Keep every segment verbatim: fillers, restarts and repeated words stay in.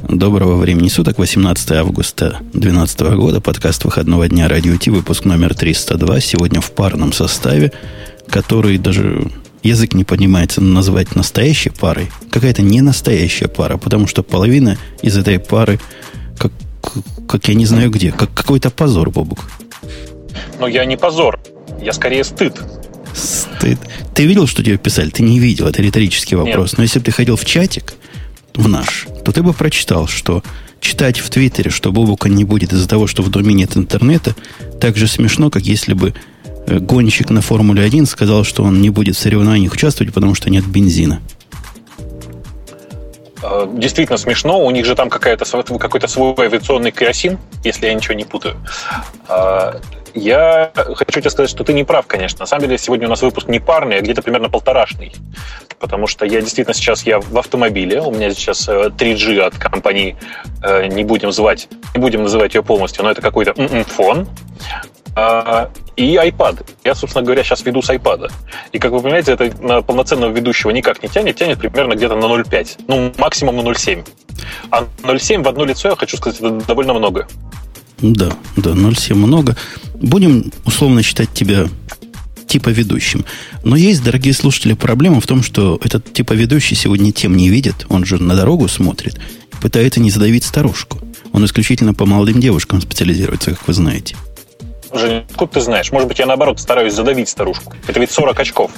Доброго времени суток, восемнадцатое августа две тысячи двенадцатого года, подкаст выходного дня Радио Ти, выпуск номер триста два, сегодня в парном составе, который даже язык не поднимается назвать настоящей парой. Какая-то не настоящая пара, потому что половина из этой пары, как, как я не знаю где, как какой-то позор, Бобук. Но я не позор, я скорее стыд. Стыд. Ты видел, что тебе писали? Ты не видел, это риторический вопрос. Нет. Но если бы ты ходил в чатик, в наш, то ты бы прочитал, что читать в Твиттере, что Бобука не будет из-за того, что в доме нет интернета, так же смешно, как если бы гонщик на Формуле один сказал, что он не будет в соревнованиях участвовать, потому что нет бензина. Действительно смешно. У них же там какая-то, какой-то свой авиационный керосин, если я ничего не путаю. Я хочу тебе сказать, что ты не прав, конечно. На самом деле, сегодня у нас выпуск не парный, а где-то примерно полторашный. Потому что я действительно сейчас я в автомобиле. У меня сейчас три джи от компании, не будем звать, не будем называть ее полностью, но это какой-то фон. И iPad. Я, собственно говоря, сейчас веду с iPad. И, как вы понимаете, это на полноценного ведущего никак не тянет. Тянет примерно где-то на ноль целых пять. Ну, максимум на ноль целых семь. А ноль целых семь в одно лицо, я хочу сказать, это довольно много. Да, да, ноль целых семь много. Будем условно считать тебя типа ведущим. Но есть, дорогие слушатели, проблема в том, что этот типа ведущий сегодня тем не видит. Он же на дорогу смотрит и пытается не задавить старушку. Он исключительно по молодым девушкам специализируется, как вы знаете. Жень, откуда ты знаешь? Может быть, я, наоборот, стараюсь задавить старушку. Это ведь сорок очков.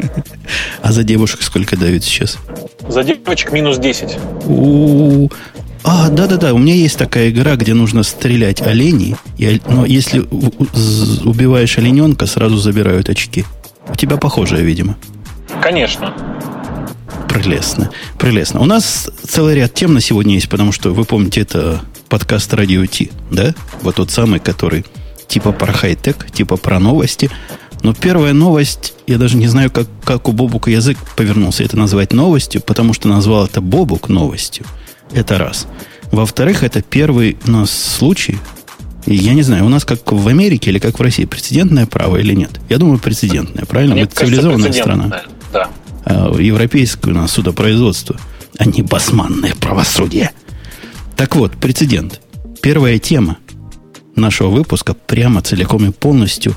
А за девушек сколько давит сейчас? За девочек минус десять. У-у-у. А, да-да-да, у меня есть такая игра, где нужно стрелять оленей, и, но если убиваешь олененка, сразу забирают очки. У тебя похожее, видимо. Конечно. Прелестно, прелестно. У нас целый ряд тем на сегодня есть, потому что, вы помните, это подкаст Радио Ти, да? Вот тот самый, который типа про хай-тек, типа про новости. Но первая новость, я даже не знаю, как, как у Бобука язык повернулся это назвать новостью, потому что назвал это Бобук новостью. Это раз. Во-вторых, это первый у нас случай, и я не знаю, у нас как в Америке или как в России, прецедентное право или нет? Я думаю, прецедентное, правильно? Мне Мы цивилизованная страна. Да. А европейское у нас судопроизводство, а не басманное правосудие. Так вот, прецедент. Первая тема нашего выпуска прямо целиком и полностью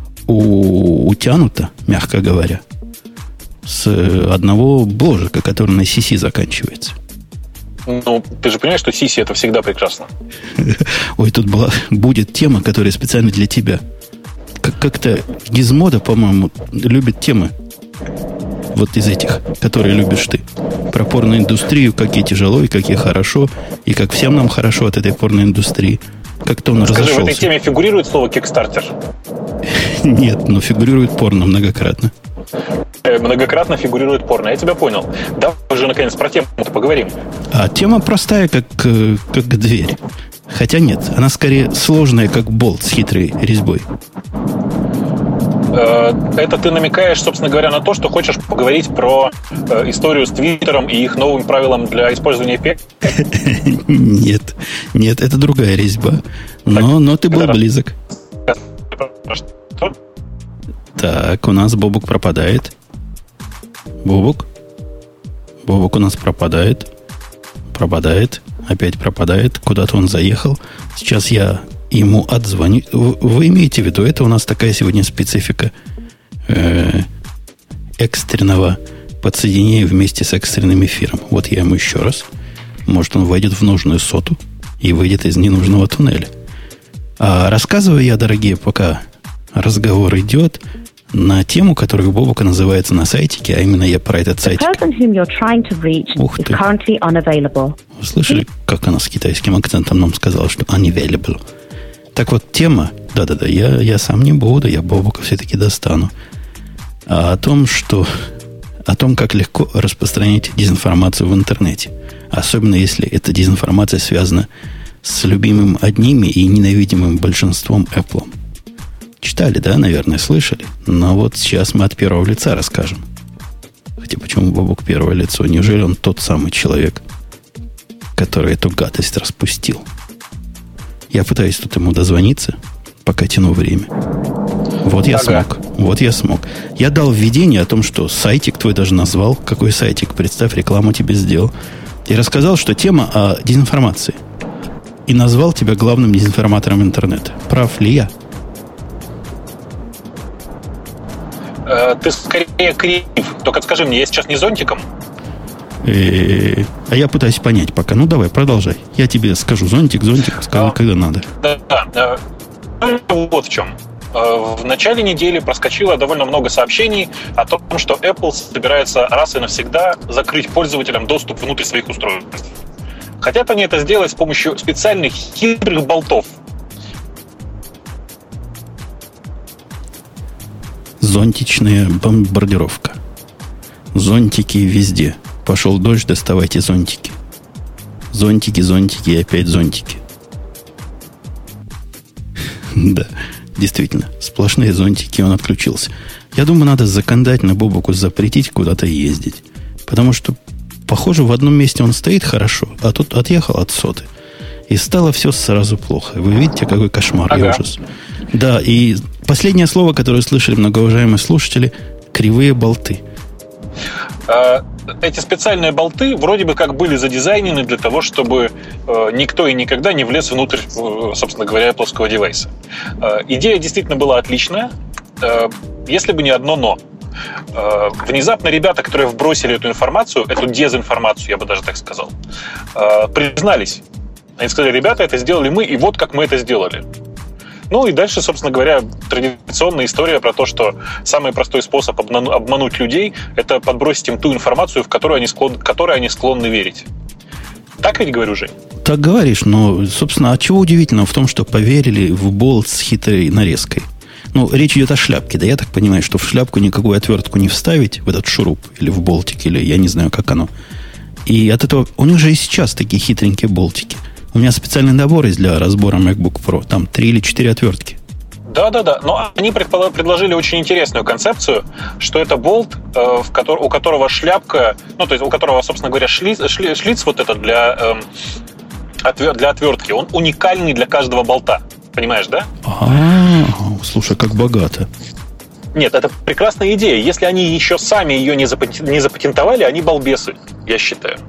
у, утянута, мягко говоря, с одного бложика, который на си си заканчивается. Ну, ты же понимаешь, что си си это всегда прекрасно. Ой, тут была, будет тема, которая специально для тебя. Как, как-то Гизмодо, по-моему, любит темы вот из этих, которые любишь ты. Про порноиндустрию, как ей тяжело и как ей хорошо, и как всем нам хорошо от этой порноиндустрии. Как-то он Скажи, разошелся. в этой теме фигурирует слово «кикстартер»? Нет, но фигурирует порно многократно. Э, многократно фигурирует порно, я тебя понял. Давай уже, наконец, про тему-то поговорим. А тема простая, как, как дверь. Хотя нет, она скорее сложная, как болт с хитрой резьбой. Это ты намекаешь, собственно говоря, на то, что хочешь поговорить про э, историю с Твиттером и их новым правилам для использования пи эй ай? Нет, нет, это другая резьба. Но, но ты был близок. Что? Так, у нас Бобук пропадает. Бобук? Бобук у нас пропадает. Пропадает. Опять пропадает. Куда-то он заехал. Сейчас я ему отзвоню. Вы имеете в виду, это у нас такая сегодня специфика э, экстренного подсоединения вместе с экстренным эфиром. Вот я ему еще раз. Может, он войдет в нужную соту и выйдет из ненужного туннеля. А рассказываю я, дорогие, пока разговор идет, на тему, которая у Бобука называется на сайтике, а именно я про этот сайтик. Ух ты. Вы слышали, как она с китайским акцентом нам сказала, что unavailable? Так вот, тема, да-да-да, я, я сам не буду, я Бобука все-таки достану. А о том, что... О том, как легко распространять дезинформацию в интернете. Особенно, если эта дезинформация связана с любимым одними и ненавидимым большинством Apple. Читали, да, наверное, слышали? Но вот сейчас мы от первого лица расскажем. Хотя почему Бобук первое лицо? Неужели он тот самый человек, который эту гадость распустил? Я пытаюсь тут ему дозвониться, пока тяну время. Вот я ага. смог. Вот я смог. Я дал введение о том, что сайтик твой даже назвал. Какой сайтик? Представь, рекламу тебе сделал. И рассказал, что тема о дезинформации. И назвал тебя главным дезинформатором интернета. Прав ли я? Э, ты скорее крив. Только скажи мне, я сейчас не зонтиком? Э-э-э. А я пытаюсь понять пока. Ну, давай, продолжай. Я тебе скажу зонтик, зонтик, скажу, а, когда надо. Да, да. Вот в чем. В начале недели проскочило довольно много сообщений о том, что Apple собирается раз и навсегда закрыть пользователям доступ внутрь своих устройств. Хотят они это сделать с помощью специальных хитрых болтов. Зонтичная бомбардировка. Зонтики везде. Пошел дождь, доставайте зонтики. Зонтики, зонтики и опять зонтики. Да. Действительно, сплошные зонтики, он отключился. Я думаю, надо законодательно Бобуку запретить куда-то ездить. Потому что, похоже, в одном месте он стоит хорошо, а тут отъехал от соты. И стало все сразу плохо. Вы видите, какой кошмар и ага. ужас. Да, и последнее слово, которое слышали многоуважаемые слушатели, кривые болты. Эти специальные болты вроде бы как были задизайнены для того, чтобы э, никто и никогда не влез внутрь, э, собственно говоря, плоского девайса. Э, идея действительно была отличная, э, если бы не одно «но». Э, внезапно ребята, которые вбросили эту информацию, эту дезинформацию, я бы даже так сказал, э, признались. Они сказали: ребята, это сделали мы, и вот как мы это сделали. Ну и дальше, собственно говоря, традиционная история про то, что самый простой способ обмануть людей – это подбросить им ту информацию, в которую они склонны, которой они склонны верить. Так ведь говорю, Жень? Так говоришь, но, собственно, а чего удивительного в том, что поверили в болт с хитрой нарезкой? Ну, речь идет о шляпке, да, я так понимаю, что в шляпку никакую отвертку не вставить, в этот шуруп, или в болтик, или я не знаю, как оно. И от этого, у них же и сейчас такие хитренькие болтики. У меня специальный набор есть для разбора MacBook Pro. Там три или четыре отвертки. Да-да-да. Но они предложили очень интересную концепцию, что это болт, в который, у которого шляпка, ну, то есть у которого, собственно говоря, шлиц, шлиц вот этот для, эм, для отвертки, он уникальный для каждого болта. Понимаешь, да? А-а-а, слушай, как богато. Нет, это прекрасная идея. Если они еще сами ее не запатентовали, они балбесы, я считаю.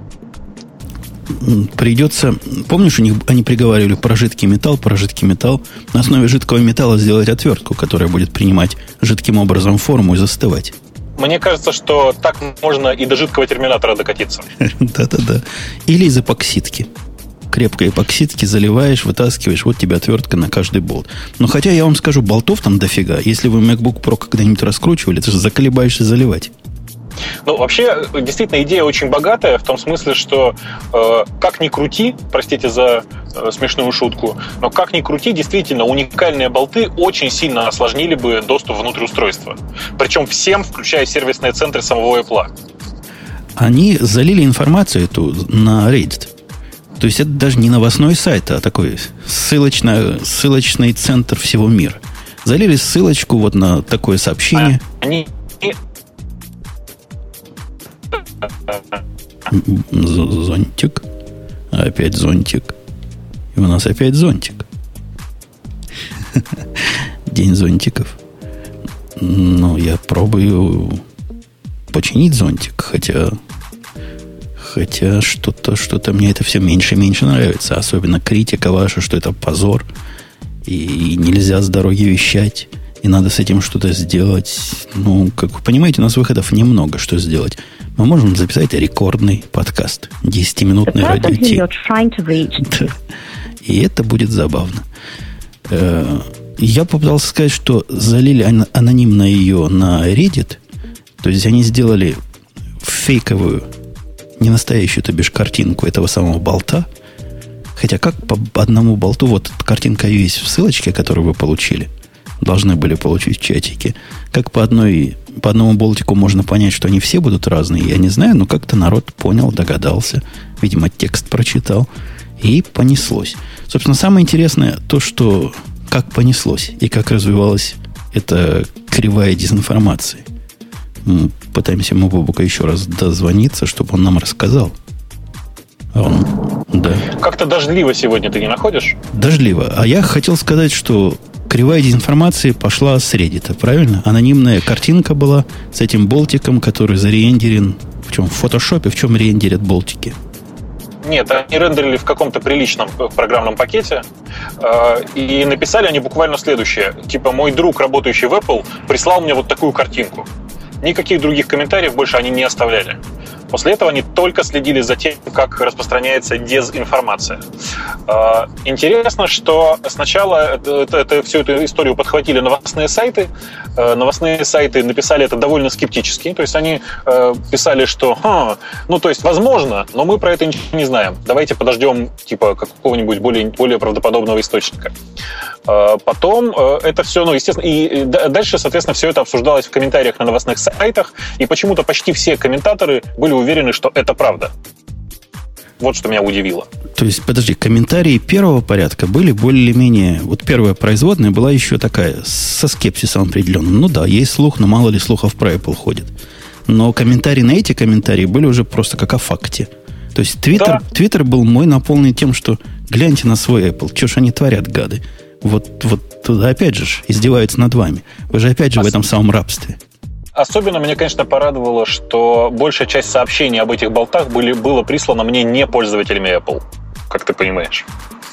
Придется... Помнишь, у них они приговаривали про жидкий металл, про жидкий металл. На основе жидкого металла сделать отвертку, которая будет принимать жидким образом форму и застывать. Мне кажется, что так можно и до жидкого терминатора докатиться. Да-да-да. Или из эпоксидки. Крепкой эпоксидки заливаешь, вытаскиваешь, вот тебе отвертка на каждый болт. Но хотя я вам скажу, болтов там дофига. Если вы MacBook Pro когда-нибудь раскручивали, ты же заколебаешься заливать. Ну, вообще, действительно, идея очень богатая, в том смысле, что э, как ни крути, простите за э, смешную шутку, но как ни крути, действительно, уникальные болты очень сильно осложнили бы доступ внутрь устройства. Причем всем, включая сервисные центры самого Apple. Они залили информацию эту на Reddit. То есть это даже не новостной сайт, а такой ссылочный, ссылочный центр всего мира. Залили ссылочку вот на такое сообщение. Они... Зонтик. Опять зонтик. И у нас опять зонтик. День зонтиков. Ну, я пробую починить зонтик, хотя хотя что-то, что-то мне это все меньше и меньше нравится. Особенно критика ваша, что это позор. И нельзя с дороги вещать. И надо с этим что-то сделать. Ну, как вы понимаете, у нас выходов немного, что сделать. Мы можем записать рекордный подкаст. десятиминутный радио Ти. И это будет забавно. Я попытался сказать, что залили анонимно ее на Reddit. То есть они сделали фейковую, не настоящую, то бишь, картинку этого самого болта. Хотя как по одному болту, вот картинка есть в ссылочке, которую вы получили, должны были получить в чатике. Как по одной, по одному болтику можно понять, что они все будут разные, я не знаю, но как-то народ понял, догадался. Видимо, текст прочитал. И понеслось. Собственно, самое интересное то, что как понеслось и как развивалась эта кривая дезинформации. Мы пытаемся мы Бобука еще раз дозвониться, чтобы он нам рассказал. А он, да. Как-то дождливо сегодня ты не находишь? Дождливо. А я хотел сказать, что кривая дезинформации пошла с Reddit, правильно? Анонимная картинка была с этим болтиком, который зарендерен в чем? В фотошопе, в чем рендерят болтики? Нет, они рендерили в каком-то приличном программном пакете, и написали они буквально следующее. Типа, мой друг, работающий в Apple, прислал мне вот такую картинку. Никаких других комментариев больше они не оставляли. После этого они только следили за тем, как распространяется дезинформация. Интересно, что сначала это, это, это, всю эту историю подхватили новостные сайты. Новостные сайты написали это довольно скептически. То есть они писали, что Ха, ну, то есть, возможно, но мы про это ничего не знаем. Давайте подождем типа какого-нибудь более, более правдоподобного источника. Потом это все, ну, естественно, и дальше, соответственно, все это обсуждалось в комментариях на новостных сайтах, и почему-то почти все комментаторы были уверены, что это правда. Вот что меня удивило. То есть, подожди, комментарии первого порядка были более-менее... Вот первая производная была еще такая, со скепсисом определенным. Ну да, есть слух, но мало ли слухов про Apple ходит. Но комментарии на эти комментарии были уже просто как о факте. То есть, Twitter, да. Twitter был мой наполнен тем, что гляньте на свой Apple, что ж они творят, гады. Вот, вот туда опять же издеваются над вами. Вы же опять же Ос... в этом самом рабстве. Особенно меня, конечно, порадовало, что большая часть сообщений об этих болтах были, было прислано мне не пользователями Apple, как ты понимаешь.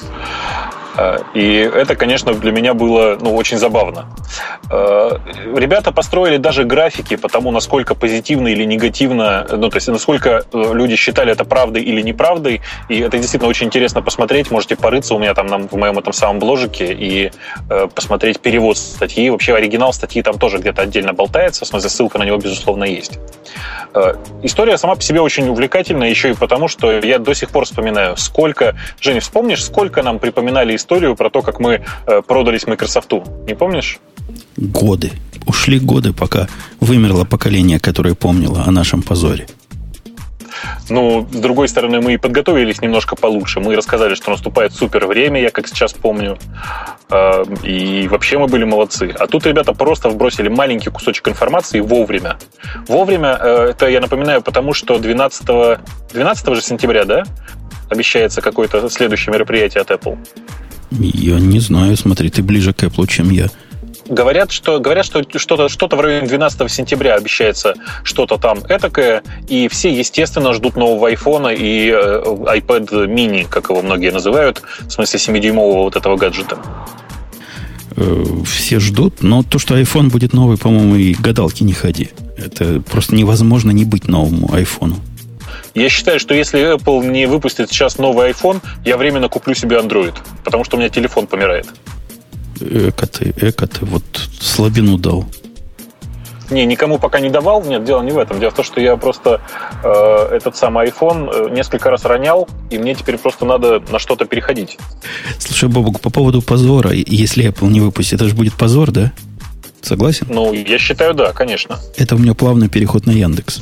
И это, конечно, для меня было ну, очень забавно. Ребята построили даже графики по тому, насколько позитивно или негативно, ну, то есть насколько люди считали это правдой или неправдой. И это действительно очень интересно посмотреть. Можете порыться у меня там на, в моем этом самом бложике и э, посмотреть перевод статьи. Вообще оригинал статьи там тоже где-то отдельно болтается. В смысле, ссылка на него, безусловно, есть. Э, история сама по себе очень увлекательная, еще и потому, что я до сих пор вспоминаю, сколько... Женя, вспомнишь, сколько нам припоминали историю про то, как мы э, продались Microsoft'у? Не помнишь? Годы. Ушли годы, пока вымерло поколение, которое помнило о нашем позоре. Ну, с другой стороны, мы и подготовились немножко получше. Мы рассказали, что наступает супер время, я как сейчас помню. И вообще мы были молодцы. А тут ребята просто вбросили маленький кусочек информации вовремя. Вовремя, это я напоминаю, потому что двенадцатого, двенадцатого же сентября, да, обещается какое-то следующее мероприятие от Apple. Я не знаю, смотри, ты ближе к Apple, чем я. Говорят, что, говорят, что что-то, что-то в районе двенадцатого сентября обещается что-то там этакое, и все, естественно, ждут нового айфона и э, iPad mini, как его многие называют, в смысле семидюймового вот этого гаджета. Все ждут, но то, что iPhone будет новый, по-моему, и гадалки не ходи. Это просто невозможно не быть новому айфону. Я считаю, что если Apple не выпустит сейчас новый iPhone, я временно куплю себе Android, потому что у меня телефон помирает. Эко ты, эко ты, вот слабину дал. Не, никому пока не давал. Нет, дело не в этом. Дело в том, что я просто э, этот самый iPhone несколько раз ронял, и мне теперь просто надо на что-то переходить. Слушай, Бобок, по поводу позора, если Apple не выпустит, это же будет позор, да? Согласен? Ну, я считаю, да, конечно. Это у меня плавный переход на Яндекс.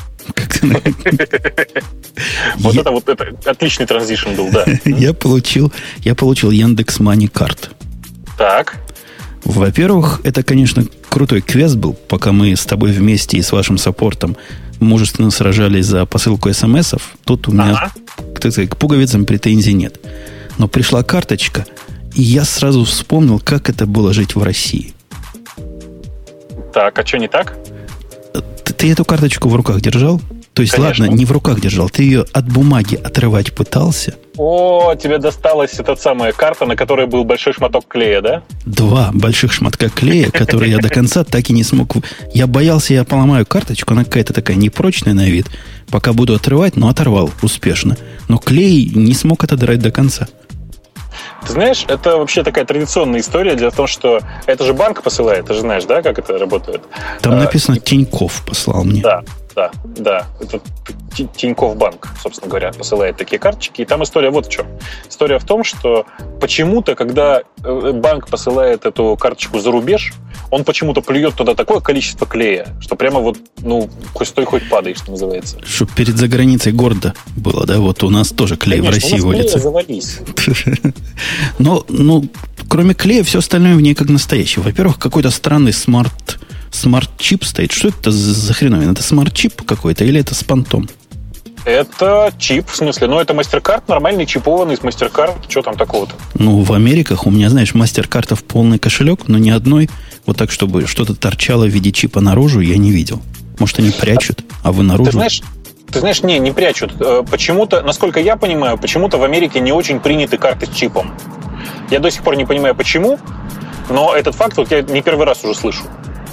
Вот это вот это отличный транзишн был, да. Я получил, я получил Яндекс Мани карт. Так. Во-первых, это, конечно, крутой квест был, пока мы с тобой вместе и с вашим саппортом мужественно сражались за посылку смс-ов. Тут у меня, ага. так сказать, к пуговицам претензий нет. Но пришла карточка, и я сразу вспомнил, как это было жить в России. Так, а что не так? Ты, ты эту карточку в руках держал? То есть, конечно. Ладно, не в руках держал, ты ее от бумаги отрывать пытался. О, тебе досталась эта самая карта, на которой был большой шматок клея, да? Два больших шматка клея, которые я до конца так и не смог... Я боялся, я поломаю карточку, она какая-то такая непрочная на вид. Пока буду отрывать, но оторвал успешно. Но клей не смог отодрать до конца. Ты знаешь, это вообще такая традиционная история. Дело в том, что это же банк посылает, ты же знаешь, да, как это работает? Там написано Тинькофф послал мне. Да. Да, да, это Тинькофф банк, собственно говоря, посылает такие карточки. И там история вот в чем. История в том, что почему-то, когда банк посылает эту карточку за рубеж, он почему-то плюет туда такое количество клея, что прямо вот, ну, хоть стой, хоть падай, что называется. Чтоб перед заграницей гордо было, да? Вот у нас тоже клей Конечно, в России водится. Завались. Но, ну, кроме клея, все остальное в ней как настоящее. Во-первых, какой-то странный смарт... Смарт-чип стоит. Что это за хреновина? Это смарт-чип какой-то или это с понтом? Это чип, в смысле, ну, это MasterCard, нормальный чипованный с MasterCard. Что там такого-то? Ну, в Америках у меня, знаешь, MasterCard'ов полный кошелек, но ни одной вот так, чтобы что-то торчало в виде чипа наружу, я не видел. Может, они прячут, а, а вы наружу? Ты знаешь, Ты знаешь, не, не прячут. Почему-то, насколько я понимаю, почему-то в Америке не очень приняты карты с чипом. Я до сих пор не понимаю, почему, но этот факт вот я не первый раз уже слышу.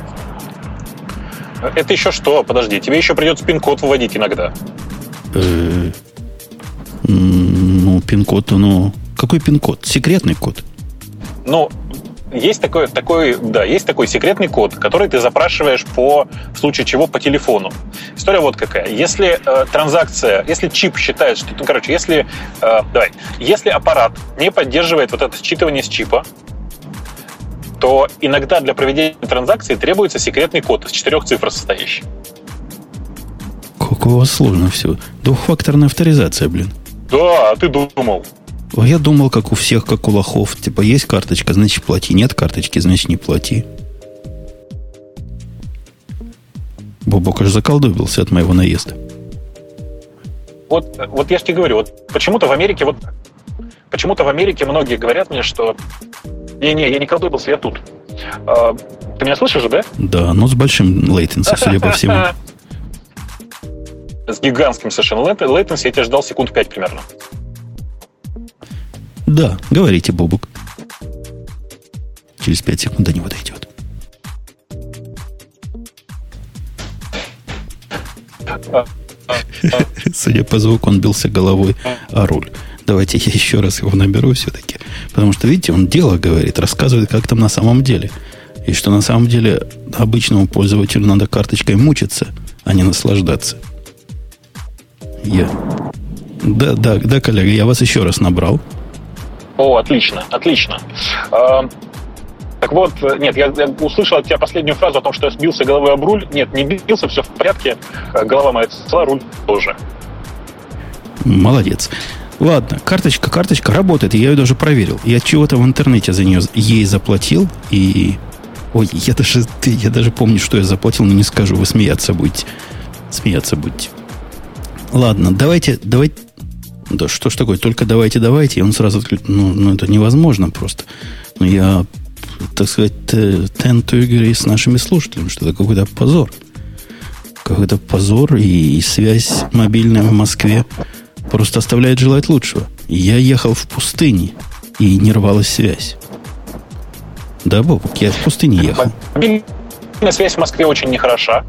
Это еще что? Подожди, тебе еще придется пин-код вводить иногда. Ну, пин-код, ну... Какой пин-код? Секретный код? Ну, есть такой, такой, да, есть такой секретный код, который ты запрашиваешь по, в случае чего, по телефону. История вот какая. Если э, транзакция, если чип считает, что... Ну, короче, если... Э, давай. Если аппарат не поддерживает вот это считывание с чипа, то иногда для проведения транзакции требуется секретный код из четырех цифр состоящий. Как у вас сложно все. Двухфакторная авторизация, блин. Да, а ты думал. Я думал, как у всех, как у лохов. Типа, есть карточка, значит, плати. Нет карточки, значит, не плати. Бобок аж заколдобился от моего наезда. Вот, вот я же тебе говорю, вот почему-то в Америке вот почему-то в Америке многие говорят мне, что не-не, я не колдобился, я тут. А, ты меня слышишь же, да? Да, но с большим лейтенси, судя по всему. С гигантским совершенно лейтенси я тебя ждал секунд пять примерно. Да, говорите, Бобук. Через пять секунд до него дойдет. Судя по звуку, он бился головой о руль. Давайте я еще раз его наберу все-таки. Потому что, видите, он дело говорит, рассказывает, как там на самом деле. И что на самом деле обычному пользователю надо карточкой мучиться, а не наслаждаться. Я... Да, да, да, коллега, я вас еще раз набрал. О, отлично, отлично. А, так вот, нет, я, я услышал от тебя последнюю фразу о том, что я сбился головой об руль. Нет, не бился, все в порядке. Голова моя цела, руль тоже. Молодец. Ладно, карточка, карточка работает, я ее даже проверил. Я чего-то в интернете за нее ей заплатил, и... Ой, я даже, я даже помню, что я заплатил, но не скажу, вы смеяться будете. Смеяться будете. Ладно, давайте, давайте... Да что ж такое, только давайте, давайте, и он сразу отключит. Ну, ну, это невозможно просто. Но я, так сказать, tend to agree с нашими слушателями, что это какой-то позор. Какой-то позор, и, и связь мобильная в Москве просто оставляет желать лучшего. Я ехал в пустыне, и не рвалась связь. Да, Бобук, я в пустыне ехал. Мобильная связь в Москве очень нехороша.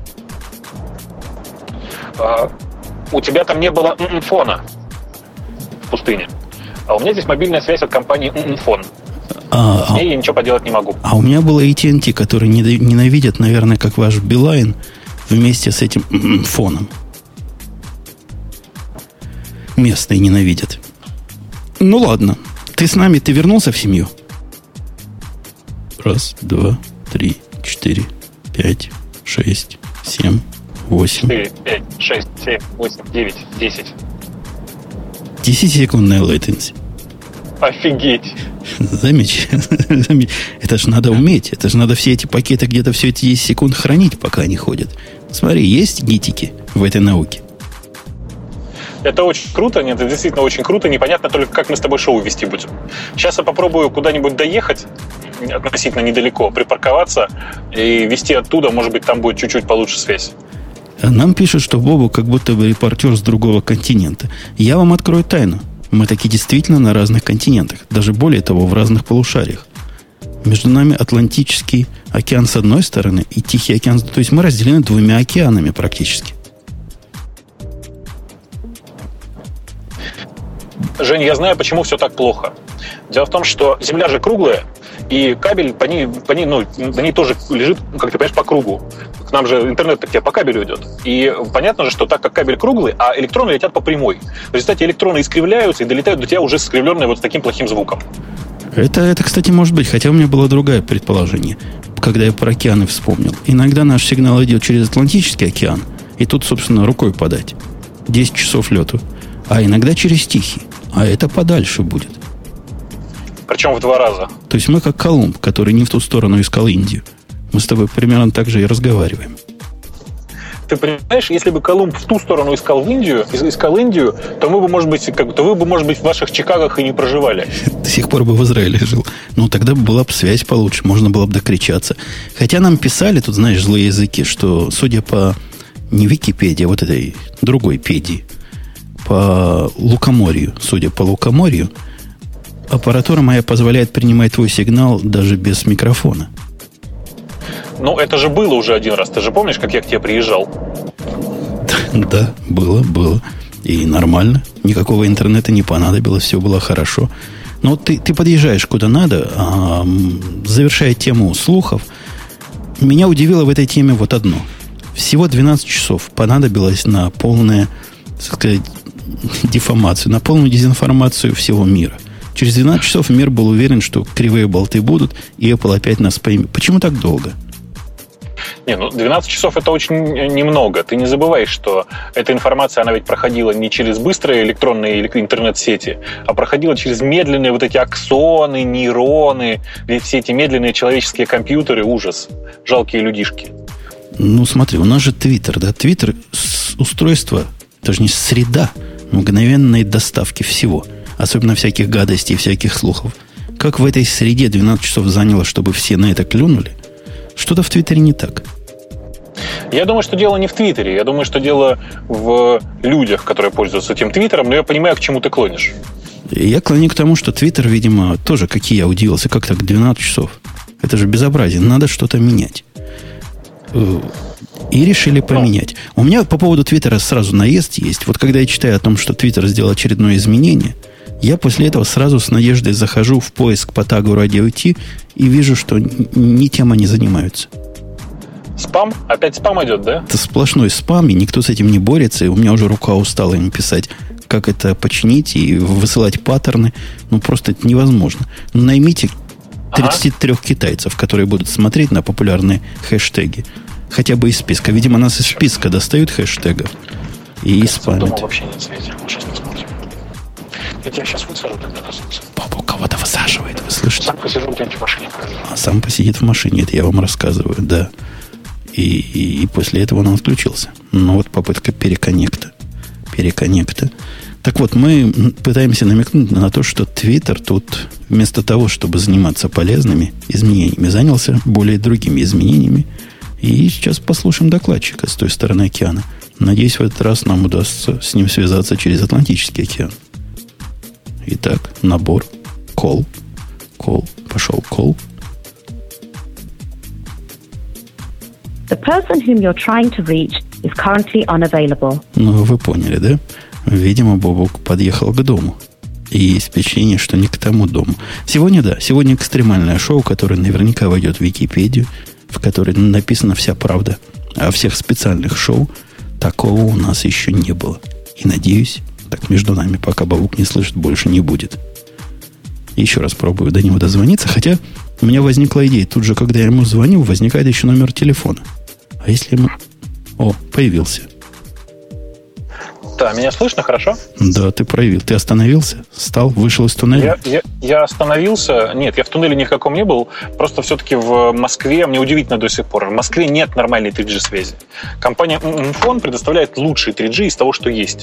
А, у тебя там не было фона в пустыне. А у меня здесь мобильная связь от компании Фон. А, С ней а, я ничего поделать не могу. А у меня было эй ти энд ти, который ненавидят, наверное, как ваш Билайн, вместе с этим фоном. Местные ненавидят. Ну ладно. Ты с нами, ты вернулся в семью? Раз, два, три, четыре, пять, шесть, семь, восемь. Четыре, пять, шесть, семь, восемь, девять, десять. десятисекундная latency. Офигеть. Замечательно. Это же надо уметь. Это же надо все эти пакеты где-то все эти десять секунд хранить, пока они ходят. Смотри, есть гитики в этой науке? Это очень круто, нет, это действительно очень круто. Непонятно только, как мы с тобой шоу вести будем. Сейчас я попробую куда-нибудь доехать, относительно недалеко, припарковаться и вести оттуда. Может быть, там будет чуть-чуть получше связь. Нам пишут, что Бобу как будто бы репортер с другого континента. Я вам открою тайну. Мы таки действительно на разных континентах. Даже более того, в разных полушариях. Между нами Атлантический океан с одной стороны и Тихий океан. То есть мы разделены двумя океанами практически. Жень, я знаю, почему все так плохо. Дело в том, что Земля же круглая, и кабель по ней, по ней, ну, на ней тоже лежит, как ты понимаешь, по кругу. К нам же интернет так по кабелю идет. И понятно же, что так как кабель круглый, а электроны летят по прямой. В результате электроны искривляются и долетают до тебя уже скривленные вот с таким плохим звуком. Это, это, кстати, может быть. Хотя у меня было другое предположение, когда я про океаны вспомнил. Иногда наш сигнал идет через Атлантический океан, и тут, собственно, рукой подать. десять часов лету. А иногда через Тихий. А это подальше будет. Причем в два раза. То есть мы как Колумб, который не в ту сторону искал Индию. Мы с тобой примерно так же и разговариваем. Ты понимаешь, если бы Колумб в ту сторону искал в Индию, искал Индию, то мы бы, может быть, как, то вы бы, может быть, в ваших Чикагах и не проживали. До сих пор бы в Израиле жил. Ну, тогда бы была бы связь получше, можно было бы докричаться. Хотя нам писали, тут, знаешь, злые языки, что, судя по не Википедия, а вот этой другой педии, по лукоморью, судя по лукоморью, аппаратура моя позволяет принимать твой сигнал даже без микрофона. Ну, это же было уже один раз. Ты же помнишь, как я к тебе приезжал? Да, было, было. И нормально. Никакого интернета не понадобилось, все было хорошо. Но ты, ты подъезжаешь куда надо, а, завершая тему слухов, меня удивило в этой теме вот одно. Всего двенадцать часов понадобилось на полную, так сказать, дефамацию, на полную дезинформацию всего мира. Через двенадцать часов мир был уверен, что кривые болты будут, и Apple опять нас поймет. Почему так долго? Не, ну двенадцать часов это очень немного. Ты не забывай, что эта информация, она ведь проходила не через быстрые электронные интернет-сети, а проходила через медленные вот эти аксоны, нейроны, ведь все эти медленные человеческие компьютеры, ужас. Жалкие людишки. Ну, смотри, у нас же Твиттер, да? Твиттер — устройство, даже не среда мгновенной доставки всего. Особенно всяких гадостей, всяких слухов. Как в этой среде двенадцать часов заняло, чтобы все на это клюнули? Что-то в Твиттере не так. Я думаю, что дело не в Твиттере. Я думаю, что дело в людях, которые пользуются этим Твиттером. Но я понимаю, к чему ты клонишь. Я клоню к тому, что Твиттер, видимо, тоже, как и я, удивился. Как так двенадцать часов? Это же безобразие. Надо что-то менять. И решили поменять. У меня по поводу Твиттера сразу наезд есть. Вот когда я читаю о том, что Твиттер сделал очередное изменение, я после этого сразу с надеждой захожу в поиск по тагу Radio T и вижу, что ни тем они занимаются. Спам? Опять спам идет, да? Это сплошной спам, и никто с этим не борется, и у меня уже рука устала им писать, как это починить и высылать паттерны. Ну, просто это невозможно. Ну, наймите тридцать три ага. китайцев, которые будут смотреть на популярные хэштеги. Хотя бы из списка. Видимо, нас из списка достают хэштегов и спамят. Вообще нет связи. Сейчас посмотрим. Я тебя сейчас высажу, тогда рассудится. Бабу кого-то высаживает, вы слышите? Сам посижу где-нибудь в машине. А сам посидит в машине, это я вам рассказываю, да. И, и, и после этого он отключился. Ну, вот попытка переконнекта. Переконнекта. Так вот, мы пытаемся намекнуть на то, что Твиттер тут вместо того, чтобы заниматься полезными изменениями, занялся более другими изменениями. И сейчас послушаем докладчика с той стороны океана. Надеюсь, в этот раз нам удастся с ним связаться через Атлантический океан. Итак, набор. Call. Call. Пошел call. The person whom you're trying to reach is currently unavailable. Ну, вы поняли, да? Видимо, Бобок подъехал к дому. И есть впечатление, что не к тому дому. Сегодня, да, сегодня экстремальное шоу, которое наверняка войдет в Википедию, в которой написана вся правда о всех специальных шоу. Такого у нас еще не было. И, надеюсь, так между нами, пока Бобук не слышит, больше не будет. Еще раз пробую до него дозвониться, хотя у меня возникла идея. Тут же, когда я ему звоню, возникает еще номер телефона. А если ему... О, появился. Да, меня слышно хорошо? Да, ты проявил. Ты остановился, встал, вышел из туннеля? Я, я, я остановился. Нет, я в туннеле ни в каком не был. Просто все-таки в Москве, мне удивительно до сих пор, в Москве нет нормальной три джи связи. Компания Mfone предоставляет лучший три джи из того, что есть.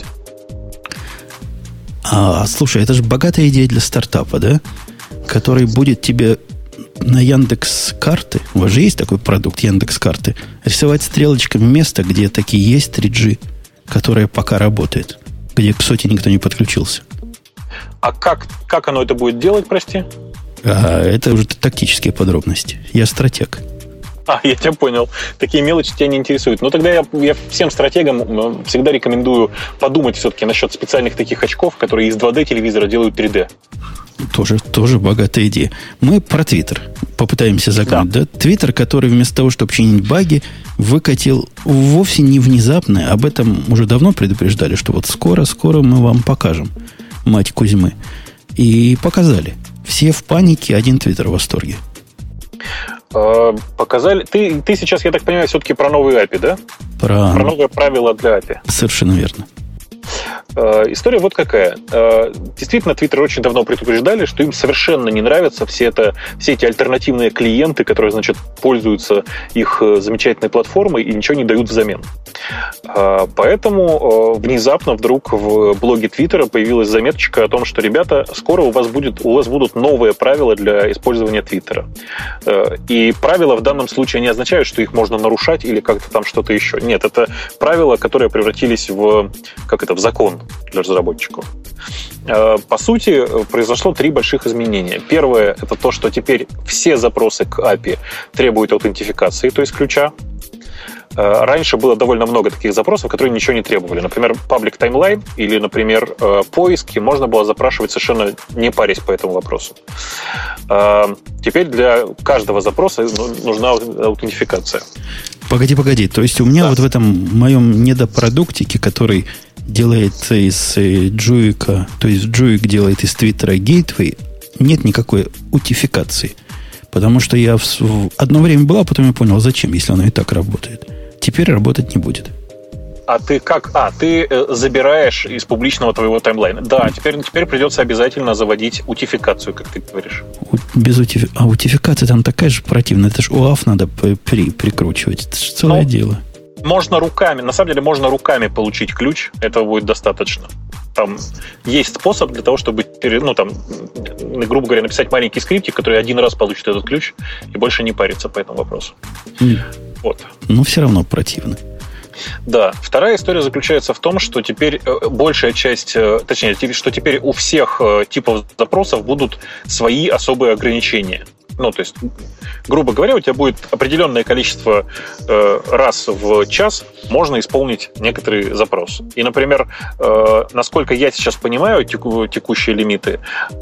А, слушай, это же богатая идея для стартапа, да? Который будет тебе на Яндекс.Карты, у вас же есть такой продукт Яндекс.Карты, рисовать стрелочками место, где такие есть три джи, которое пока работает, где к соте никто не подключился. А как, как оно это будет делать, прости? А, это уже тактические подробности. Я стратег. А, я тебя понял. Такие мелочи тебя не интересуют. Но тогда я, я всем стратегам всегда рекомендую подумать все-таки насчет специальных таких очков, которые из два дэ телевизора делают три дэ. Тоже, тоже богатая идея. Мы про Твиттер попытаемся загнать. Да. Да? Твиттер, который вместо того, чтобы чинить баги, выкатил вовсе не внезапно. Об этом уже давно предупреждали, что вот скоро-скоро мы вам покажем, мать Кузьмы. И показали. Все в панике, один Твиттер в восторге. Показали. Ты, ты сейчас, я так понимаю, все-таки про новые эй пи ай, да? Про, про новые правила для эй пи ай. Совершенно верно. История вот какая. Действительно, Twitter очень давно предупреждали, что им совершенно не нравятся все, это, все эти альтернативные клиенты, которые, значит, пользуются их замечательной платформой и ничего не дают взамен. Поэтому внезапно вдруг в блоге Твиттера появилась заметочка о том, что, ребята, скоро у вас, будет, у вас будут новые правила для использования Твиттера. И правила в данном случае не означают, что их можно нарушать или как-то там что-то еще. Нет, это правила, которые превратились в, как это, в закон для разработчиков. По сути, произошло три больших изменения. Первое – это то, что теперь все запросы к эй пи ай требуют аутентификации, то есть ключа. Раньше было довольно много таких запросов, которые ничего не требовали. Например, Public Timeline или, например, поиски можно было запрашивать совершенно не парясь по этому вопросу. Теперь для каждого запроса нужна аутентификация. Погоди, погоди. То есть у меня да. вот в этом моем недопродуктике, который делается из Джуика, то есть Джуик делает из Твиттера Gateway, нет никакой аутентификации. Потому что я в одно время была, потом я понял, зачем, если оно и так работает. Теперь работать не будет. А ты как? А, ты э, забираешь из публичного твоего таймлайна. Да, теперь, теперь придется обязательно заводить аутентификацию, как ты говоришь. Без аутифи... аутентификации там такая же противная. Это же ОАФ надо при... прикручивать. Это же целое Но дело. Можно руками, на самом деле можно руками получить ключ. Этого будет достаточно. Там есть способ для того, чтобы, ну, там, грубо говоря, написать маленький скриптик, который один раз получит этот ключ и больше не парится по этому вопросу. Mm. Вот. Но все равно противно. Да. Вторая история заключается в том, что теперь большая часть, точнее, что теперь у всех типов запросов будут свои особые ограничения. Ну, то есть, грубо говоря, у тебя будет определенное количество э, раз в час можно исполнить некоторый запрос. И, например, э, насколько я сейчас понимаю теку, текущие лимиты,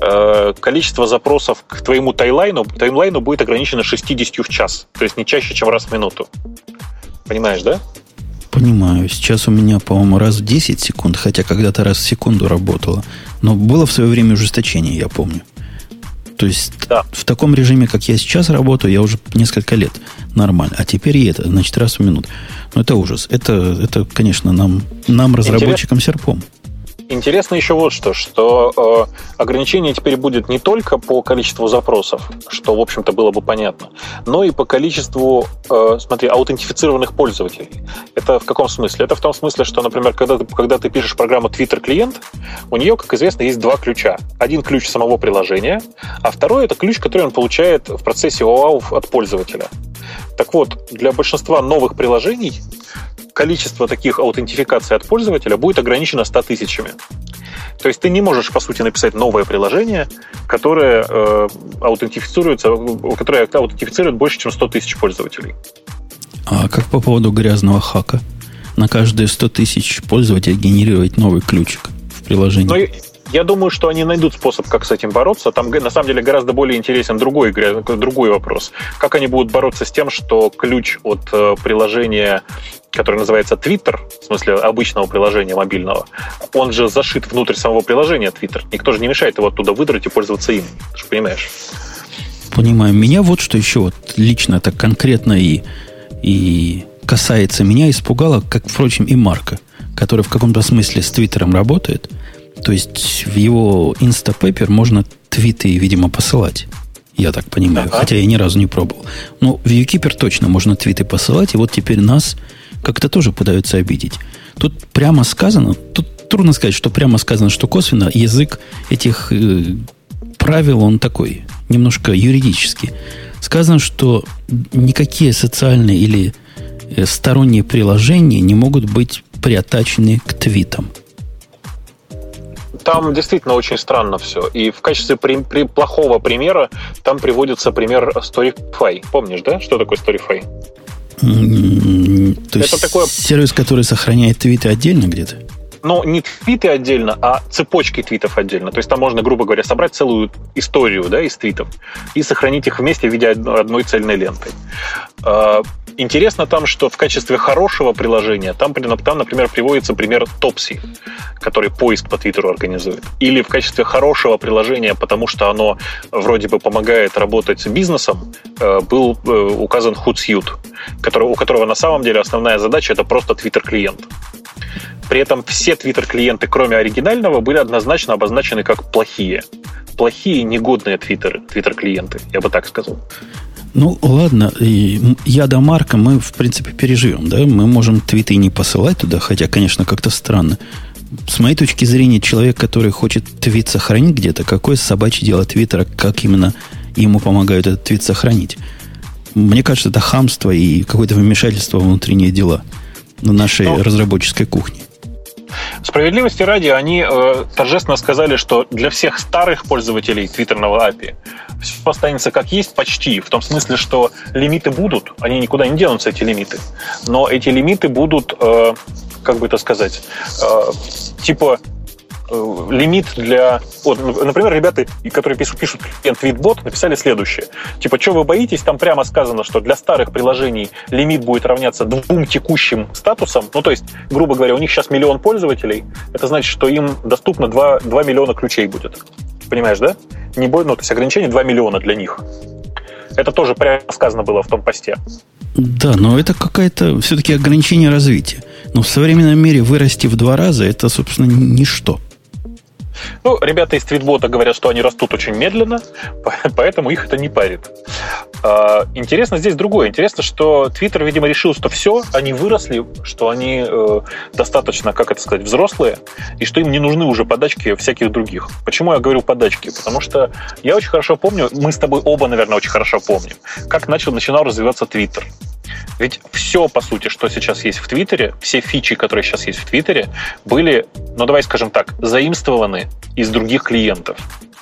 э, количество запросов к твоему таймлайну, таймлайну будет ограничено шестьдесят в час. То есть не чаще, чем раз в минуту. Понимаешь, да? Понимаю. Сейчас у меня, по-моему, раз в десять секунд, хотя когда-то раз в секунду работало. Но было в свое время ужесточение, я помню. То есть да. в таком режиме, как я сейчас работаю, я уже несколько лет нормально. А теперь и это, значит, раз в минуту. Но это ужас. Это, это конечно, нам, нам разработчикам, Интерес... серпом. Интересно еще вот что, что э, ограничение теперь будет не только по количеству запросов, что, в общем-то, было бы понятно, но и по количеству, э, смотри, аутентифицированных пользователей. Это в каком смысле? Это в том смысле, что, например, когда ты, когда ты пишешь программу Twitter клиент, у нее, как известно, есть два ключа. Один ключ самого приложения, а второй – это ключ, который он получает в процессе ОАУ от пользователя. Так вот, для большинства новых приложений количество таких аутентификаций от пользователя будет ограничено ста тысячами. То есть ты не можешь, по сути, написать новое приложение, которое э, аутентифицируется, которое аутентифицирует больше, чем сто тысяч пользователей. А как по поводу грязного хака? На каждые сто тысяч пользователей генерировать новый ключик в приложении? Ну, я думаю, что они найдут способ, как с этим бороться. Там, на самом деле, гораздо более интересен другой, другой вопрос. Как они будут бороться с тем, что ключ от э, приложения, которое называется Twitter, в смысле обычного приложения мобильного, он же зашит внутрь самого приложения Twitter. Никто же не мешает его оттуда выдрать и пользоваться им. Ты же понимаешь? Понимаю. Меня вот что еще вот лично так конкретно и, и касается меня, испугало, как, впрочем, и Марка, который в каком-то смысле с Твиттером работает. То есть в его Instapaper можно твиты, видимо, посылать. Я так понимаю. Ага. Хотя я ни разу не пробовал. Но в Ukeeper точно можно твиты посылать. И вот теперь нас как-то тоже пытаются обидеть. Тут прямо сказано, тут трудно сказать, что прямо сказано, что косвенно язык этих э, правил, он такой, немножко юридический. Сказано, что никакие социальные или э, сторонние приложения не могут быть приотачены к твитам. Там действительно очень странно все. И в качестве при, при, плохого примера там приводится пример Storify. Помнишь, да? Что такое Storify? Mm, то это есть такое... сервис, который сохраняет твиты отдельно где-то? Ну, не твиты отдельно, а цепочки твитов отдельно. То есть там можно, грубо говоря, собрать целую историю, да, из твитов и сохранить их вместе в виде одной цельной ленты. Интересно там, что в качестве хорошего приложения там, там, например, приводится пример Topsy, который поиск по Твиттеру организует. Или в качестве хорошего приложения, потому что оно вроде бы помогает работать с бизнесом, был указан Hootsuite, который, у которого на самом деле основная задача – это просто Twitter-клиент. При этом все Twitter-клиенты, кроме оригинального, были однозначно обозначены как плохие. Плохие, негодные твиттеры, Twitter-клиенты, я бы так сказал. Ну, ладно, я до Марка мы, в принципе, переживем, да? Мы можем твиты не посылать туда, хотя, конечно, как-то странно. С моей точки зрения, человек, который хочет твит сохранить где-то, какое собачье дело Твиттера, как именно ему помогают этот твит сохранить? Мне кажется, это хамство и какое-то вмешательство в внутренние дела на нашей ну, разработческой кухне. Справедливости ради, они э, торжественно сказали, что для всех старых пользователей твиттерного эй пи ай все останется как есть почти, в том смысле, что лимиты будут, они никуда не денутся, эти лимиты, но эти лимиты будут, э, как бы это сказать, э, типа э, лимит для... Вот, например, ребята, которые пишут, пишут клиент Tweetbot, написали следующее. Типа, что вы боитесь? Там прямо сказано, что для старых приложений лимит будет равняться двум текущим статусам. Ну, то есть, грубо говоря, у них сейчас миллион пользователей. Это значит, что им доступно два, два миллиона ключей будет. Понимаешь, да? Не больно, ну, то есть ограничение два миллиона для них. Это тоже прямо сказано было в том посте. Да, но это какое-то все-таки ограничение развития. Но в современном мире вырасти в два раза, это, собственно, ничто. Ну, ребята из Твитбота говорят, что они растут очень медленно, поэтому их это не парит. Интересно здесь другое. Интересно, что Твиттер, видимо, решил, что все, они выросли, что они э, достаточно, как это сказать, взрослые, и что им не нужны уже подачки всяких других. Почему я говорю подачки? Потому что я очень хорошо помню, мы с тобой оба, наверное, очень хорошо помним, как начал, начинал развиваться Твиттер. Ведь все, по сути, что сейчас есть в Твиттере, все фичи, которые сейчас есть в Твиттере, были, ну давай скажем так, заимствованы из других клиентов.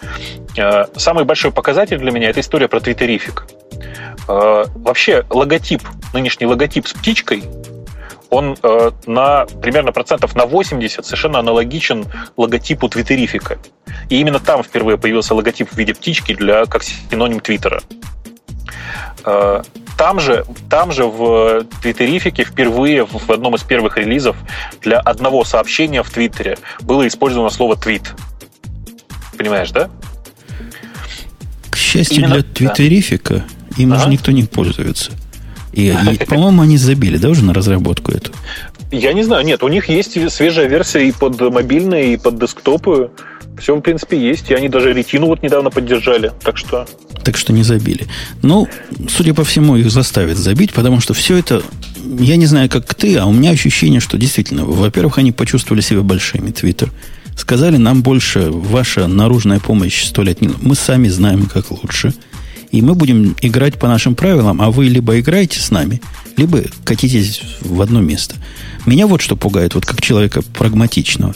Самый большой показатель для меня – это история про твиттерифик. Вообще логотип, нынешний логотип с птичкой, он на примерно процентов на восемьдесят совершенно аналогичен логотипу твиттерифика. И именно там впервые появился логотип в виде птички для, как синоним Твиттера. Там же, там же в твиттерифике впервые в одном из первых релизов для одного сообщения в Твиттере было использовано слово «твит». Понимаешь, да? К счастью, именно для твиттерифика да. им ага. уже никто не пользуется. И, и по-моему, они забили, да, уже на разработку эту? Я не знаю, нет, у них есть свежая версия и под мобильные, и под десктопы. Все, в принципе, есть. И они даже ретину вот недавно поддержали. Так что... Так что не забили. Ну, судя по всему, их заставят забить, потому что все это... Я не знаю, как ты, а у меня ощущение, что действительно, во-первых, они почувствовали себя большими, Твиттер. Сказали, нам больше ваша наружная помощь сто лет не... Мы сами знаем, как лучше. И мы будем играть по нашим правилам, а вы либо играете с нами, либо катитесь в одно место. Меня вот что пугает, вот как человека прагматичного.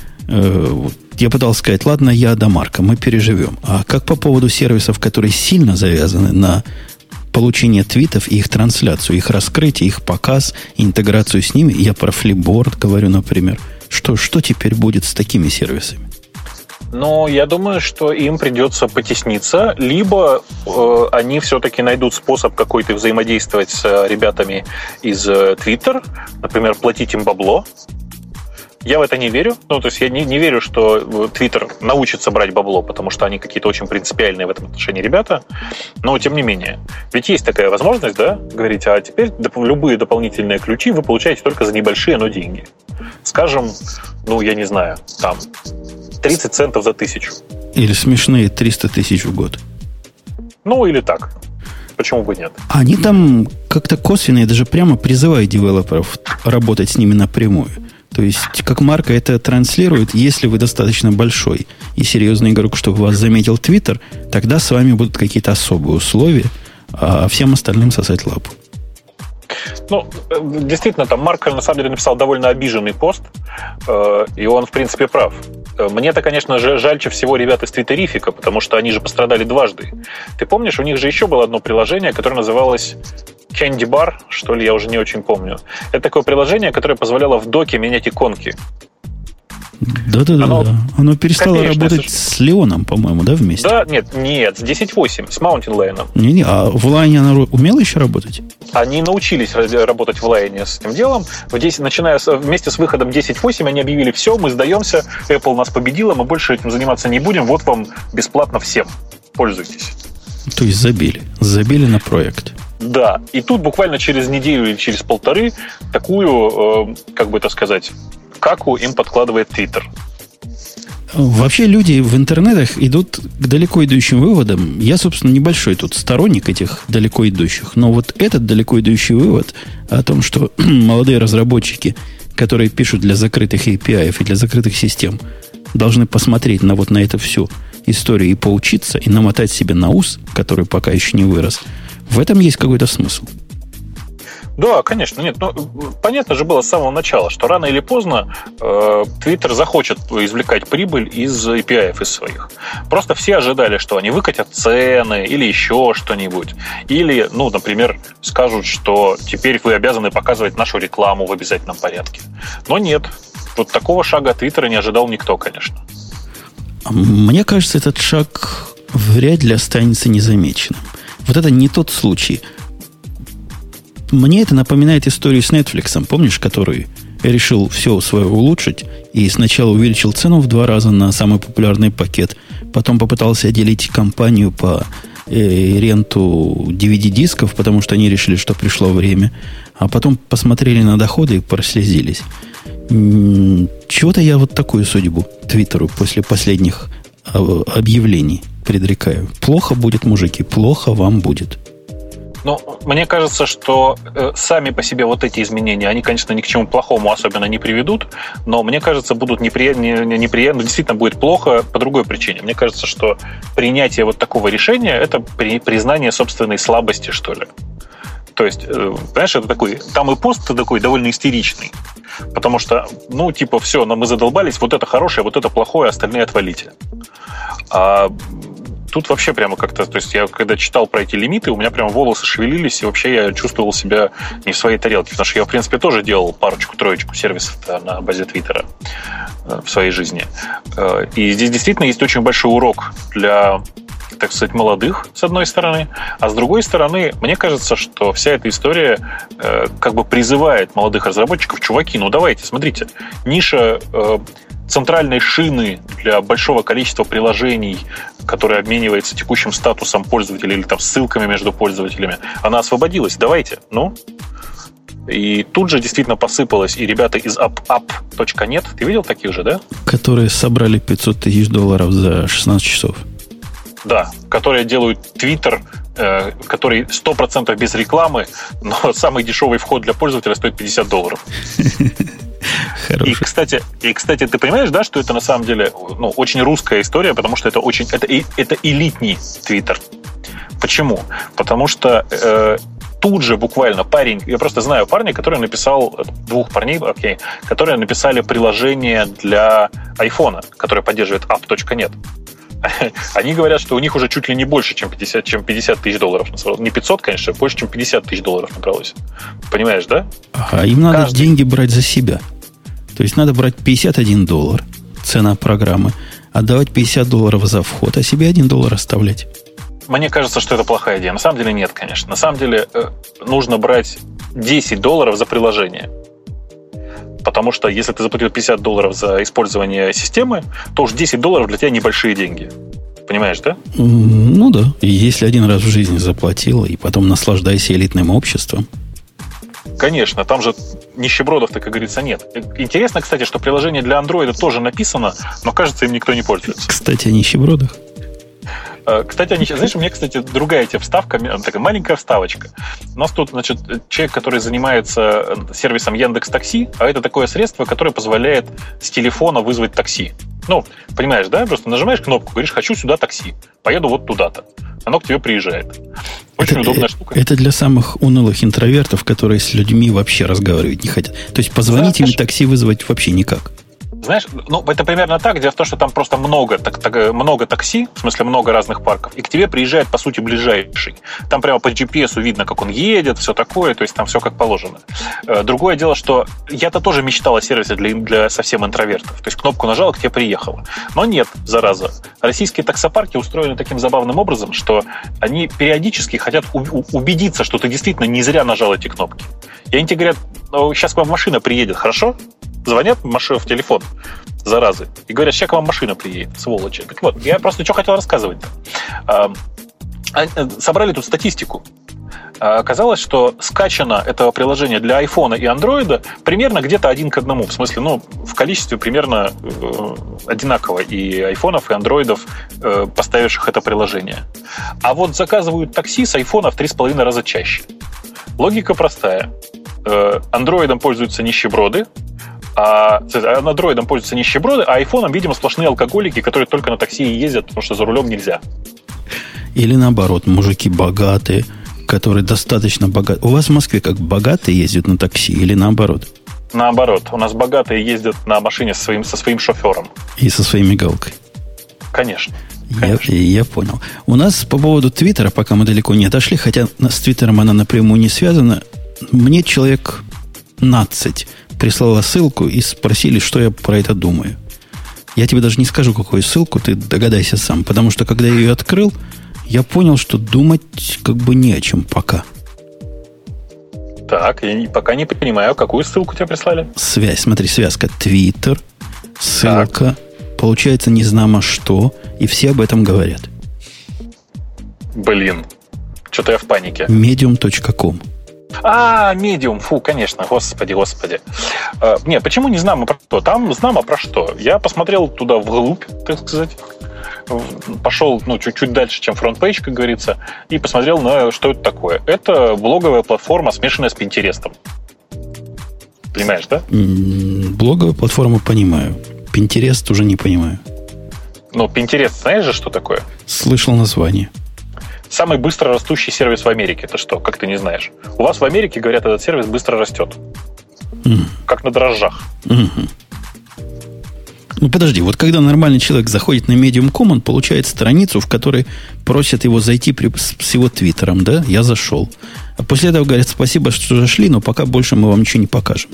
Я пытался сказать, ладно, я до Марка, мы переживем. А как по поводу сервисов, которые сильно завязаны на получение твитов и их трансляцию, их раскрытие, их показ, интеграцию с ними? Я про Flipboard говорю, например. Что, что теперь будет с такими сервисами? Но я думаю, что им придется потесниться, либо э, они все-таки найдут способ какой-то взаимодействовать с ребятами из э, Twitter, например, платить им бабло. Я в это не верю. Ну, то есть я не, не верю, что Twitter научится брать бабло, потому что они какие-то очень принципиальные в этом отношении ребята. Но, тем не менее. Ведь есть такая возможность, да, говорить, а теперь доп- любые дополнительные ключи вы получаете только за небольшие, но деньги. Скажем, ну, я не знаю, там, тридцать центов за тысячу. Или смешные триста тысяч в год. Ну, или так. Почему бы нет? Они там как-то косвенно и даже прямо призывают девелоперов работать с ними напрямую. То есть, как марка это транслирует, если вы достаточно большой и серьезный игрок, чтобы вас заметил Твиттер, тогда с вами будут какие-то особые условия, а всем остальным сосать лапу. Ну, действительно, там Марк, на самом деле, написал довольно обиженный пост, и он, в принципе, прав. Мне-то, конечно же, жальче всего ребят из твиттерифика, потому что они же пострадали дважды. Ты помнишь, у них же еще было одно приложение, которое называлось Candy Bar, что ли, я уже не очень помню. Это такое приложение, которое позволяло в доке менять иконки. Да-да-да. Оно, Оно перестало работать совершенно. С Леоном, по-моему, да, вместе? Да, нет, нет, с десять восемь, с Mountain Lion. Не-не, а в Lion она умела еще работать? Они научились работать в Lion с этим делом. В десять, начиная с, вместе с выходом десять восемь они объявили, все, мы сдаемся, Apple нас победила, мы больше этим заниматься не будем, вот вам бесплатно всем. Пользуйтесь. То есть забили. Забили на проект. Да, и тут буквально через неделю или через полторы такую, э, как бы это сказать, каку им подкладывает Twitter. Вообще люди в интернетах идут к далеко идущим выводам. Я, собственно, небольшой тут сторонник этих далеко идущих. Но вот этот далеко идущий вывод о том, что молодые разработчики, которые пишут для закрытых эй пи ай и для закрытых систем, должны посмотреть на вот на эту всю историю и поучиться, и намотать себе на ус, который пока еще не вырос, в этом есть какой-то смысл. Да, конечно, нет. Ну, понятно же было с самого начала, что рано или поздно э, Twitter захочет извлекать прибыль из эй пи ай из своих. Просто все ожидали, что они выкатят цены или еще что-нибудь. Или, ну, например, скажут, что теперь вы обязаны показывать нашу рекламу в обязательном порядке. Но нет. Вот такого шага от Twitter не ожидал никто, конечно. Мне кажется, этот шаг вряд ли останется незамеченным. Вот это не тот случай. Мне это напоминает историю с Netflix, помнишь, который решил все свое улучшить и сначала увеличил цену в два раза на самый популярный пакет, потом попытался отделить компанию по э, ренту ди ви ди-дисков, потому что они решили, что пришло время, а потом посмотрели на доходы и прослезились. Чего-то я вот такую судьбу Твиттеру после последних объявлений предрекаю. Плохо будет, мужики, плохо вам будет. Ну, мне кажется, что э, сами по себе вот эти изменения, они, конечно, ни к чему плохому особенно не приведут, но, мне кажется, будут неприятно, неприятно, действительно будет плохо по другой причине. Мне кажется, что принятие вот такого решения – это при, признание собственной слабости, что ли. То есть, э, понимаешь, это такой, там и пост такой довольно истеричный, потому что, ну, типа, все, но мы задолбались, вот это хорошее, вот это плохое, остальные отвалите. А тут вообще прямо как-то, то есть я когда читал про эти лимиты, у меня прямо волосы шевелились, и вообще я чувствовал себя не в своей тарелке, потому что я, в принципе, тоже делал парочку-троечку сервисов на базе Твиттера в своей жизни. И здесь действительно есть очень большой урок для, так сказать, молодых, с одной стороны, а с другой стороны, мне кажется, что вся эта история э, как бы призывает молодых разработчиков: чуваки, ну давайте, смотрите, ниша э, центральной шины для большого количества приложений, которая обменивается текущим статусом пользователя или там ссылками между пользователями, она освободилась, давайте, ну. И тут же действительно посыпалось, и ребята из ап ап точка нет, ты видел таких же, да? Которые собрали пятьсот тысяч долларов за шестнадцать часов. Да, которые делают Twitter, э, который сто процентов без рекламы, но самый дешевый вход для пользователя стоит пятьдесят долларов. И, кстати, и, кстати, ты понимаешь, да, что это на самом деле, ну, очень русская история, потому что это очень, это, это элитный Twitter. Почему? Потому что э, тут же буквально парень, я просто знаю парня, который написал, двух парней, окей, которые написали приложение для айфона, которое поддерживает ап точка нет. Они говорят, что у них уже чуть ли не больше, чем пятьдесят, чем пятьдесят тысяч долларов. Не пятьсот, конечно, больше, чем пятьдесят тысяч долларов набралось. Понимаешь, да? А им надо Каждый... деньги брать за себя. То есть надо брать пятьдесят один доллар, цена программы, отдавать пятьдесят долларов за вход, а себе один доллар оставлять. Мне кажется, что это плохая идея. На самом деле нет, конечно. На самом деле нужно брать десять долларов за приложение. Потому что если ты заплатил пятьдесят долларов за использование системы, то уж десять долларов для тебя небольшие деньги. Понимаешь, да? Ну да. И если один раз в жизни заплатил, и потом наслаждайся элитным обществом. Конечно, там же нищебродов-то, как говорится, нет. Интересно, кстати, что приложение для Android тоже написано, но, кажется, им никто не пользуется. Кстати, о нищебродах. Кстати, они, знаешь, у меня, кстати, другая тебе вставка, такая маленькая вставочка. У нас тут, значит, человек, который занимается сервисом Яндекс.Такси, а это такое средство, которое позволяет с телефона вызвать такси. Ну, понимаешь, да? Просто нажимаешь кнопку, говоришь: хочу сюда такси, поеду вот туда-то. Оно к тебе приезжает. Очень это, удобная штука. Это для самых унылых интровертов, которые с людьми вообще разговаривать не хотят. То есть позвонить им и такси вызвать вообще никак. Знаешь, ну, это примерно так. Дело в том, что там просто много, так, так, много такси, в смысле много разных парков, и к тебе приезжает, по сути, ближайший. Там прямо по джи пи эс видно, как он едет, все такое, то есть там все как положено. Другое дело, что я-то тоже мечтал о сервисе для, для совсем интровертов. То есть кнопку нажал, к тебе приехало. Но нет, зараза. Российские таксопарки устроены таким забавным образом, что они периодически хотят у- убедиться, что ты действительно не зря нажал эти кнопки. И они тебе говорят: ну, сейчас к вам машина приедет, хорошо? Звонят в машину, в телефон, заразы, и говорят: сейчас к вам машина приедет, сволочи. Так вот, я просто что хотел рассказывать-то. Собрали тут статистику. оказалось, что скачано это приложение для айфона и андроида примерно где-то один к одному. В смысле, ну, в количестве примерно э, одинаково и айфонов, и андроидов, э, поставивших это приложение. А вот заказывают такси с айфона в три с половиной раза чаще. Логика простая. Э, андроидом пользуются нищеброды, а андроидом пользуются нищеброды, а айфоном, видимо, сплошные алкоголики, которые только на такси и ездят, потому что за рулем нельзя. Или наоборот, мужики богатые, которые достаточно богаты. У вас в Москве как богатые ездят на такси или наоборот? Наоборот. У нас богатые ездят на машине со своим, со своим шофером. И со своей мигалкой. Конечно. Я, я понял. У нас по поводу Твиттера, пока мы далеко не отошли, хотя с Твиттером она напрямую не связана, мне человек пятнадцать прислала ссылку и спросили, что я про это думаю. Я тебе даже не скажу, какую ссылку, ты догадайся сам. Потому что, когда я ее открыл, я понял, что думать как бы не о чем пока. Так, я пока не понимаю, какую ссылку тебе прислали? Связь, смотри, связка Твиттер, ссылка, так. Получается незнамо что, и все об этом говорят. Блин, что-то я в панике. медиум точка ком. А, Medium, фу, конечно, господи, господи. А, не, почему не знамо про что? Там знамо про что. Я посмотрел туда вглубь, так сказать, пошел, ну, чуть-чуть дальше, чем фронтпейдж, как говорится, и посмотрел, на что это такое. Это блоговая платформа, смешанная с Пинтерестом. Понимаешь, да? Блоговая платформа понимаю. Пинтерест уже не понимаю. Ну, Пинтерест, знаешь же, что такое? Слышал название. Самый быстро растущий сервис в Америке. Это что, как ты не знаешь? У вас в Америке, говорят, этот сервис быстро растет. Mm. Как на дрожжах. Mm-hmm. Ну, подожди, вот когда нормальный человек заходит на медиум точка ком, он получает страницу, в которой просят его зайти при, с его твиттером, да? Я зашел. А после этого говорят, спасибо, что зашли, но пока больше мы вам ничего не покажем.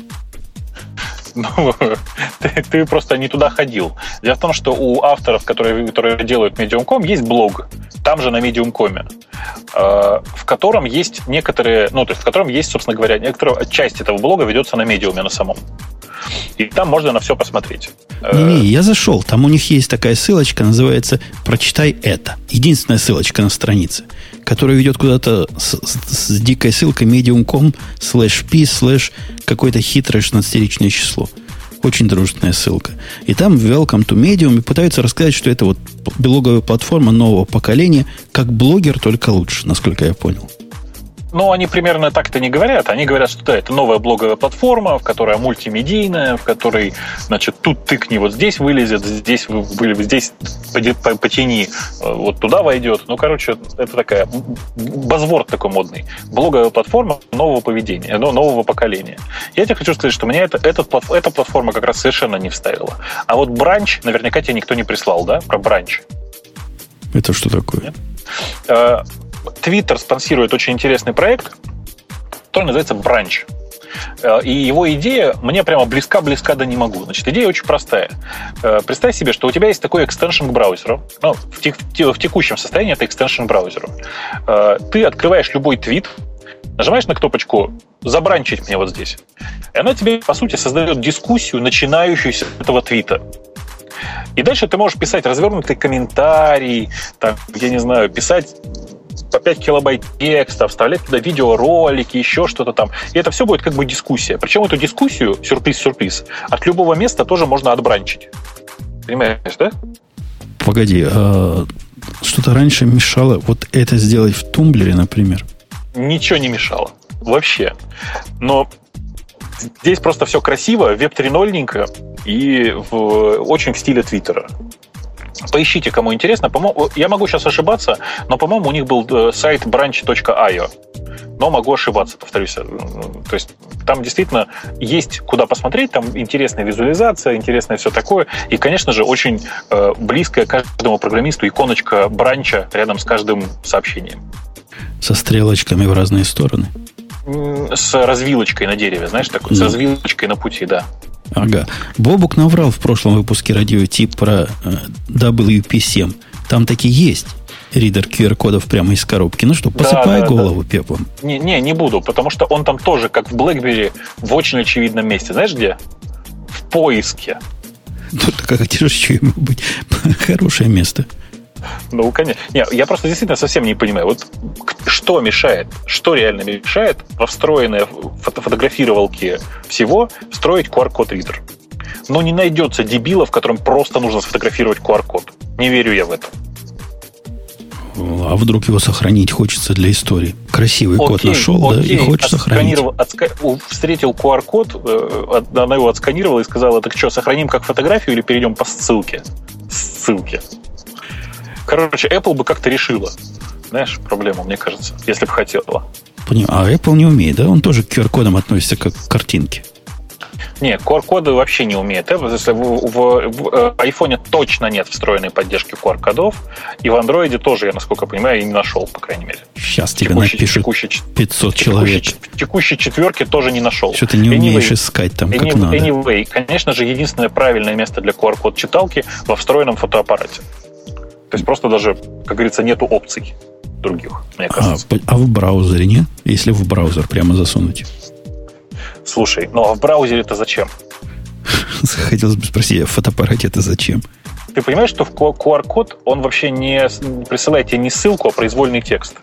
Ну, ты, ты просто не туда ходил. Дело в том, что у авторов, которые, которые делают медиум точка ком, есть блог, там же на медиум точка ком, э, в котором есть некоторые, ну, то есть в котором есть, собственно говоря, некоторая часть этого блога ведется на медиуме на самом. И там можно на все посмотреть. Не-не, я зашел. Там у них есть такая ссылочка, называется «Прочитай это». Единственная ссылочка на странице, которая ведет куда-то с, с, с дикой ссылкой медиум точка ком слэш пи слэш какое-то хитрое шестнадцатиричное число. Очень дружественная ссылка. И там welcome to Medium и пытаются рассказать, что это вот блоговая платформа нового поколения, как блогер, только лучше, насколько я понял. Ну, они примерно так-то не говорят. Они говорят, что да, это новая блоговая платформа, в которой мультимедийная, в которой, значит, тут тыкни, вот здесь вылезет, здесь, здесь потяни, вот туда войдет. Ну, короче, это такая базворд такой модный. Блоговая платформа нового поведения, нового поколения. Я тебе хочу сказать, что мне это, этот, эта платформа как раз совершенно не вставила. А вот бранч, наверняка тебе никто не прислал, да, про бранч. Это что такое? Нет? Твиттер спонсирует очень интересный проект, который называется Branch. И его идея мне прямо близка-близка да не могу. Значит, идея очень простая. Представь себе, что у тебя есть такой экстеншн к браузеру. Ну, в, тек- в текущем состоянии это экстеншн к браузеру. Ты открываешь любой твит, нажимаешь на кнопочку «Забранчить мне вот здесь». И она тебе, по сути, создает дискуссию, начинающуюся с этого твита. И дальше ты можешь писать развернутый комментарий, там, я не знаю, писать по пять килобайт текста, вставлять туда видеоролики, еще что-то там. И это все будет как бы дискуссия. Причем эту дискуссию, сюрприз-сюрприз, от любого места тоже можно отбранчить. Понимаешь, да? Погоди, а что-то раньше мешало вот это сделать в Тумблере, например? Ничего не мешало. Вообще. Но здесь просто все красиво, веб три ноль-ненько и в, очень в стиле Твиттера. Поищите, кому интересно. По-моему, я могу сейчас ошибаться, но, по-моему, у них был сайт branch точка ай о. Но могу ошибаться, повторюсь. То есть там действительно есть куда посмотреть, там интересная визуализация, интересное все такое. И, конечно же, очень э, близкая каждому программисту иконочка бранча рядом с каждым сообщением. Со стрелочками в разные стороны? С развилочкой на дереве, знаешь, такой, mm. с развилочкой на пути, да. Ага. Бобук наврал в прошлом выпуске радио тип про э, дабл ю пи семь. Там таки есть ридер ку ар-кодов прямо из коробки. Ну что, посыпай да, да, голову да. пеплом. Не, не, не буду, потому что он там тоже, как в BlackBerry, в очень очевидном месте. Знаешь где? В поиске. Ну, так а где же еще ему быть? Хорошее место. Ну, конечно. Не, я просто действительно совсем не понимаю, вот что мешает, что реально мешает во встроенные фото- фотографировалки всего встроить ку ар-код ридер. Но не найдется дебила, в котором просто нужно сфотографировать ку ар-код. Не верю я в это. А вдруг его сохранить хочется для истории? Красивый окей, код нашел, окей, да, и хочешь сохранить. Отска... Встретил ку ар-код, она его отсканировала и сказала, так что, сохраним как фотографию или перейдем по ссылке? Ссылке. Короче, Apple бы как-то решила, знаешь, проблему, мне кажется, если бы хотела. Понимаю. А Apple не умеет, да? Он тоже к ку ар-кодам относится как к картинке. Нет, ку ар-коды вообще не умеет. Если в, в, в iPhone точно нет встроенной поддержки ку ар-кодов, и в Android тоже, я, насколько понимаю, и не нашел, по крайней мере. Сейчас тебе текущий, напишут текущий, пятьсот человек. В текущей четверке тоже не нашел. Что ты не anyway, умеешь искать там, как anyway, надо. Anyway, конечно же, единственное правильное место для ку ар-код читалки во встроенном фотоаппарате. То есть просто даже, как говорится, нету опций других, мне кажется. А, а в браузере нет? Если в браузер прямо засунуть? Слушай, ну а в браузере это зачем? Хотелось бы спросить, а в фотоаппарате это зачем? Ты понимаешь, что в ку ар-код он вообще не присылает тебе не ссылку, а произвольный текст?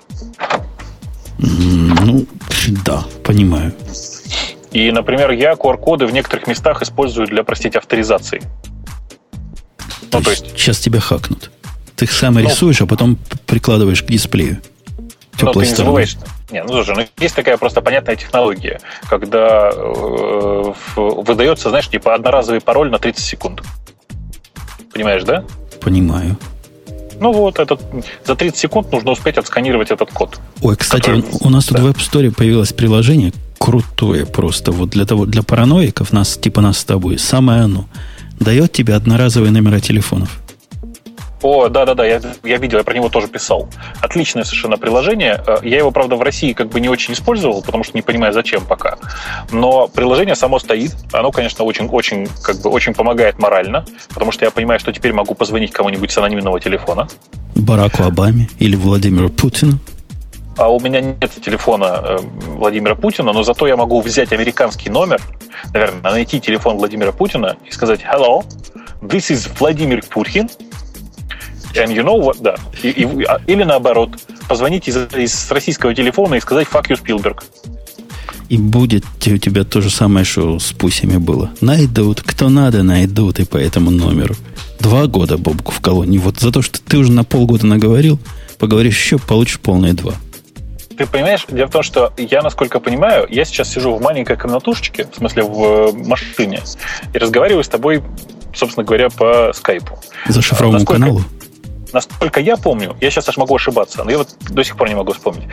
Ну, да, понимаю. И, например, я ку ар-коды в некоторых местах использую для, простите, авторизации. То, ну, то есть сейчас тебя хакнут. Ты их сам ну, рисуешь, а потом прикладываешь к дисплею. Но ты не забываешь. Не, ну слушай, ну, есть такая просто понятная технология, когда э, выдается, знаешь, типа одноразовый пароль на тридцать секунд. Понимаешь, да? Понимаю. Ну вот, этот, за тридцать секунд нужно успеть отсканировать этот код. Ой, кстати, который... у нас тут да. в App Store появилось приложение крутое просто. Вот для того, для параноиков, нас, типа нас с тобой, самое оно. Дает тебе одноразовые номера телефонов. О, да-да-да, я, я видел, я про него тоже писал. Отличное совершенно приложение. Я его, правда, в России как бы не очень использовал, потому что не понимаю, зачем пока. Но приложение само стоит. Оно, конечно, очень, очень, как бы, очень помогает морально, потому что я понимаю, что теперь могу позвонить кому-нибудь с анонимного телефона. Бараку Обаме или Владимиру Путину. А у меня нет телефона Владимира Путина, но зато я могу взять американский номер, наверное, найти телефон Владимира Путина и сказать «Hello, this is Vladimir Putin». And you know what? Да. И, и, или наоборот, позвонить из, из российского телефона и сказать «fuck you, Spielberg». И будет у тебя то же самое, что с пусями было. Найдут, кто надо, найдут, и по этому номеру. Два года, Бобку, в колонии. Вот за то, что ты уже на полгода наговорил, поговоришь еще, получишь полные два. Ты понимаешь, дело в том, что я, насколько понимаю, я сейчас сижу в маленькой комнатушечке, в смысле в машине, и разговариваю с тобой, собственно говоря, по скайпу. Зашифрованному насколько... каналу? Насколько я помню, я сейчас аж могу ошибаться, но я вот до сих пор не могу вспомнить.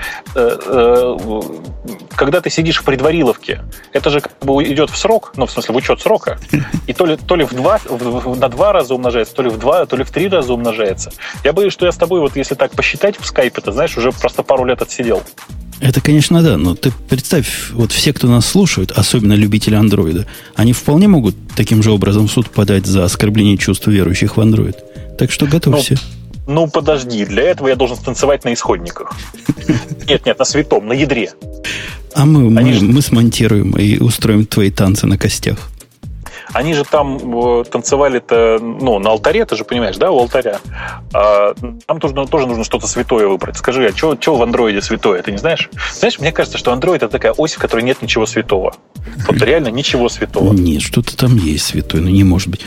Когда ты сидишь в предвариловке, это же как бы идет в срок, ну, в смысле, в учет срока, и то ли, то ли в два, в, на два раза умножается, то ли в два, то ли в три раза умножается. Я боюсь, что я с тобой, вот если так посчитать в скайпе, ты знаешь, уже просто пару лет отсидел. Это, конечно, да, но ты представь, вот все, кто нас слушают, особенно любители андроида, они вполне могут таким же образом в суд подать за оскорбление чувств верующих в андроид. Так что готовься. Ну, Ну, подожди, для этого я должен станцевать на исходниках. Нет, нет, на святом, на ядре. А мы, мы, же... мы смонтируем и устроим твои танцы на костях. Они же там э, танцевали-то, ну, на алтаре, ты же понимаешь, да, у алтаря. А, там тоже, тоже нужно что-то святое выбрать. Скажи, а что в андроиде святое, ты не знаешь? Знаешь, мне кажется, что андроид — это такая ось, в которой нет ничего святого. Вот реально ничего святого. Нет, что-то там есть святое, но не может быть.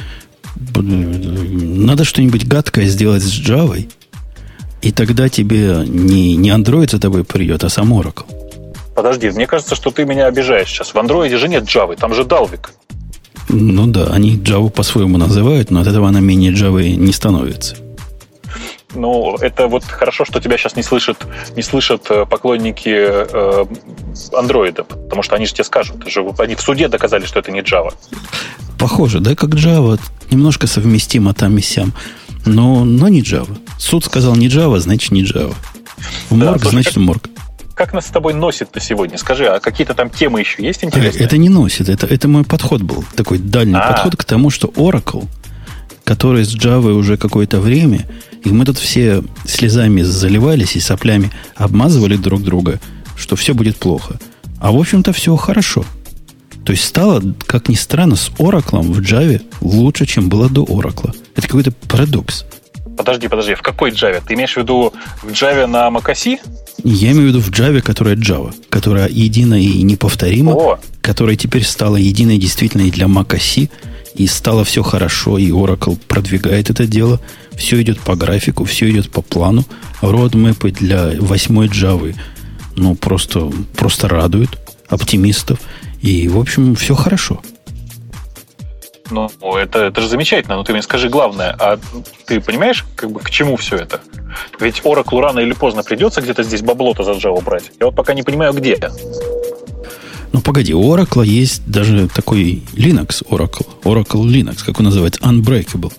Надо что-нибудь гадкое сделать с Java, и тогда тебе не, не Android за тобой придет, а сам Oracle. Подожди, мне кажется, что ты меня обижаешь сейчас. В Android же нет Java, там же Dalvik. Ну да, они Java по-своему называют, но от этого она менее Java не становится. Ну, это вот хорошо, что тебя сейчас не слышат, не слышат поклонники э, Android, потому что они же тебе скажут, же, они в суде доказали, что это не Java. Похоже, да, как Java, немножко совместимо там и сям, но, но не Java. Суд сказал не Java, значит не Java. В да, морг, значит как, морг. Как нас с тобой носит-то сегодня? Скажи, а какие-то там темы еще есть интересные? Это не носит, это, это мой подход был, такой дальний А-а-а. подход к тому, что Oracle, который с Java уже какое-то время, и мы тут все слезами заливались и соплями обмазывали друг друга, что все будет плохо. А в общем-то все хорошо. То есть стало, как ни странно, с Oracle в Java лучше, чем было до Oracle. Это какой-то парадокс. Подожди, подожди, в какой Java? Ты имеешь в виду в Java на macOS? Я имею в виду в Java, которая Java, которая единая и неповторима, О. которая теперь стала единой действительно и для macOS, и стало все хорошо, и Oracle продвигает это дело. Все идет по графику, все идет по плану. Родмэпы для восьмой Java, ну, просто, просто радуют оптимистов. И, в общем, все хорошо. Ну, это, это же замечательно. Но ты мне скажи главное, а ты понимаешь, как бы, к чему все это? Ведь Oracle рано или поздно придется где-то здесь бабло-то за Java брать. Я вот пока не понимаю, где. Ну, погоди, у Oracle есть даже такой Linux Oracle. Oracle Linux, как он называется, Unbreakable.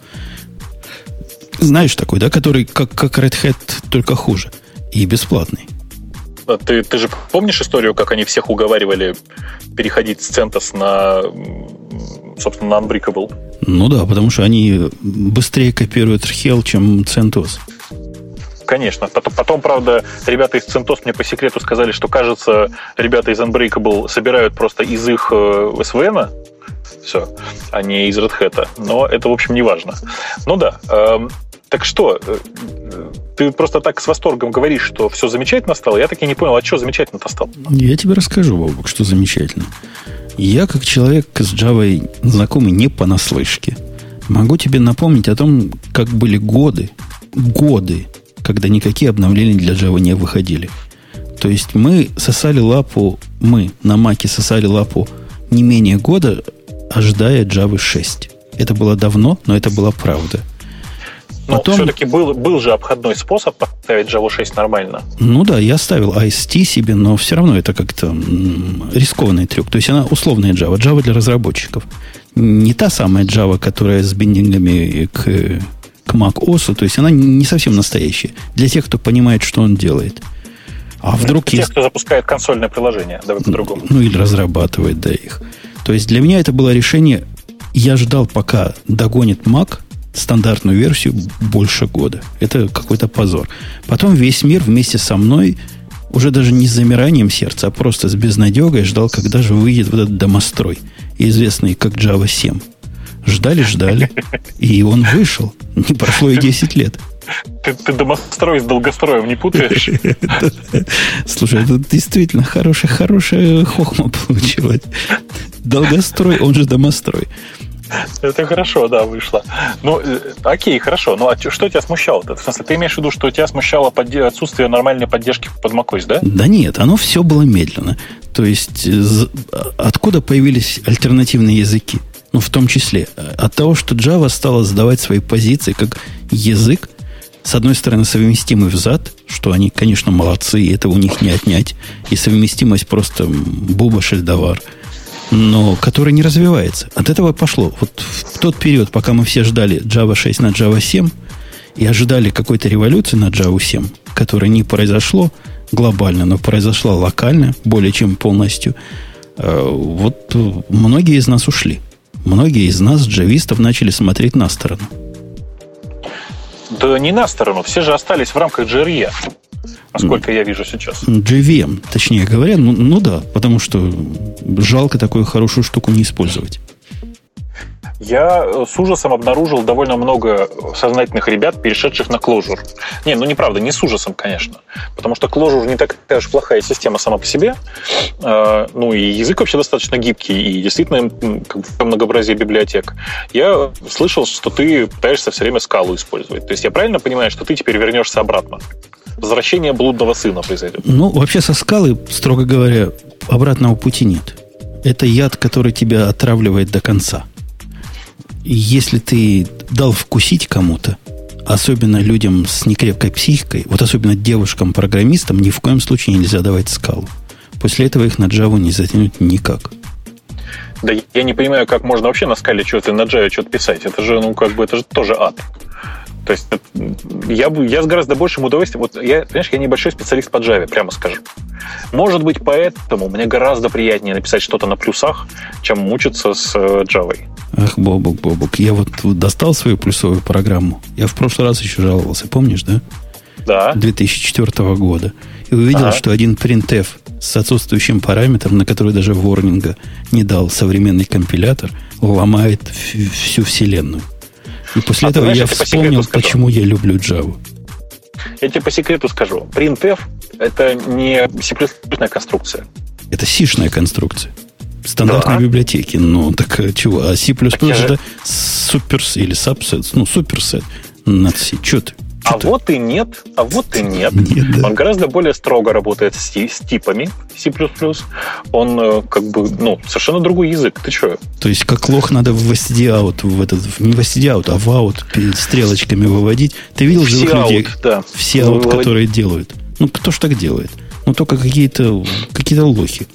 Знаешь такой, да, который как, как Red Hat, только хуже. И бесплатный. Ты, ты же помнишь историю, как они всех уговаривали переходить с CentOS на, собственно, на Unbreakable? Ну да, потому что они быстрее копируют Hell, чем CentOS. Конечно. Потом, потом, правда, ребята из CentOS мне по секрету сказали, что, кажется, ребята из Unbreakable собирают просто из их эс ви эн, все, а не из Red Hat. Но это, в общем, не важно. Ну да. Эм, так что, э, ты просто так с восторгом говоришь, что все замечательно стало. Я так и не понял, а что замечательно-то стало? Я тебе расскажу, Бобок, что замечательно. Я, как человек с Java знакомый не понаслышке, могу тебе напомнить о том, как были годы, годы, когда никакие обновления для Java не выходили. То есть мы сосали лапу, мы на Маке сосали лапу не менее года, ожидая Java шесть. Это было давно, но это была правда. Но Потом, все-таки был, был же обходной способ поставить Java шесть нормально. Ну да, я ставил ай эс ти себе, но все равно это как-то м, рискованный трюк. То есть она условная Java, Java для разработчиков. Не та самая Java, которая с биндингами к... к macOS, то есть она не совсем настоящая. Для тех, кто понимает, что он делает. А вдруг для есть... тех, кто запускает консольное приложение, давай по-другому. Ну, или разрабатывает, да, их. То есть для меня это было решение... Я ждал, пока догонит Mac стандартную версию больше года. Это какой-то позор. Потом весь мир вместе со мной уже даже не с замиранием сердца, а просто с безнадегой ждал, когда же выйдет вот этот домострой, известный как Java семь. Ждали, ждали, и он вышел. Не прошло и десять лет. Ты, ты домострой с долгостроем не путаешь? Слушай, это действительно хорошая, хорошая хохма получилась. Долгострой, он же домострой. Это хорошо, да, вышло. Ну, окей, хорошо. Ну, а что тебя смущало-то? В смысле, ты имеешь в виду, что тебя смущало подде- отсутствие нормальной поддержки под macOS, да? Да нет, оно все было медленно. То есть, откуда появились альтернативные языки? Ну, в том числе от того, что Java стала сдавать свои позиции как язык, с одной стороны, совместимый взад, что они, конечно, молодцы, и это у них не отнять, и совместимость просто буба-шельдовар, но который не развивается. От этого пошло. Вот в тот период, пока мы все ждали Java шесть на Java семь и ожидали какой-то революции на Java семь, которая не произошло глобально, но произошла локально, более чем полностью, вот многие из нас ушли. Многие из нас, джавистов, начали смотреть на сторону. Да не на сторону. Все же остались в рамках джей ар и, насколько я вижу сейчас. джей ви эм, точнее говоря. Ну, ну да, потому что жалко такую хорошую штуку не использовать. Я с ужасом обнаружил довольно много сознательных ребят, перешедших на Clojure. Не, ну неправда, не с ужасом, конечно. Потому что Clojure не такая уж плохая система сама по себе. Ну и язык вообще достаточно гибкий, и действительно многообразие библиотек. Я слышал, что ты пытаешься все время скалу использовать. То есть я правильно понимаю, что ты теперь вернешься обратно? Возвращение блудного сына произойдет. Ну, вообще со скалы, строго говоря, обратного пути нет. Это яд, который тебя отравливает до конца. Если ты дал вкусить кому-то, особенно людям с некрепкой психикой, вот особенно девушкам-программистам, ни в коем случае нельзя давать скалу. После этого их на Java не затянуть никак. Да я не понимаю, как можно вообще на скале что-то, на Java что-то писать. Это же, ну, как бы, это же тоже ад. То есть я, я с гораздо большим удовольствием... Вот я, понимаешь, я небольшой специалист по Java, прямо скажу. Может быть, поэтому мне гораздо приятнее написать что-то на плюсах, чем мучиться с Java. Ах, Бобок, Бобок, я вот достал свою плюсовую программу. Я в прошлый раз еще жаловался, помнишь, да? Да. две тысячи четвёртого года. И увидел, ага. что один printf с отсутствующим параметром, на который даже ворнинга не дал современный компилятор, ломает всю вселенную. И после а этого знаешь, я я вспомнил, почему я люблю Java. Я тебе по секрету скажу. Printf — это не C++-ная конструкция. Это C-шная конструкция. Стандартные да. библиотеки. Ну, так чего? А C++ это же... суперс или subset, ну, суперсет над C. Че ты? А вот и нет, а вот и нет. нет да. Он гораздо более строго работает с, с типами C++. Он как бы, ну, совершенно другой язык. Ты что? То есть, как лох надо в эс ди аут, в этот, не в эс ди аут, а в аут перед стрелочками выводить. Ты видел живых людей? Да. Все аут, Вывод... которые делают. Ну, кто ж так делает? Ну, только какие-то, какие-то лохи.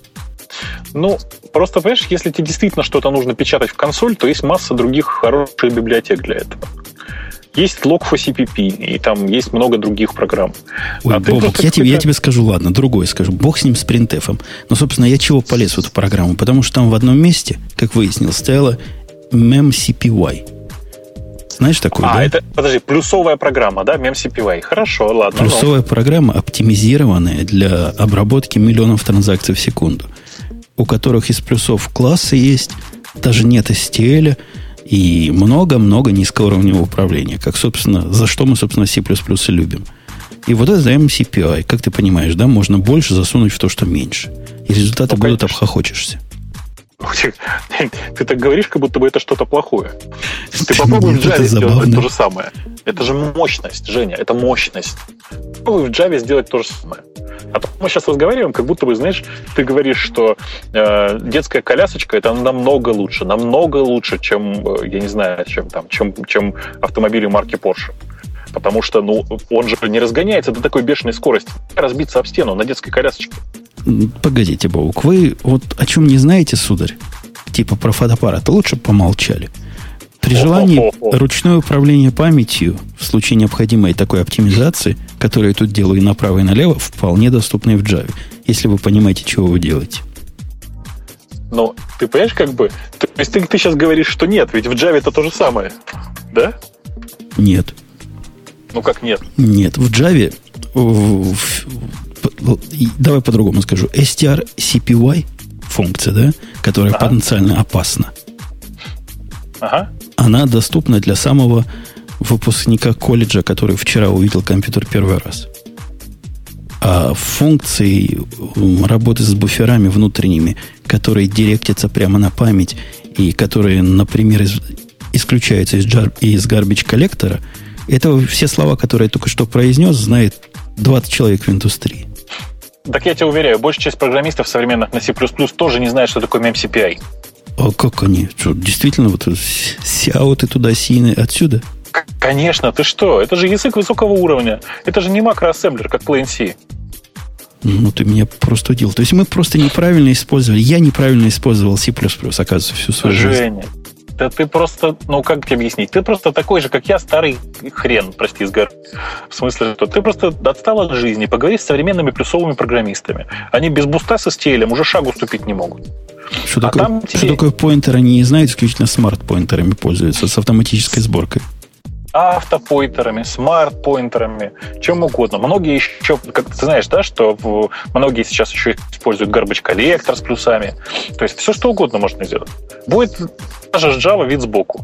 Ну, просто, понимаешь, если тебе действительно что-то нужно печатать в консоль, то есть масса других хороших библиотек для этого. Есть лог эф си пи пи, и там есть много других программ. Ой, а Бобок, я тебе, я тебе скажу, ладно, другое скажу. Бог с ним, с принтефом. Но, собственно, я чего полез в эту программу? Потому что там в одном месте, как выяснилось, стояла memcpy. Знаешь такое, а, да? это, подожди, плюсовая программа, да, memcpy. Хорошо, ладно. Плюсовая ну. программа, оптимизированная для обработки миллионов транзакций в секунду, у которых из плюсов классы есть, даже нет эс ти эл, и много-много низкоуровневого управления, как, собственно, за что мы, собственно, C++ и любим. И вот это memcpy, как ты понимаешь, да, можно больше засунуть в то, что меньше. И результаты ну, будут обхохочешься. Ты так говоришь, как будто бы это что-то плохое. Ты попробуй в Java сделать то же самое. Это же мощность, Женя, это мощность. Попробуй в Java сделать то же самое. А то мы сейчас разговариваем, как будто бы, знаешь, ты говоришь, что э, детская колясочка это намного лучше, намного лучше, чем, я не знаю, чем там, чем, чем автомобили марки Porsche. Потому что, ну, он же не разгоняется до такой бешеной скорости. Разбиться об стену на детской колясочке. Погодите, Баук, вы вот о чем не знаете, сударь, типа про фотоаппарат, лучше помолчали. При желании О-о-о-о. ручное управление памятью в случае необходимой такой оптимизации, которую я тут делаю и направо, и налево, вполне доступны в Java, если вы понимаете, чего вы делаете. Ну, ты понимаешь, как бы... То есть ты, ты сейчас говоришь, что нет, ведь в Java это то же самое, да? Нет. Ну, как нет? Нет, в Java... В, в, в, давай по-другому скажу. strcpy функция, да, которая ага. потенциально опасна. Ага. Она доступна для самого выпускника колледжа, который вчера увидел компьютер первый раз. А функции работы с буферами внутренними, которые директятся прямо на память и которые, например, из, исключаются из, jar, из garbage коллектора, это все слова, которые я только что произнес, знает двадцать человек в индустрии. Так я тебя уверяю, большая часть программистов современных на C++ тоже не знает, что такое memcpy. А как они? Что, действительно, вот сяуты туда, сины отсюда? Конечно, ты что? Это же язык высокого уровня. Это же не макроассемблер, как Plain C. Ну, ты меня просто удивил. То есть мы просто неправильно использовали. Я неправильно использовал C++, оказывается, всю свою Женя, жизнь. Женя, да ты просто, ну как тебе объяснить? Ты просто такой же, как я, старый хрен, прости, сгор. В смысле, что ты просто отстал от жизни. Поговори с современными плюсовыми программистами. Они без буста со стелем уже шагу ступить не могут. Что, а такое, что тебе... такое поинтер, они не знают, исключительно смарт-поинтерами пользуются, с автоматической сборкой. Автопоинтерами, смарт-поинтерами, чем угодно. Многие еще, как ты знаешь, да, что в, многие сейчас еще используют garbage коллектор с плюсами. То есть все, что угодно можно сделать. Будет даже с Java вид сбоку.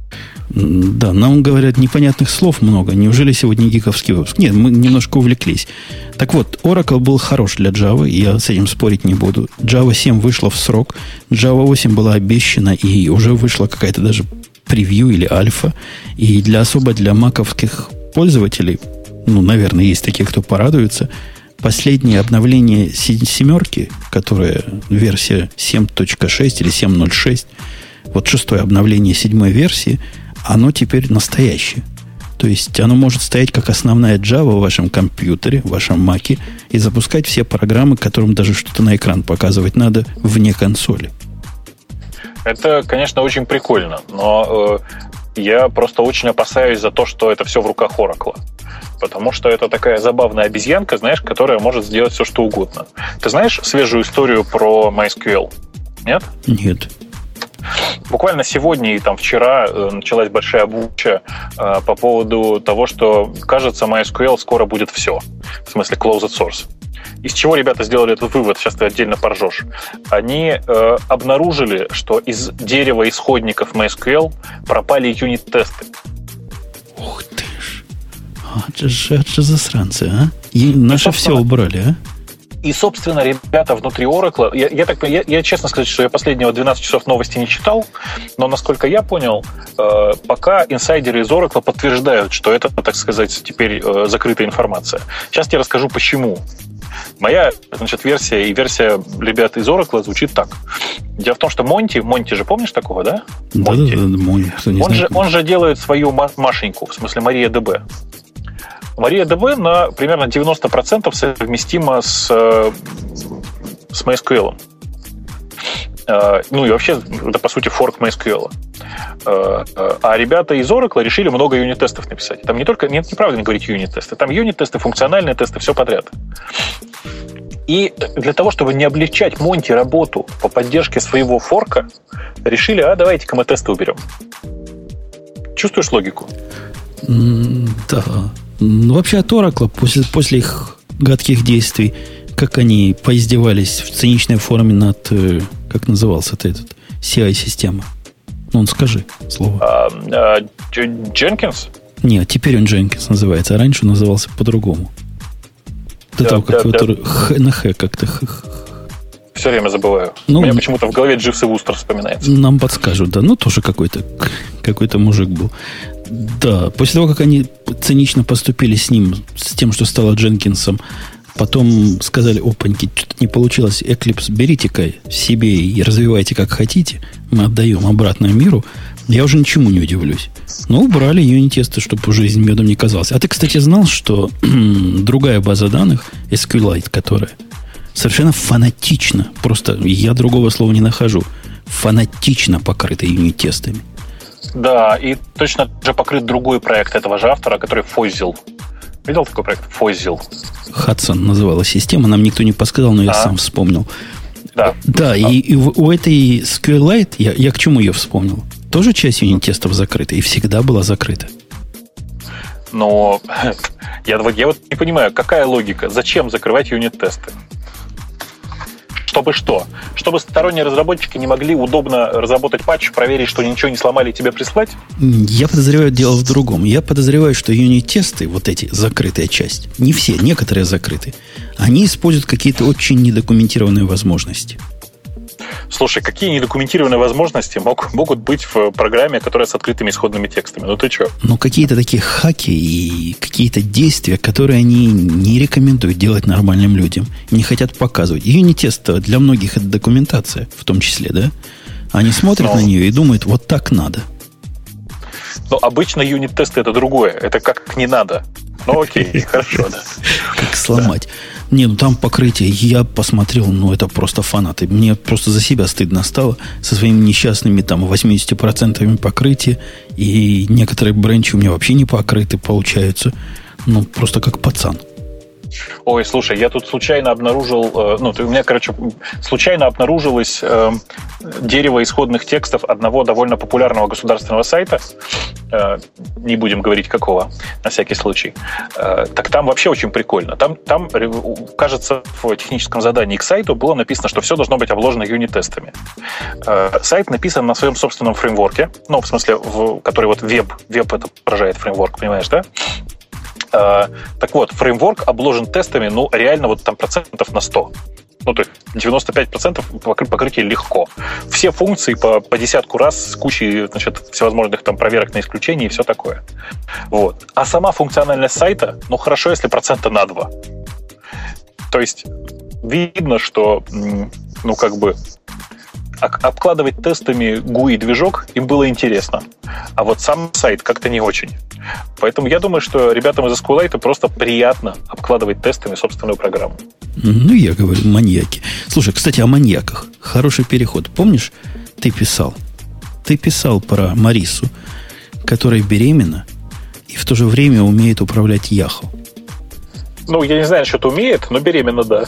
Да, нам говорят непонятных слов много. Неужели сегодня гиковский выпуск? Нет, мы немножко увлеклись. Так вот, Oracle был хорош для Java, и я с этим спорить не буду. Java семь вышла в срок, Java восемь была обещана, и уже вышла какая-то даже превью или альфа. И для особо для маковских пользователей, ну, наверное, есть такие, кто порадуется, последнее обновление семерки, которая версия семь точка шесть или семь точка ноль шесть, вот шестое обновление седьмой версии, оно теперь настоящее. То есть оно может стоять как основная Java в вашем компьютере, в вашем Маке, и запускать все программы, которым даже что-то на экран показывать надо вне консоли. Это, конечно, очень прикольно, но э, я просто очень опасаюсь за то, что это все в руках Oracle. Потому что это такая забавная обезьянка, знаешь, которая может сделать все, что угодно. Ты знаешь свежую историю про MySQL? Нет? Нет. Буквально сегодня и там вчера э, началась большая буча э, по поводу того, что, кажется, MySQL скоро будет все. В смысле closed source. Из чего ребята сделали этот вывод, сейчас ты отдельно поржешь. Они э, обнаружили, что из дерева исходников MySQL пропали юнит-тесты. Ух ты ж. А, это же, это же засранцы, а? И наши все убрали, а? И, собственно, ребята внутри Oracle, я, я, так, я, я честно сказать, что я последнего двенадцать часов новости не читал, но, насколько я понял, э, пока инсайдеры из Oracle подтверждают, что это, так сказать, теперь э, закрытая информация. Сейчас я расскажу, почему. Моя, значит, версия и версия ребят из Oracle звучит так. Дело в том, что Монти, Монти же помнишь такого, да? Да, Монти. да, да, Монти. Он же, он же делает свою Машеньку, в смысле MariaDB. MariaDB на примерно девяносто процентов совместима с, с MySQL. Ну и вообще, это по сути форк MySQL. А ребята из Oracle решили много юнит-тестов написать. Там не только, нет, неправильно говорить юнит-тесты, там юнит-тесты, функциональные тесты, все подряд. И для того, чтобы не облегчать Монти работу по поддержке своего форка, решили, а давайте-ка мы тесты уберем. Чувствуешь логику? Mm, да. Ну, вообще от Oracle после, после их гадких действий, как они поиздевались в циничной форме над, как назывался-то этот, си ай-система. Ну, скажи слово. Дженкинс? Нет, теперь он Jenkins называется, а раньше он назывался по-другому. До да, того, как да, который, да. Х, на Х как-то. Все время забываю. Ну, у меня почему-то в голове Дживс и Вустер вспоминается. Нам подскажут, да. Ну, тоже какой-то, какой-то мужик был. Да, после того, как они цинично поступили с ним, с тем, что стало Дженкинсом, потом сказали, опаньки, что-то не получилось, Eclipse берите-ка себе и развивайте как хотите, мы отдаем обратно миру, я уже ничему не удивлюсь. Ну, убрали юнит-тесты, чтобы жизнь медом не казалась. А ты, кстати, знал, что другая база данных, SQLite, которая совершенно фанатично, просто я другого слова не нахожу, фанатично покрыта юнит-тестами. Да, и точно же покрыт другой проект этого же автора, который Fossil. Видел такой проект? Fossil. Хадсон называлась система, нам никто не подсказал, но я а? сам вспомнил. Да. Да, а. и, и у, у этой SQLite, я, я к чему ее вспомнил? Тоже часть юнит-тестов закрыта, и всегда была закрыта. Но я, я вот не понимаю, какая логика? Зачем закрывать юнит-тесты? Чтобы что? Чтобы сторонние разработчики не могли удобно разработать патч, проверить, что ничего не сломали и тебе прислать? Я подозреваю, дело в другом. Я подозреваю, что юнит-тесты, вот эти, закрытая часть, не все, некоторые закрыты, они используют какие-то очень недокументированные возможности. Слушай, какие недокументированные возможности мог, могут быть в программе, которая с открытыми исходными текстами? Ну ты что? Ну, какие-то такие хаки и какие-то действия, которые они не рекомендуют делать нормальным людям, не хотят показывать. Юнит-тест для многих это документация, в том числе, да? Они смотрят Но... на нее и думают, вот так надо. Но обычно юнит-тесты это другое. Это как не надо. Ну окей, хорошо, да. Как сломать. Не, ну там покрытие, я посмотрел, ну это просто фанаты. Мне просто за себя стыдно стало со своими несчастными там восемьдесят процентов покрытия. И некоторые бренчи у меня вообще не покрыты получаются. Ну, просто как пацан. Ой, слушай, я тут случайно обнаружил, э, ну, у меня, короче, случайно обнаружилось э, дерево исходных текстов одного довольно популярного государственного сайта, э, не будем говорить какого, на всякий случай. Э, так там вообще очень прикольно. Там, там, кажется, в техническом задании к сайту было написано, что все должно быть обложено юнит-тестами. Э, сайт написан на своем собственном фреймворке, ну, в смысле, в, который вот веб, веб это поражает фреймворк, понимаешь, да? Uh, так вот, фреймворк обложен тестами, ну, реально вот там процентов на сто. Ну, то есть девяносто пять процентов покрытия легко. Все функции по, по десятку раз с кучей, значит, всевозможных там проверок на исключение и все такое. Вот. А сама функциональность сайта, ну, хорошо, если процента на два. То есть видно, что, ну, как бы обкладывать тестами гу ай-движок им было интересно. А вот сам сайт как-то не очень. Поэтому я думаю, что ребятам из SQLite просто приятно обкладывать тестами собственную программу. Ну, я говорю, маньяки. Слушай, кстати, о маньяках. Хороший переход. Помнишь, ты писал? Ты писал про Марису, которая беременна и в то же время умеет управлять Yahoo. Ну, я не знаю, что это умеет, но беременна, да.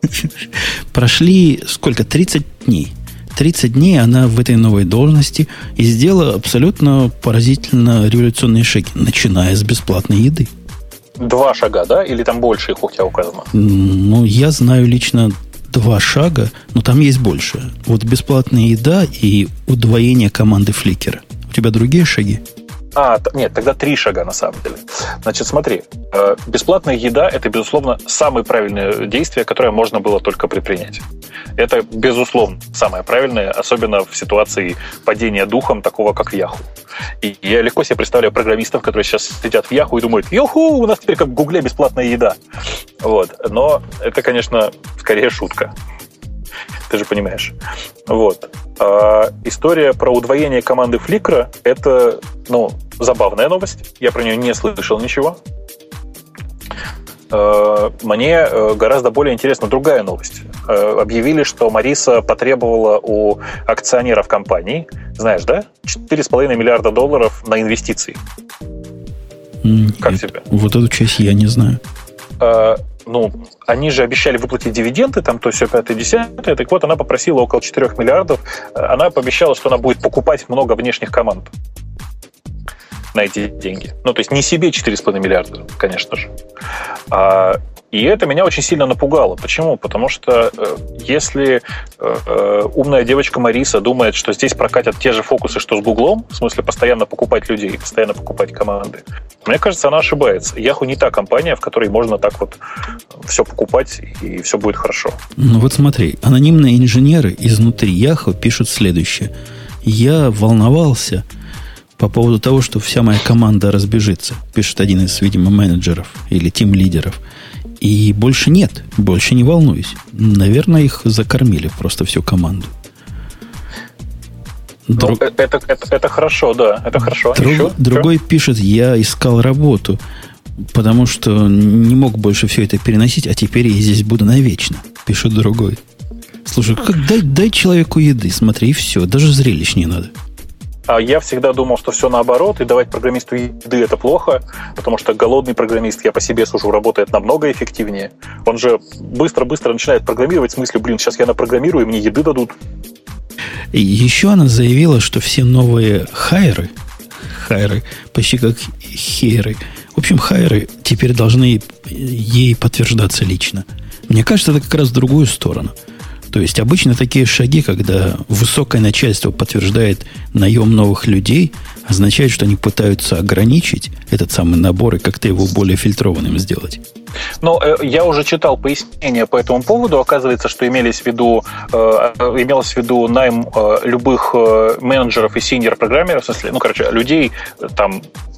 Прошли сколько? тридцать дней. тридцать дней она в этой новой должности и сделала абсолютно поразительно революционные шаги, начиная с бесплатной еды. два шага, да? Или там больше их у тебя указано? Ну, я знаю лично два шага, но там есть больше. Вот бесплатная еда и удвоение команды Flickr. У тебя другие шаги? А, нет, тогда три шага на самом деле. Значит, смотри, бесплатная еда – это, безусловно, самое правильное действие, которое можно было только предпринять. Это, безусловно, самое правильное, особенно в ситуации падения духом, такого как в Yahoo. И я легко себе представляю программистов, которые сейчас сидят в Yahoo и думают: «Юху, у нас теперь как в Гугле бесплатная еда». Вот. Но это, конечно, скорее шутка. Ты же понимаешь. Вот. А история про удвоение команды Flickr – это, ну, забавная новость. Я про нее не слышал ничего. Мне гораздо более интересна другая новость. Объявили, что Мариса потребовала у акционеров компании, знаешь, да, четыре с половиной миллиарда долларов на инвестиции. Нет, как тебе? Вот эту часть я не знаю. Ну, они же обещали выплатить дивиденды, там то все пятое, десятое. Так вот, она попросила около четырех миллиардов. Она пообещала, что она будет покупать много внешних команд на эти деньги. Ну, то есть не себе четыре с половиной миллиарда, конечно же. А, и это меня очень сильно напугало. Почему? Потому что э, если э, умная девочка Мариса думает, что здесь прокатят те же фокусы, что с Гуглом, в смысле постоянно покупать людей, постоянно покупать команды, мне кажется, она ошибается. Yahoo не та компания, в которой можно так вот все покупать, и все будет хорошо. Ну вот смотри, анонимные инженеры изнутри Yahoo пишут следующее. Я волновался по поводу того, что вся моя команда разбежится, пишет один из, видимо, менеджеров или тим-лидеров. И больше нет, больше не волнуюсь. Наверное, их закормили просто всю команду. Друг... Ну, это, это, это хорошо, да, это хорошо. Друг... Еще? Другой Что? пишет: я искал работу, потому что не мог больше все это переносить, а теперь я здесь буду навечно, пишет другой. Слушай, как дай, дай человеку еды, смотри, и все, даже зрелищ не надо. А я всегда думал, что все наоборот, и давать программисту еды – это плохо, потому что голодный программист, я по себе сужу, работает намного эффективнее. Он же быстро-быстро начинает программировать, в смысле, блин, сейчас я напрограммирую, и мне еды дадут. И еще она заявила, что все новые хайры, хайры, почти как хейры, в общем, хайры теперь должны ей подтверждаться лично. Мне кажется, это как раз в другую сторону. То есть обычно такие шаги, когда высокое начальство подтверждает наем новых людей, означает, что они пытаются ограничить этот самый набор и как-то его более фильтрованным сделать. Но э, я уже читал пояснения по этому поводу. Оказывается, что имелись в виду, э, имелось в виду найм э, любых э, менеджеров и синьор-программеров, в смысле, ну, короче, людей там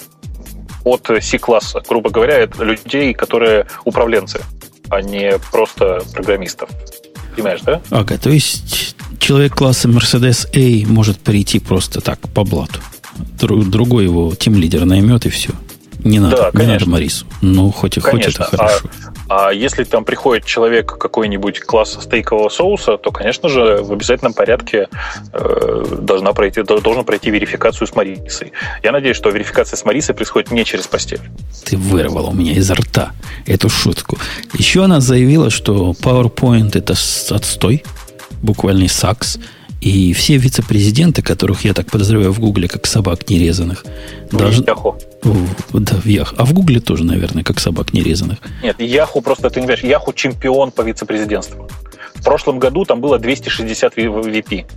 от C-класса, грубо говоря, это людей, которые управленцы, а не просто программистов. Понимаешь, да? Ага, то есть человек класса Mercedes A может прийти просто так, по блату. Друг, другой его тим-лидер наймет, и все. Не надо, да, не надо Марису. Ну, хоть, хоть это хорошо. А, а если там приходит человек какой-нибудь класса стейкового соуса, то, конечно же, в обязательном порядке э, должна пройти, должен пройти верификацию с Марисой. Я надеюсь, что верификация с Марисой происходит не через постель. Ты вырвала у меня изо рта эту шутку. Еще она заявила, что PowerPoint – это отстой, буквальный сакс. И все вице-президенты, которых я так подозреваю в Гугле, как собак нерезанных, в должны... Yahoo. Да, в Yahoo. А в Гугле тоже, наверное, как собак нерезанных. Нет, Yahoo просто, ты не понимаешь, Yahoo чемпион по вице-президентству. В прошлом году там было двести шестьдесят ви пи.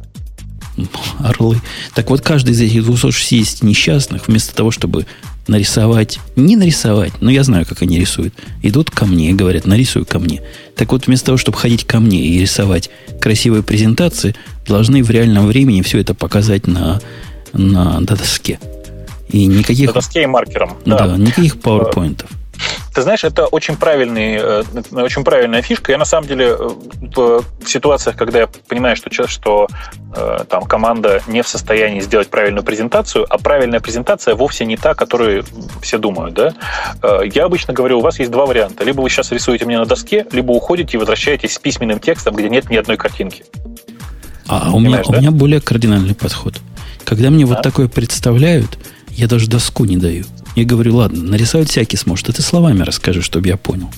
Орлы. Так вот, каждый из этих двухсот шестидесяти несчастных, вместо того, чтобы нарисовать, не нарисовать, но я знаю, как они рисуют, идут ко мне и говорят: нарисуй ко мне. Так вот, вместо того, чтобы ходить ко мне и рисовать красивые презентации, должны в реальном времени все это показать на, на, на доске. И никаких... На доске и маркером. Да, да, никаких PowerPoint'ов. Ты знаешь, это очень, правильный, очень правильная фишка. Я на самом деле в, в ситуациях, когда я понимаю, что, что там, команда не в состоянии сделать правильную презентацию, а правильная презентация вовсе не та, которую все думают, да? Я обычно говорю: у вас есть два варианта. Либо вы сейчас рисуете мне на доске, либо уходите и возвращаетесь с письменным текстом, где нет ни одной картинки. А у меня, да? у меня более кардинальный подход. Когда мне а? вот такое представляют, я даже доску не даю. Я говорю: ладно, нарисовать всякий сможет, а ты словами расскажи, чтобы я понял.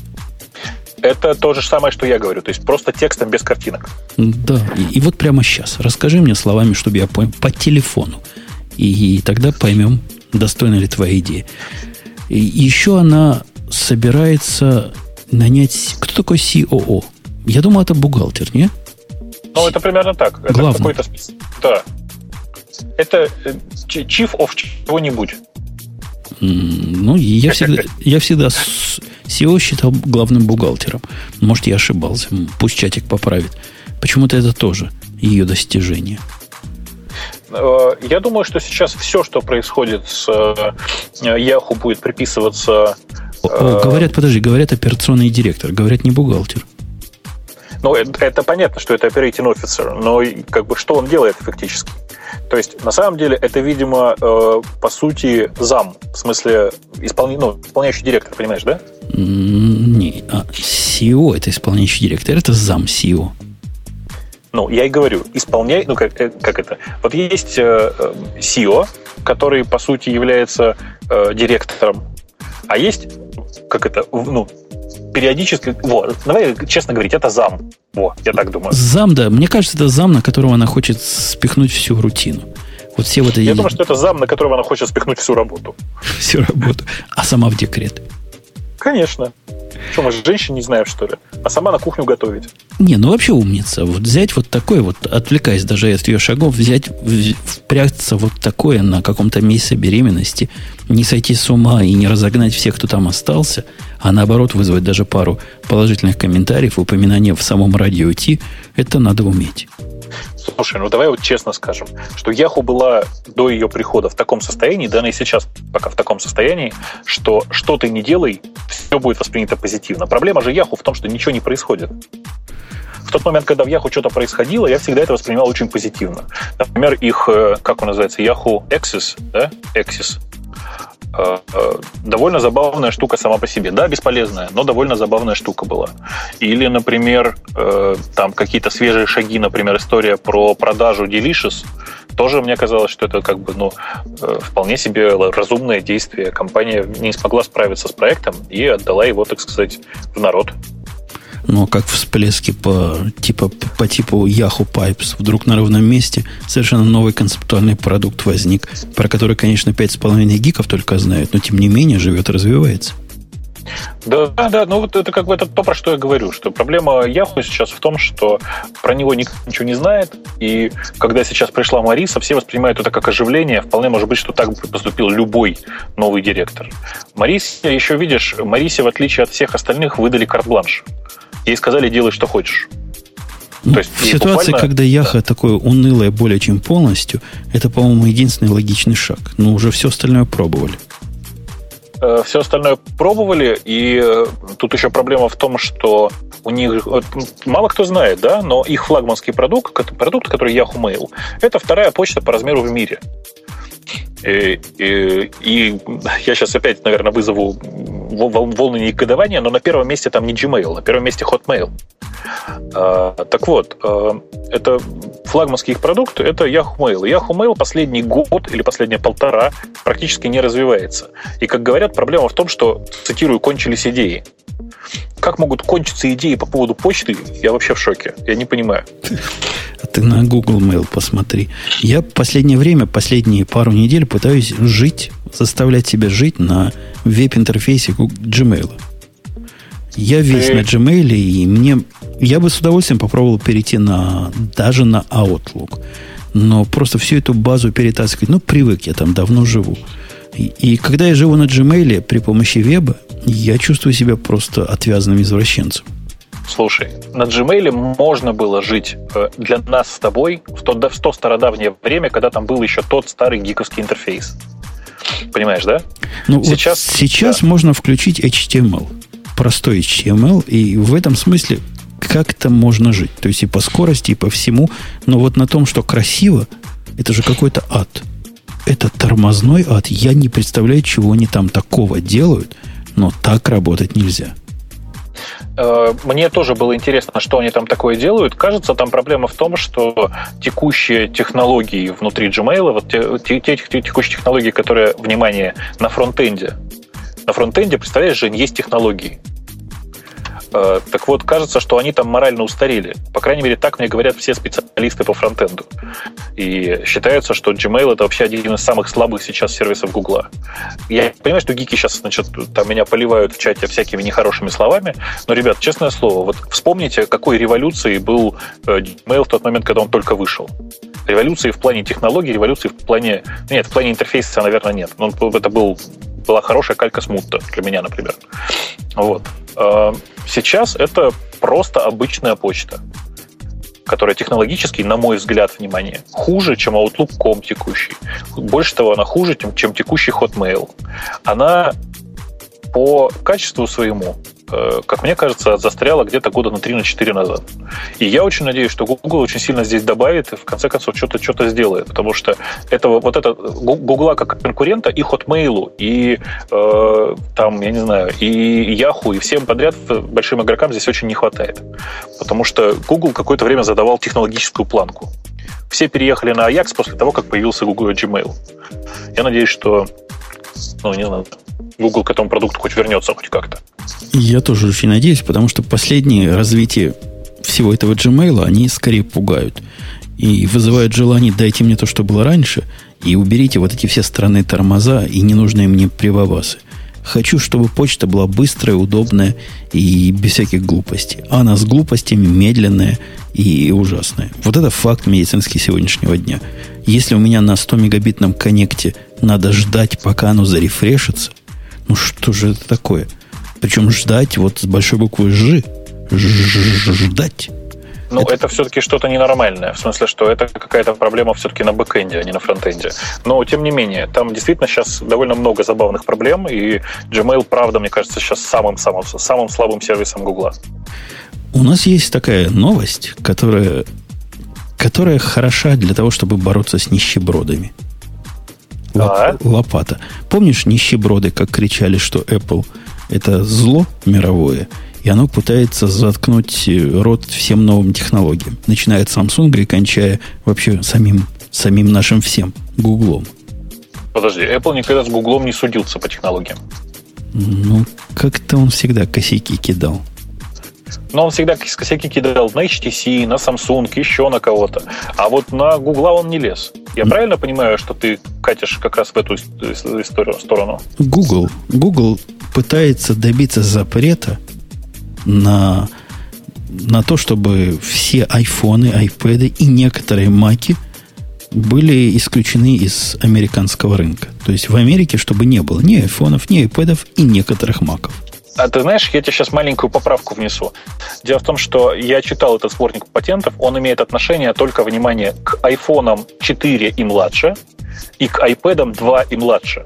Это то же самое, что я говорю. То есть просто текстом без картинок. Да, и, и вот прямо сейчас. Расскажи мне словами, чтобы я понял, по телефону. И, и тогда поймем, достойна ли твоя идея. И еще она собирается нанять... Кто такой си о о? Я думал, это бухгалтер, не? Ну, это примерно так. Это главный. какой-то... Да. Это chief of чего-нибудь. Ну, я всегда, я всегда си и о считал главным бухгалтером. Может, я ошибался. Пусть чатик поправит. Почему-то это тоже ее достижение. Я думаю, что сейчас все, что происходит с Yahoo, будет приписываться... О, говорят, подожди, говорят операционный директор, говорят не бухгалтер. Ну, это, это понятно, что это operating officer, но как бы что он делает фактически? То есть, на самом деле, это, видимо, э, по сути, зам, в смысле, исполня... ну, исполняющий директор, понимаешь, да? Не, а си и о это исполняющий директор, это зам си и о. Ну, я и говорю, исполняй, ну, как, как это? Вот есть э, си и о, который, по сути, является э, директором, а есть, как это, ну, периодически, вот, давай честно говорить, это зам. Во, я так думаю. Зам, да. Мне кажется, это зам, на которого она хочет спихнуть всю рутину. Вот все вот эти... Я думаю, что это зам, на которого она хочет спихнуть всю работу. Всю работу. А сама в декрет. Конечно. Что, мы же женщин не знаем, что ли? А сама на кухню готовить. Не, ну вообще умница. Вот взять вот такое, вот отвлекаясь даже от ее шагов, взять, впрягаться вот такое на каком-то месяце беременности, не сойти с ума и не разогнать всех, кто там остался, а наоборот вызвать даже пару положительных комментариев, упоминания в самом радио Ти, это надо уметь. Слушай, ну давай вот честно скажем, что Yahoo была до ее прихода в таком состоянии, да она и сейчас пока в таком состоянии, что что ты ни делай, все будет воспринято позитивно. Проблема же Yahoo в том, что ничего не происходит. В тот момент, когда в Yahoo что-то происходило, я всегда это воспринимал очень позитивно. Например, их, как он называется, Yahoo Access, да? Access. Довольно забавная штука сама по себе. Да, бесполезная, но довольно забавная штука была. Или, например, там какие-то свежие шаги, например, история про продажу Delicious. Тоже мне казалось, что это как бы, ну, вполне себе разумное действие. Компания не смогла справиться с проектом и отдала его, так сказать, в народ. Но как всплески по, типа, по типу Yahoo Pipes вдруг на ровном месте совершенно новый концептуальный продукт возник, про который, конечно, пять с половиной гиков только знают, но тем не менее живет и развивается. Да, да, ну вот это как бы это то, про что я говорю, что проблема Yahoo сейчас в том, что про него никто ничего не знает, и когда сейчас пришла Мариса, все воспринимают это как оживление, вполне может быть, что так поступил любой новый директор. Марисе, еще видишь, Марисе, в отличие от всех остальных, выдали карт-бланш. Ей сказали, делай, что хочешь. Ну, То есть, в ситуации, буквально... когда Яха такое унылое более чем полностью, это, по-моему, единственный логичный шаг. Но уже все остальное пробовали. Все остальное пробовали, и тут еще проблема в том, что у них, мало кто знает, да, но их флагманский продукт, продукт, который Yahoo Mail, это вторая почта по размеру в мире. И, и, и я сейчас опять, наверное, вызову волны негодования, но на первом месте там не Gmail, на первом месте Hotmail. А, так вот, а, это флагманский их продукт, это Yahoo Mail. Yahoo Mail последний год или последние полтора практически не развивается. И, как говорят, проблема в том, что, цитирую, кончились идеи. Как могут кончиться идеи по поводу почты? Я вообще в шоке. Я не понимаю. А ты на Google Mail посмотри. Я в последнее время, последние пару недель пытаюсь жить, заставлять себя жить на веб-интерфейсе Gmail. Я весь ты... на Gmail, и мне... Я бы с удовольствием попробовал перейти на, даже на Outlook. Но просто всю эту базу перетаскивать, ну, привык, я там давно живу. И, и когда я живу на Gmail при помощи веба, я чувствую себя просто отвязанным извращенцем. Слушай, на Gmail можно было жить для нас с тобой в то, в то стародавнее время, когда там был еще тот старый гиковский интерфейс. Понимаешь, да? Ну, сейчас вот сейчас да. можно включить эйч ти эм эл. Простой эйч ти эм эл, и в этом смысле как-то можно жить. То есть и по скорости, и по всему. Но вот на том, что красиво, это же какой-то ад. Это тормозной ад. Я не представляю, чего они там такого делают, но так работать нельзя. Мне тоже было интересно, что они там такое делают. Кажется, там проблема в том, что текущие технологии внутри Gmail, вот те, те, те, те текущие технологии, которые, внимание, на фронтенде. На фронтенде, представляешь, Жень, есть технологии. Так вот, кажется, что они там морально устарели. По крайней мере, так мне говорят все специалисты по фронтенду. И считается, что Gmail — это вообще один из самых слабых сейчас сервисов Гугла. Я понимаю, что гики сейчас, значит, там меня поливают в чате всякими нехорошими словами, но, ребят, честное слово, вот вспомните, какой революцией был Gmail в тот момент, когда он только вышел. Революции в плане технологий, революции в плане... Нет, в плане интерфейса, наверное, нет. Но это был, была хорошая калька смута для меня, например. Вот. Сейчас это просто обычная почта, которая технологически, на мой взгляд, внимание, хуже, чем Outlook точка ком текущий. Больше того, она хуже, чем текущий Hotmail. Она по качеству своему, как мне кажется, застряла где-то года на три-четыре назад. И я очень надеюсь, что Google очень сильно здесь добавит и в конце концов что-то, что-то сделает, потому что этого, вот это Google как конкурента и Hotmail, и э, там, я не знаю, и Yahoo, и всем подряд большим игрокам здесь очень не хватает. Потому что Google какое-то время задавал технологическую планку. Все переехали на Ajax после того, как появился Google Gmail. Я надеюсь, что, ну, не знаю, Google к этому продукту хоть вернется хоть как-то. Я тоже очень надеюсь, потому что последние развития всего этого Gmail, они скорее пугают. И вызывают желание: дайте мне то, что было раньше, и уберите вот эти все странные тормоза и ненужные мне прибабасы. Хочу, чтобы почта была быстрая, удобная и без всяких глупостей. А она с глупостями медленная и ужасная. Вот это факт медицинский сегодняшнего дня. Если у меня на сто мегабитном коннекте надо ждать, пока оно зарефрешится, ну что же это такое? Причем ждать вот с большой буквы «Ж». Ждать. Ну, это, это все-таки что-то ненормальное. В смысле, что это какая-то проблема все-таки на бэкэнде, а не на фронтенде. Но, тем не менее, там действительно сейчас довольно много забавных проблем, и Gmail, правда, мне кажется, сейчас самым-самым самым слабым сервисом Гугла. У нас есть такая новость, которая, которая хороша для того, чтобы бороться с нищебродами. Лоп, а? Лопата. Помнишь, нищеброды, как кричали, что Apple это зло мировое, и оно пытается заткнуть рот всем новым технологиям, начиная от Samsung и кончая вообще самим, самим нашим всем, Гуглом. Подожди, Apple никогда с Гуглом не судился по технологиям. Ну, как-то он всегда косяки кидал. Но он всегда косяки кидал на эйч ти си, на Samsung, еще на кого-то. А вот на Гугла он не лез. Я mm. правильно понимаю, что ты катишь как раз в эту историю, сторону? Google, Google пытается добиться запрета на, на то, чтобы все айфоны, айпэды и некоторые маки были исключены из американского рынка. То есть в Америке, чтобы не было ни айфонов, ни айпэдов и некоторых маков. А ты знаешь, я тебе сейчас маленькую поправку внесу. Дело в том, что я читал этот сборник патентов, он имеет отношение только, внимание, к айфонам четыре и младше и к айпэдам два и младше.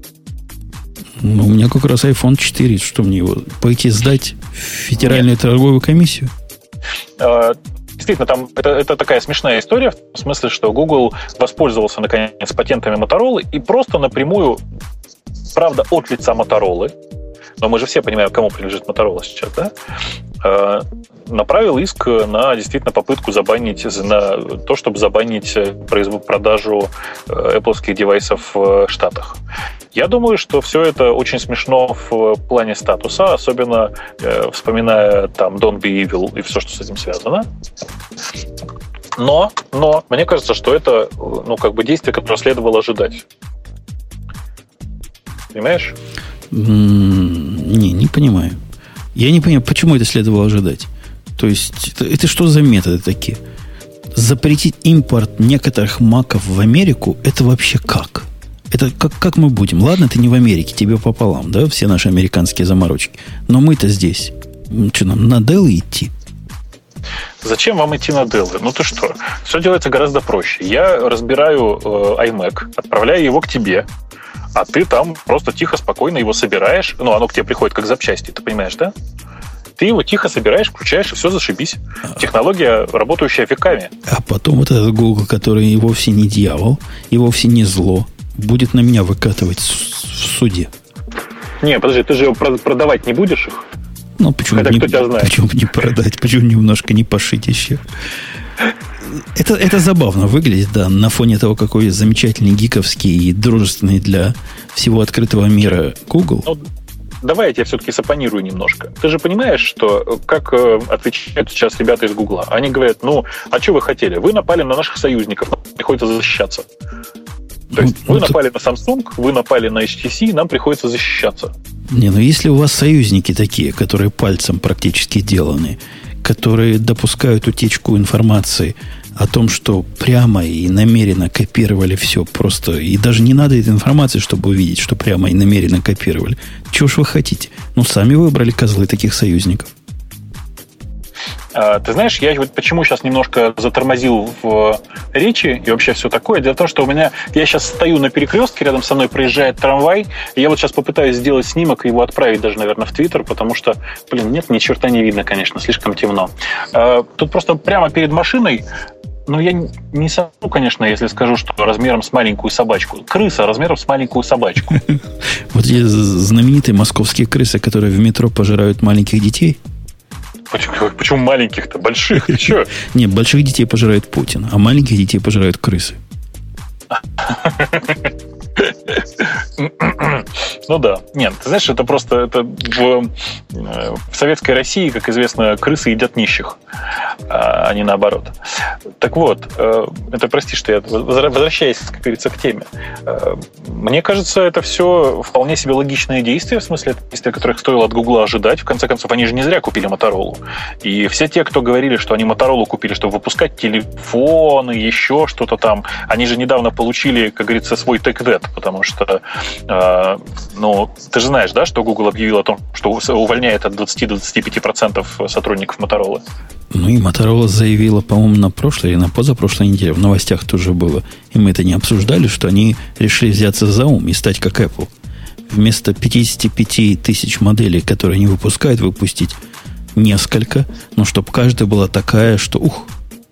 Ну, у меня как раз айфон четыре. Что мне его пойти сдать в Федеральную Нет. торговую комиссию? Действительно, там это, это такая смешная история, в смысле, что Google воспользовался, наконец, патентами Motorola и просто напрямую, правда, от лица Motorola, но мы же все понимаем, кому принадлежит Motorola сейчас, да, направил иск на действительно попытку забанить, на то, чтобы забанить продажу Apple-ских девайсов в Штатах. Я думаю, что все это очень смешно в плане статуса, особенно э, вспоминая там Don't Be Evil и все, что с этим связано. Но, но мне кажется, что это, ну, как бы действие, которое следовало ожидать. Понимаешь? Mm, не, не понимаю. Я не понимаю, почему это следовало ожидать. То есть, это, это что за методы такие? Запретить импорт некоторых маков в Америку, это вообще как? Это как, как мы будем? Ладно, ты не в Америке, тебе пополам, да, все наши американские заморочки. Но мы-то здесь. Что, нам на Dell идти? Зачем вам идти на Dell? Ну ты что? Все делается гораздо проще. Я разбираю э, iMac, отправляю его к тебе, а ты там просто тихо, спокойно его собираешь. Ну, оно к тебе приходит как запчасти, ты понимаешь, да? Ты его тихо собираешь, включаешь, и все, зашибись. Технология, работающая веками. А потом вот этот Google, который вовсе не дьявол, и вовсе не зло, будет на меня выкатывать в суде. Не, подожди, ты же его продавать не будешь их? Ну, почему, Хотя не, кто тебя знает? Почему не продать? Почему немножко не пошить еще? Это, это забавно выглядит, да, на фоне того, какой замечательный, гиковский и дружественный для всего открытого мира Google. Ну, давай я тебе все-таки сапонирую немножко. Ты же понимаешь, что как отвечают сейчас ребята из Гугла? Они говорят, ну, а что вы хотели? Вы напали на наших союзников, нам приходится защищаться. То есть ну, вы напали это... на Samsung, вы напали на эйч ти си, нам приходится защищаться. Не, ну если у вас союзники такие, которые пальцем практически деланы, которые допускают утечку информации о том, что прямо и намеренно копировали все просто, и даже не надо этой информации, чтобы увидеть, что прямо и намеренно копировали. Чего ж вы хотите? Ну, сами выбрали козлы таких союзников. Ты знаешь, я вот почему сейчас немножко затормозил в речи и вообще все такое. Дело в том, что у меня... Я сейчас стою на перекрестке, рядом со мной проезжает трамвай, и я вот сейчас попытаюсь сделать снимок и его отправить даже, наверное, в Твиттер, потому что, блин, нет, ни черта не видно, конечно, слишком темно. Тут просто прямо перед машиной, ну, я не совру, конечно, если скажу, что размером с маленькую собачку. Крыса размером с маленькую собачку. Вот эти знаменитые московские крысы, которые в метро пожирают маленьких детей. Почему, почему маленьких-то? Больших? Ты что? Не, больших детей пожирает Путин, а маленьких детей пожирают крысы. Ну да. Нет, ты знаешь, это просто это в, в советской России, как известно, крысы едят нищих, а не наоборот. Так вот, это, прости, что я возвращаюсь, как говорится, к теме. Мне кажется, это все вполне себе логичные действия, в смысле, действия, которых стоило от Гугла ожидать. В конце концов, они же не зря купили Моторолу. И все те, кто говорили, что они Моторолу купили, чтобы выпускать телефоны, еще что-то там, они же недавно получили, как говорится, свой TechVet, потому что, э, ну, ты же знаешь, да, что Google объявил о том, что увольняет от двадцати до двадцати пяти процентов сотрудников Motorola. Ну и Motorola заявила, по-моему, на прошлой или на позапрошлой неделе, в новостях тоже было, и мы это не обсуждали, что они решили взяться за ум и стать как Apple. Вместо пятидесяти пяти тысяч моделей, которые они выпускают, выпустить несколько, но чтобы каждая была такая, что ух.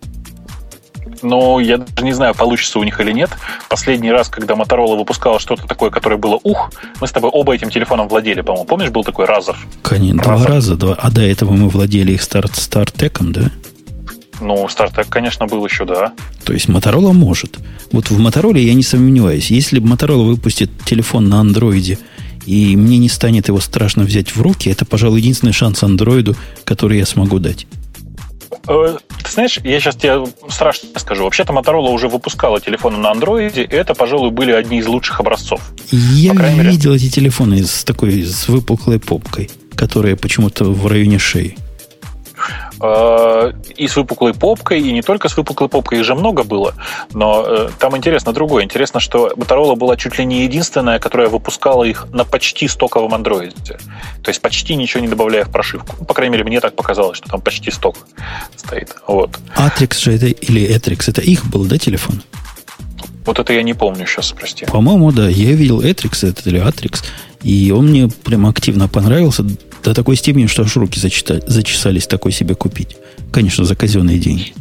Но я даже не знаю, получится у них или нет. Последний раз, когда Motorola выпускала что-то такое, которое было ух, мы с тобой оба этим телефоном владели, по-моему. Помнишь, был такой Razer? Конечно, два раза, два. А до этого мы владели их старт, StarTech, да? Ну, StarTech, конечно, был еще, да. То есть Motorola может. Вот в Motorola я не сомневаюсь. Если бы Motorola выпустит телефон на андроиде, и мне не станет его страшно взять в руки, это, пожалуй, единственный шанс андроиду, который я смогу дать. Ты знаешь, я сейчас тебе страшно скажу. Вообще-то Motorola уже выпускала телефоны на андроиде, и это, пожалуй, были одни из лучших образцов. Я видел эти телефоны с такой, с выпуклой попкой, которые почему-то в районе шеи. И с выпуклой попкой, и не только с выпуклой попкой, их же много было. Но э, там интересно другое. Интересно, что Motorola была чуть ли не единственная, которая выпускала их на почти стоковом андроиде. То есть почти ничего не добавляя в прошивку. Ну, по крайней мере, мне так показалось, что там почти сток стоит. Вот. Atrix же это, или Atrix, это их был, да, телефон? Вот это я не помню сейчас, прости. По-моему, да. Я видел Atrix, это или Atrix, и он мне прям активно понравился. До такой степени, что аж руки зачитали, зачесались такой себе купить. Конечно, за казенные деньги.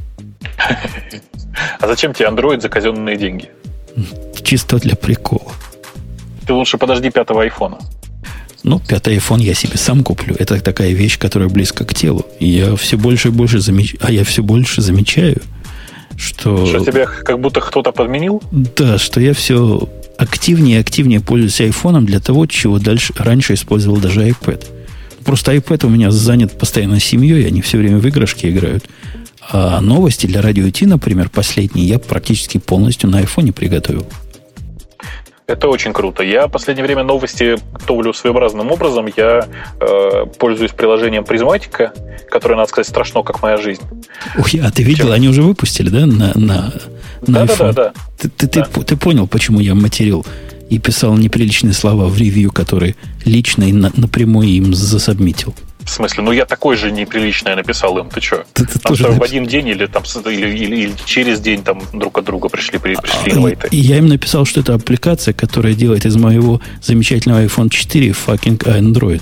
А зачем тебе Android за казенные деньги? Чисто для прикола. Ты лучше подожди пятого айфона. Ну, пятый iPhone я себе сам куплю. Это такая вещь, которая близко к телу. И я все больше и больше замечаю, а я все больше замечаю, что... Что тебя как будто кто-то подменил? Да, что я все активнее и активнее пользуюсь айфоном для того, чего дальше раньше использовал даже iPad. Просто iPad у меня занят постоянно семьей, они все время в игрушки играют. А новости для Радио Ти, например, последние, я практически полностью на айфоне приготовил. Это очень круто. Я в последнее время новости готовлю своеобразным образом. Я э, пользуюсь приложением Призматика, которое, надо сказать, страшно, как моя жизнь. Ой, а ты видел, Чем? Они уже выпустили, да, на, на, на да, да, да, да. Ты, ты, да. Ты, ты понял, почему я материл и писал неприличные слова в ревью, которые лично и на, напрямую им засабмитил? В смысле? Ну, я такой же неприличное написал им. Ты что? Ты, ты там что, напис... в один день или, там, или, или, или через день там друг от друга пришли, при, пришли а, инвайты? И я им написал, что это аппликация, которая делает из моего замечательного айфон четыре fucking Android.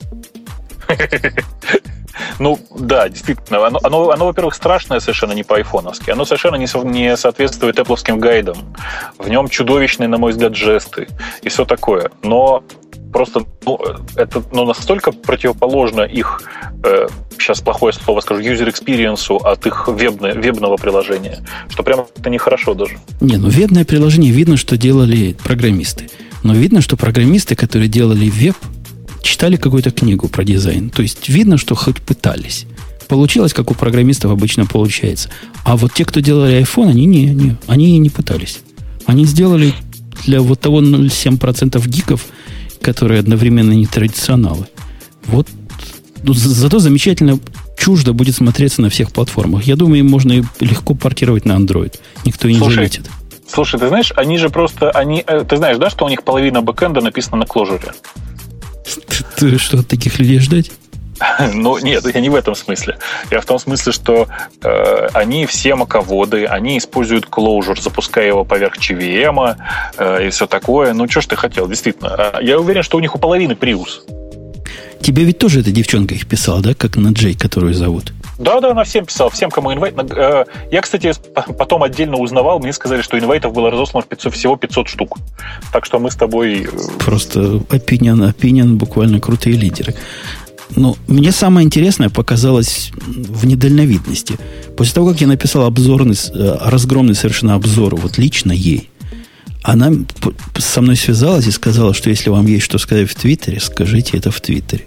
Ну, да, действительно. Оно, оно, оно, во-первых, страшное совершенно не по-айфоновски. Оно совершенно не, со, не соответствует Apple'овским гайдам. В нем чудовищные, на мой взгляд, жесты и все такое. Но просто ну, это ну, настолько противоположно их, э, сейчас плохое слово скажу, user experience от их вебно, вебного приложения, что прямо это нехорошо даже. Не, ну вебное приложение видно, что делали программисты. Но видно, что программисты, которые делали веб, читали какую-то книгу про дизайн. То есть видно, что хоть пытались. Получилось, как у программистов обычно получается. А вот те, кто делали iPhone, они не, не, они не пытались. Они сделали для вот того ноль целых семь десятых процента гиков, которые одновременно нетрадиционалы. Вот. Ну, зато замечательно чуждо будет смотреться на всех платформах. Я думаю, им можно легко портировать на Android. Никто и не Слушай, заметит. Слушай, ты знаешь, они же просто... они, ты знаешь, да, что у них половина бэкэнда написана на Clojure? Ты, ты что, от таких людей ждать? Ну, нет, я не в этом смысле. Я в том смысле, что э, они все маководы, они используют Clojure, запуская его поверх джи ви эм э, и все такое. Ну, что ж ты хотел, действительно. Я уверен, что у них у половины Prius. Тебе ведь тоже эта девчонка их писала, да? Как на Джей, которую зовут. Да, да, она всем писала, всем, кому инвайт. Э, я, кстати, потом отдельно узнавал, мне сказали, что инвайтов было разослано всего пятьсот штук. Так что мы с тобой... Просто opinion, opinion буквально крутые лидеры. Но мне самое интересное показалось в недальновидности. После того, как я написал обзорный, разгромный совершенно обзор, вот лично ей, она со мной связалась и сказала, что если вам есть что сказать в Твиттере, скажите это в Твиттере.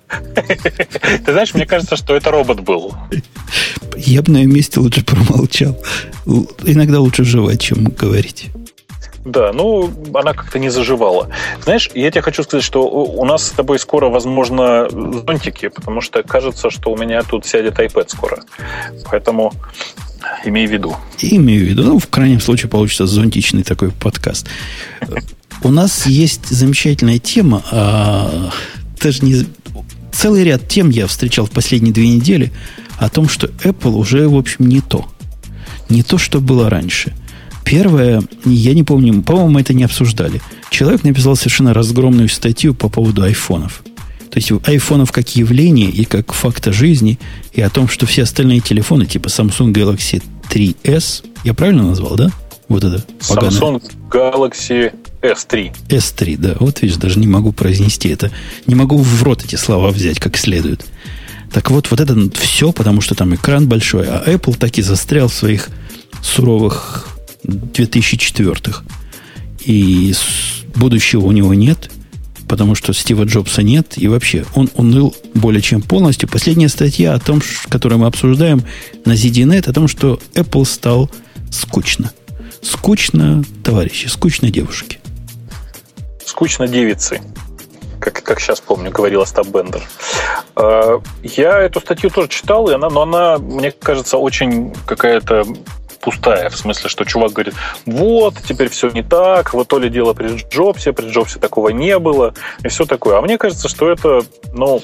Ты знаешь, мне кажется, что это робот был. Я бы на ее месте лучше промолчал. Иногда лучше жевать, чем говорить. Да, ну, она как-то не заживала. Знаешь, я тебе хочу сказать, что у нас с тобой скоро, возможно, зонтики, потому что кажется, что у меня тут сядет iPad скоро. Поэтому имей в виду. Имею в виду. Ну, в крайнем случае, получится зонтичный такой подкаст. У нас есть замечательная тема, а, даже не... целый ряд тем я встречал в последние две недели о том, что Apple уже, в общем, не то. Не то, что было раньше. Первое, я не помню, по-моему, мы это не обсуждали. Человек написал совершенно разгромную статью по поводу айфонов. То есть айфонов как явление и как факта жизни, и о том, что все остальные телефоны, типа Samsung Galaxy три эс, я правильно назвал, да? Вот это поганое. Samsung Galaxy эс три. эс три, да. Вот видишь, даже не могу произнести это. Не могу в рот эти слова взять как следует. Так вот, вот это все, потому что там экран большой, а Apple так и застрял в своих суровых две тысячи четвёртых. И будущего у него нет, потому что Стива Джобса нет. И вообще, он уныл более чем полностью. Последняя статья о том, которую мы обсуждаем на зет ди нет, о том, что Apple стал скучно. Скучно, товарищи, скучно девушки. Скучно девицы. Как, как сейчас помню, говорил Остап Бендер. Я эту статью тоже читал, и она, но она, мне кажется, очень какая-то пустая, в смысле, что чувак говорит, вот, теперь все не так, вот то ли дело при Джобсе, при Джобсе такого не было, и все такое. А мне кажется, что это, ну,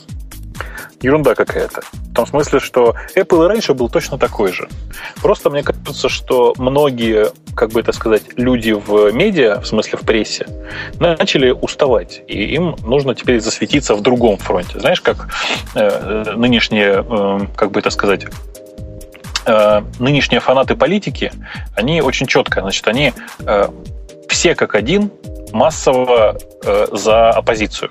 ерунда какая-то. В том смысле, что Apple и раньше был точно такой же. Просто мне кажется, что многие, как бы это сказать, люди в медиа, в смысле в прессе, начали уставать. И им нужно теперь засветиться в другом фронте. Знаешь, как э, нынешние, э, как бы это сказать, э, нынешние фанаты политики, они очень четко, значит, они э, все как один массово э, за оппозицию.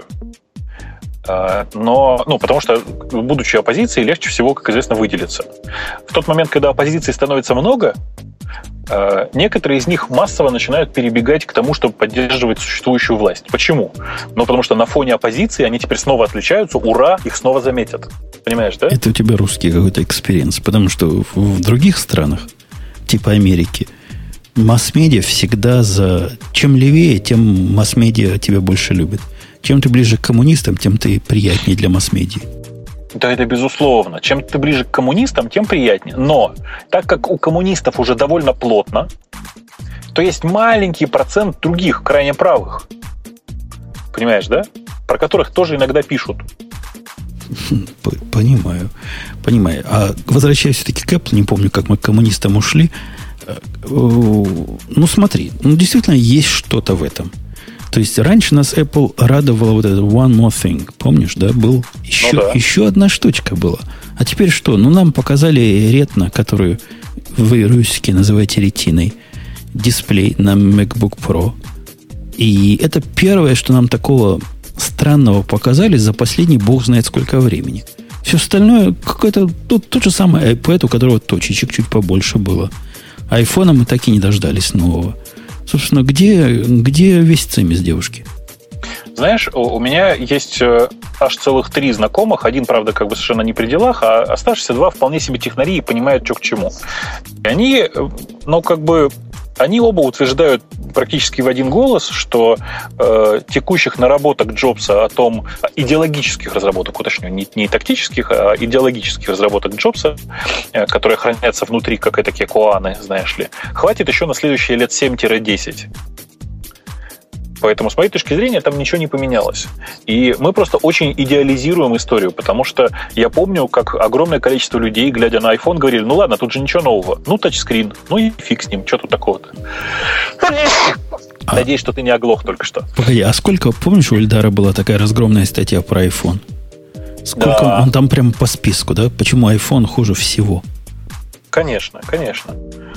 Но, ну, потому что, будучи оппозицией, легче всего, как известно, выделиться. В тот момент, когда оппозиции становится много, некоторые из них массово начинают перебегать к тому, чтобы поддерживать существующую власть. Почему? Ну, потому что на фоне оппозиции они теперь снова отличаются, ура, их снова заметят. Понимаешь, да? Это у тебя русский какой-то экспириенс, потому что в других странах, типа Америки, масс-медиа всегда за... Чем левее, тем масс-медиа тебя больше любит. Чем ты ближе к коммунистам, тем ты приятнее для масс-медиа. Да, это безусловно. Чем ты ближе к коммунистам, тем приятнее. Но так как у коммунистов уже довольно плотно, то есть маленький процент других крайне правых. Понимаешь, да? Про которых тоже иногда пишут. Понимаю. Понимаю. А возвращаясь все-таки к Apple, не помню, как мы к коммунистам ушли. Ну, смотри, ну, действительно есть что-то в этом. То есть раньше нас Apple радовала вот это one more thing. Помнишь, да? Был еще, ну, да. еще одна штучка была. А теперь что? Ну, нам показали ретно, которую вы русские называете ретиной, дисплей на MacBook Pro. И это первое, что нам такого странного показали за последний бог знает сколько времени. Все остальное какое-то ну, тот же самый iPad, у которого точечек чуть побольше было. Айфона мы так и не дождались нового. Собственно, где, где весь цимис, девушки? Знаешь, у меня есть аж целых три знакомых. Один, правда, как бы совершенно не при делах, а оставшиеся два вполне себе технари и понимают, что к чему. И они, ну, как бы, они оба утверждают практически в один голос, что э, текущих наработок Джобса о том, идеологических разработок, уточню, не, не тактических, а идеологических разработок Джобса, э, которые хранятся внутри, как и такие коаны, знаешь ли, хватит еще на следующие лет семь-десять. Поэтому, с моей точки зрения, там ничего не поменялось. И мы просто очень идеализируем историю, потому что я помню, как огромное количество людей, глядя на iPhone, говорили, ну ладно, тут же ничего нового. Ну, тачскрин, ну и фиг с ним, что тут такого-то. А... Надеюсь, что ты не оглох только что. Погоди, а сколько, помнишь, у Эльдара была такая разгромная статья про iPhone? Сколько да. он, он там прям по списку, да? Почему iPhone хуже всего? Конечно, конечно.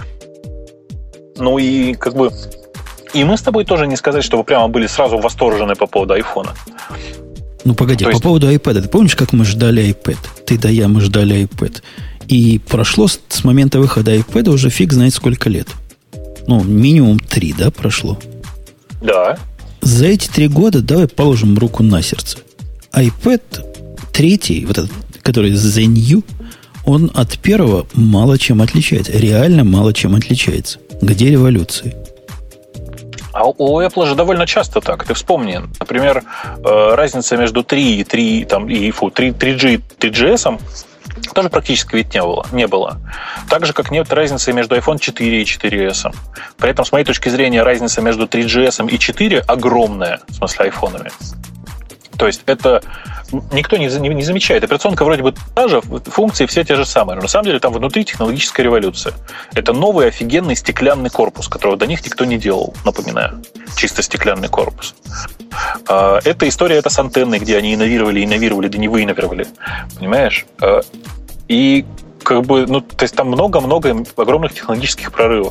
Ну и как бы... И мы с тобой тоже не сказать, что вы прямо были сразу восторжены по поводу айфона. Ну, погоди, То по есть... поводу iPad. Ты помнишь, как мы ждали iPad? Ты да я, мы ждали iPad. И прошло с, с момента выхода iPad уже фиг знает сколько лет. Ну, минимум три, да, прошло? Да. За эти три года давай положим руку на сердце. iPad третий, вот этот, который The New, он от первого мало чем отличается. Реально мало чем отличается. Где революции? А у Apple же довольно часто так. Ты вспомни, например, разница между три и три, там, и, фу, три джи и три джи эс тоже практически ведь не было, не было. Так же, как нет разницы между iPhone четыре и четыре эс. При этом, с моей точки зрения, разница между три джи эс и четыре огромная, в смысле айфонами. То есть это никто не, не, не замечает. Операционка вроде бы та же, функции все те же самые. Но на самом деле там внутри технологическая революция. Это новый офигенный стеклянный корпус, которого до них никто не делал, напоминаю. Чисто стеклянный корпус. Эта история, это с антенной, где они инновировали, инновировали, да не выинновировали. Понимаешь? И как бы, ну, то есть там много-много огромных технологических прорывов.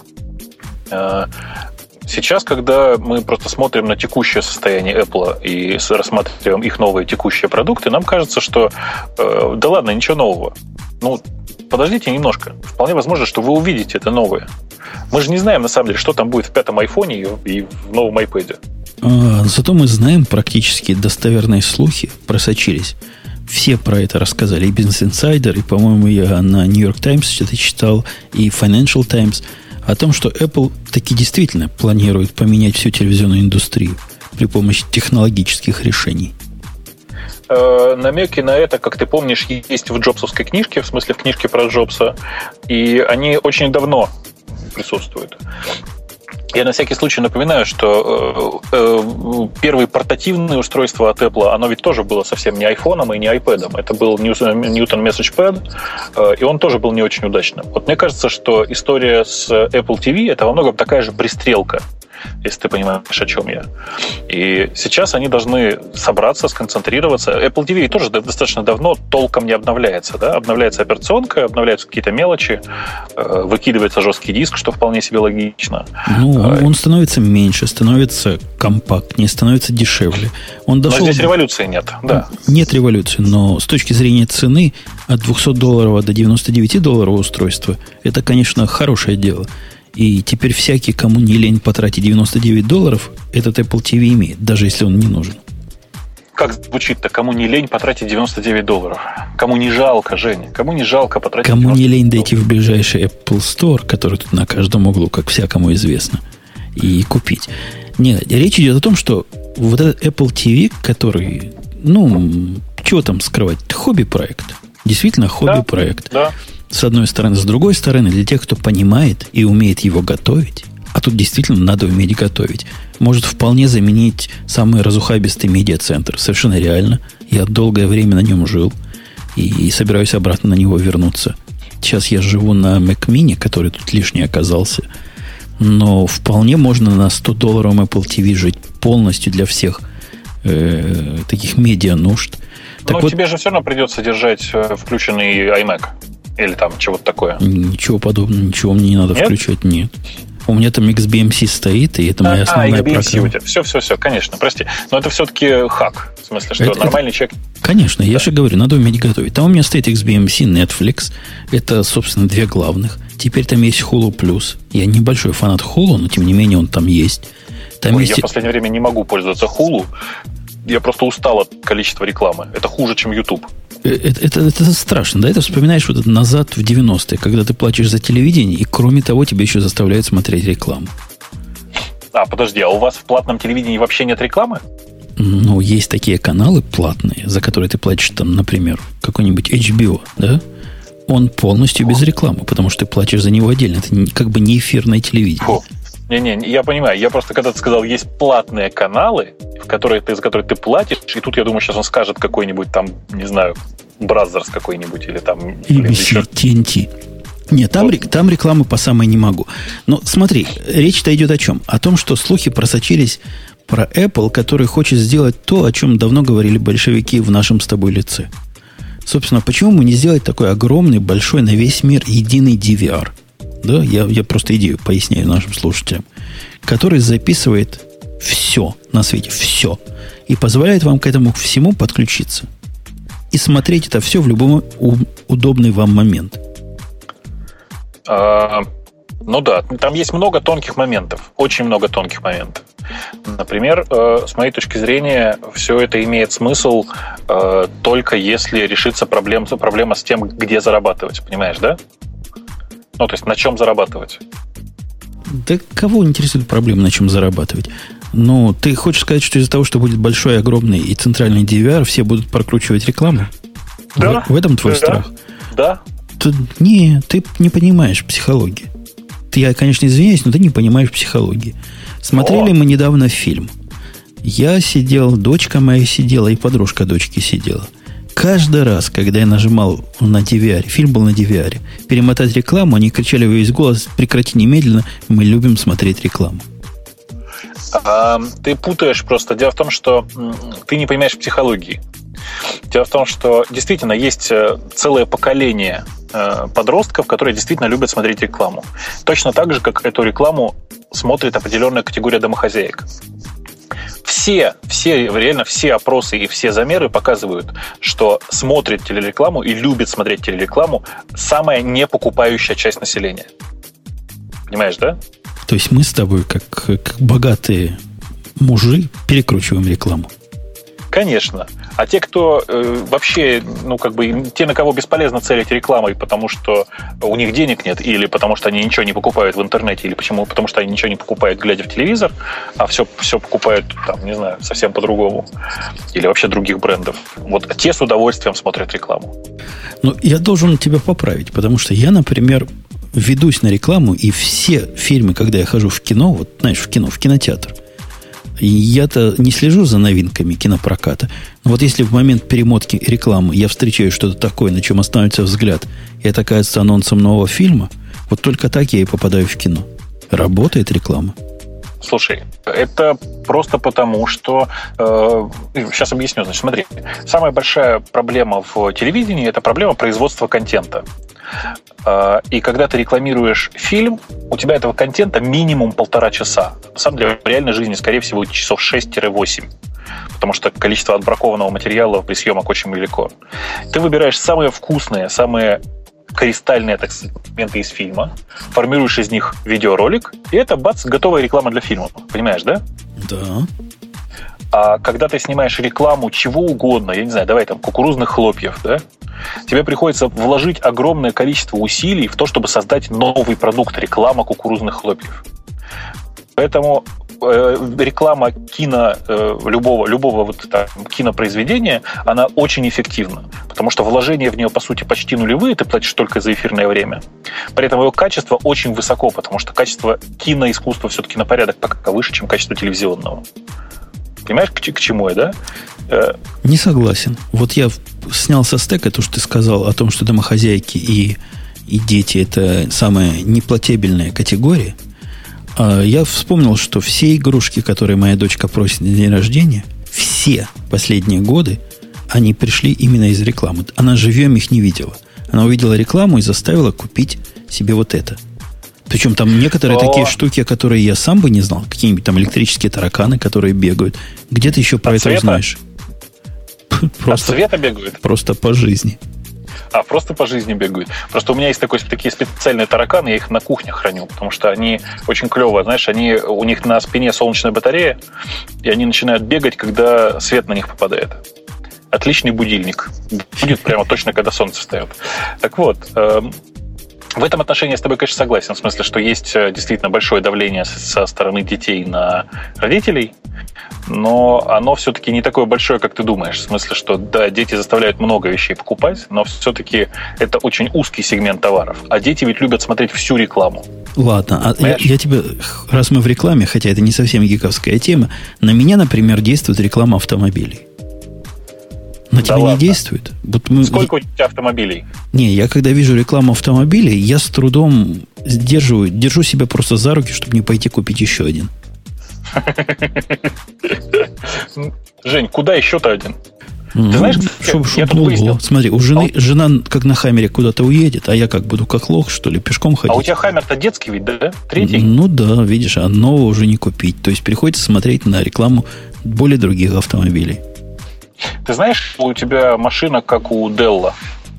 Сейчас, когда мы просто смотрим на текущее состояние Apple и рассматриваем их новые текущие продукты, нам кажется, что э, да ладно, ничего нового. Ну, подождите немножко. Вполне возможно, что вы увидите это новое. Мы же не знаем, на самом деле, что там будет в пятом айфоне и в новом iPad. А, зато мы знаем практически достоверные слухи, просочились. Все про это рассказали. И Business Insider, и, по-моему, я на New York Times что-то читал, и Financial Times о том, что Apple таки действительно планирует поменять всю телевизионную индустрию при помощи технологических решений. Э, намеки на это, как ты помнишь, есть в джобсовской книжке, в смысле в книжке про Джобса, и они очень давно присутствуют. Я на всякий случай напоминаю, что э, э, первое портативное устройство от Apple, оно ведь тоже было совсем не айфоном и не iPad'ом. Это был Newton Message Pad, э, и он тоже был не очень удачным. Вот мне кажется, что история с Apple ти ви – это во многом такая же пристрелка, если ты понимаешь, о чем я. И сейчас они должны собраться, сконцентрироваться. Apple ти ви тоже достаточно давно толком не обновляется. Да? Обновляется операционка, обновляются какие-то мелочи, выкидывается жесткий диск, что вполне себе логично. Ну, он, он становится меньше, становится компактнее, становится дешевле. Он дошел... Но здесь революции нет. Да. Нет революции, но с точки зрения цены от двухсот долларов до девяноста девяти долларов устройства, это, конечно, хорошее дело. И теперь всякий, кому не лень потратить девяносто девять долларов, этот Apple ти ви имеет, даже если он не нужен. Как звучит-то? Кому не лень потратить девяносто девять долларов? Кому не жалко, Женя? Кому не жалко потратить Кому не лень дойти в ближайший Apple Store, который тут на каждом углу, как всякому известно, и купить. Нет, речь идет о том, что вот этот Apple ти ви, который, ну, чего там скрывать, хобби-проект. Действительно хобби-проект. Да, да. С одной стороны. С другой стороны, для тех, кто понимает и умеет его готовить, а тут действительно надо уметь готовить, может вполне заменить самый разухабистый медиацентр. Совершенно реально. Я долгое время на нем жил и, и собираюсь обратно на него вернуться. Сейчас я живу на Mac Mini, который тут лишний оказался. Но вполне можно на сто долларов Apple ти ви жить полностью для всех э, таких медиа-нужд. Но так вот, тебе же все равно придется держать включенный iMac. Или там чего-то такое? Ничего подобного, ничего мне не надо нет? включать, нет. У меня там икс би эм си стоит, и это моя основная а, программа. У тебя. Все, все, все, конечно, прости. Но это все-таки хак. В смысле, что это, нормальный это, человек... Конечно, да. Я же говорю, надо уметь готовить. Там у меня стоит икс би эм си, Netflix. Это, собственно, две главных. Теперь там есть Hulu Plus. Я небольшой фанат Hulu, но тем не менее он там есть. Там Ой, есть... Я в последнее время не могу пользоваться Hulu. Я просто устал от количества рекламы. Это хуже, чем YouTube. Это, это, это страшно, да? Это вспоминаешь вот это назад в девяностые, когда ты платишь за телевидение, и кроме того тебя еще заставляют смотреть рекламу. А, подожди, а у вас в платном телевидении вообще нет рекламы? Ну, есть такие каналы платные, за которые ты платишь, там, например, какой-нибудь эйч би о, да? Он полностью без рекламы, потому что ты платишь за него отдельно. Это не, как бы не эфирное телевидение. Фу. Не-не, я понимаю. Я просто когда ты сказал, есть платные каналы, в которые ты, за которые ты платишь, и тут, я думаю, сейчас он скажет какой-нибудь там, не знаю, Бразерс какой-нибудь, или там... и би си, ти эн ти. Нет, там, вот. там рекламы по самой не могу. Но смотри, речь-то идет о чем? О том, что слухи просочились про Apple, который хочет сделать то, о чем давно говорили большевики в нашем с тобой лице. Собственно, почему бы не сделать такой огромный, большой на весь мир единый ди ви ар? Да, я, я просто идею поясняю нашим слушателям. Который записывает все на свете, все. И позволяет вам к этому всему подключиться. И смотреть это все в любой удобный вам момент. А, ну да, там есть много тонких моментов. Очень много тонких моментов. Например, э, с моей точки зрения, все это имеет смысл э, только если решится проблем, проблема с тем, где зарабатывать. Понимаешь, да? Ну, то есть на чем зарабатывать? Да кого интересует проблема, на чем зарабатывать? Ну, ты хочешь сказать, что из-за того, что будет большой, огромный и центральный ди ви ар, все будут прокручивать рекламу? Да. В, в этом твой да. страх? Да. Ты, не, ты не понимаешь психологии. Ты, я, конечно, извиняюсь, но ты не понимаешь психологии. Смотрели О. мы недавно фильм. Я сидел, дочка моя сидела, и подружка дочки сидела. Каждый раз, когда я нажимал на ди ви ар, фильм был на ди ви ар, перемотать рекламу, они кричали во весь голос: прекрати немедленно, мы любим смотреть рекламу. А, ты путаешь просто. Дело в том, что ты не понимаешь психологии. Дело в том, что действительно есть целое поколение подростков, которые действительно любят смотреть рекламу. Точно так же, как эту рекламу смотрит определенная категория домохозяек. Все, все, реально все опросы и все замеры показывают, что смотрит телерекламу и любит смотреть телерекламу самая непокупающая часть населения. Понимаешь, да? То есть мы с тобой, как, как богатые мужи, перекручиваем рекламу. Конечно. А те, кто э, вообще, ну, как бы, те, на кого бесполезно целить рекламой, потому что у них денег нет, или потому что они ничего не покупают в интернете, или почему, потому что они ничего не покупают, глядя в телевизор, а все, все покупают, там, не знаю, совсем по-другому, или вообще других брендов. Вот те с удовольствием смотрят рекламу. Ну, я должен тебя поправить, потому что я, например, ведусь на рекламу, и все фильмы, когда я хожу в кино, вот, знаешь, в кино, в кинотеатр, я-то не слежу за новинками кинопроката. Но вот если в момент перемотки рекламы я встречаю что-то такое, на чем остановится взгляд, и это кажется анонсом нового фильма, вот только так я и попадаю в кино. Работает реклама? Слушай, это просто потому, что... Э, сейчас объясню. Значит, смотри. Самая большая проблема в телевидении – это проблема производства контента. И когда ты рекламируешь фильм, у тебя этого контента минимум полтора часа. На самом деле, в реальной жизни, скорее всего, часов шесть-восемь. Потому что количество отбракованного материала при съемках очень велико. Ты выбираешь самые вкусные, самые кристальные, так сказать, моменты из фильма, формируешь из них видеоролик, и это, бац, готовая реклама для фильма. Понимаешь, да? Да. А когда ты снимаешь рекламу чего угодно, я не знаю, давай там кукурузных хлопьев, да, тебе приходится вложить огромное количество усилий в то, чтобы создать новый продукт, реклама кукурузных хлопьев. Поэтому э, реклама кино, э, любого, любого вот, там, кинопроизведения, она очень эффективна, потому что вложения в нее, по сути, почти нулевые, ты платишь только за эфирное время. При этом ее качество очень высоко, потому что качество киноискусства все-таки на порядок пока выше, чем качество телевизионного. Понимаешь, к, к чему я, да? Не согласен. Вот я снял со стека то, что ты сказал о том, что домохозяйки и, и дети – это самая неплатебельная категория. А я вспомнил, что все игрушки, которые моя дочка просит на день рождения, все последние годы, они пришли именно из рекламы. Она живьем их не видела. Она увидела рекламу и заставила купить себе вот это. Причем там некоторые О. такие штуки, которые я сам бы не знал. Какие-нибудь там электрические тараканы, которые бегают. Где ты еще про это узнаешь? Просто, от цвета бегают? Просто по жизни. А, просто по жизни бегают. Просто у меня есть такой, такие специальные тараканы, я их на кухне храню, потому что они очень клево, знаешь, они, у них на спине солнечная батарея, и они начинают бегать, когда свет на них попадает. Отличный будильник. Будет прямо точно, когда солнце встает. Так вот, эм, в этом отношении я с тобой, конечно, согласен. В смысле, что есть действительно большое давление со стороны детей на родителей, но оно все-таки не такое большое, как ты думаешь. В смысле, что да, дети заставляют много вещей покупать, но все-таки это очень узкий сегмент товаров. А дети ведь любят смотреть всю рекламу. Ладно, а я, я тебе, раз мы в рекламе, хотя это не совсем гиковская тема, на меня, например, действует реклама автомобилей. На тебя да не действует? Вот мы... Сколько у тебя автомобилей? Не, я когда вижу рекламу автомобилей, я с трудом сдерживаю, держу себя просто за руки, чтобы не пойти купить еще один. Жень, куда еще-то один? Ну, ты знаешь, чтоб, я чтоб тут выяснил. Смотри, у жены, жена как на Хаммере куда-то уедет, а я как буду как лох, что ли, пешком ходить. А у тебя Хаммер-то детский ведь, да? Третий? Ну да, видишь, а нового уже не купить. То есть приходится смотреть на рекламу более других автомобилей. Ты знаешь, у тебя машина как у Делла?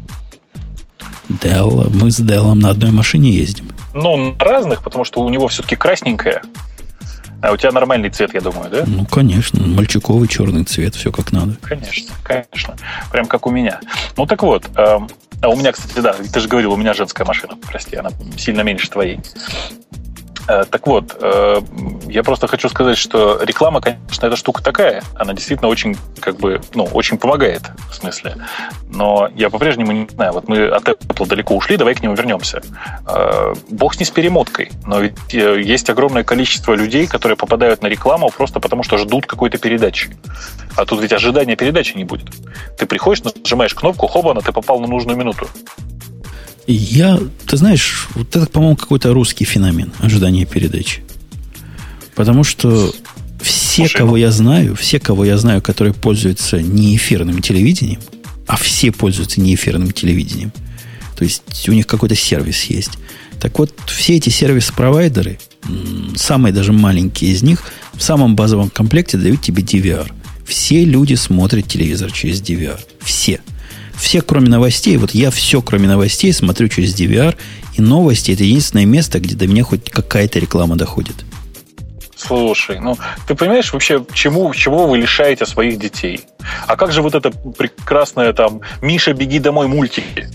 Делла? Мы с Деллом на одной машине ездим. Ну, на разных, потому что у него все-таки красненькая. А у тебя нормальный цвет, я думаю, да? Ну, конечно. Мальчуковый черный цвет, все как надо. Конечно, конечно. Прям как у меня. Ну, так вот. Э, а у меня, кстати, да, ты же говорил, у меня женская машина. Прости, она сильно меньше твоей. Так вот, я просто хочу сказать, что реклама, конечно, эта штука такая. Она действительно очень, как бы, ну, очень помогает, в смысле. Но я по-прежнему не знаю, вот мы от Apple далеко ушли, давай к нему вернемся. Бог с ней с перемоткой. Но ведь есть огромное количество людей, которые попадают на рекламу просто потому, что ждут какой-то передачи. А тут ведь ожидания передачи не будет. Ты приходишь, нажимаешь кнопку, хобана, ты попал на нужную минуту. Я, ты знаешь, вот это, по-моему, какой-то русский феномен ожидания передачи. Потому что все, Слушай, кого ну... я знаю, все, кого я знаю, которые пользуются не эфирным телевидением, а все пользуются не эфирным телевидением, то есть у них какой-то сервис есть. Так вот, все эти сервис-провайдеры, самые даже маленькие из них, в самом базовом комплекте дают тебе ди ви ар. Все люди смотрят телевизор через ди ви ар. Все. Все, кроме новостей, вот я все, кроме новостей, смотрю через ди ви ар, и новости – это единственное место, где до меня хоть какая-то реклама доходит. Слушай, ну, ты понимаешь вообще, чему, чего вы лишаете своих детей? А как же вот это прекрасное там «Миша, беги домой» мультики?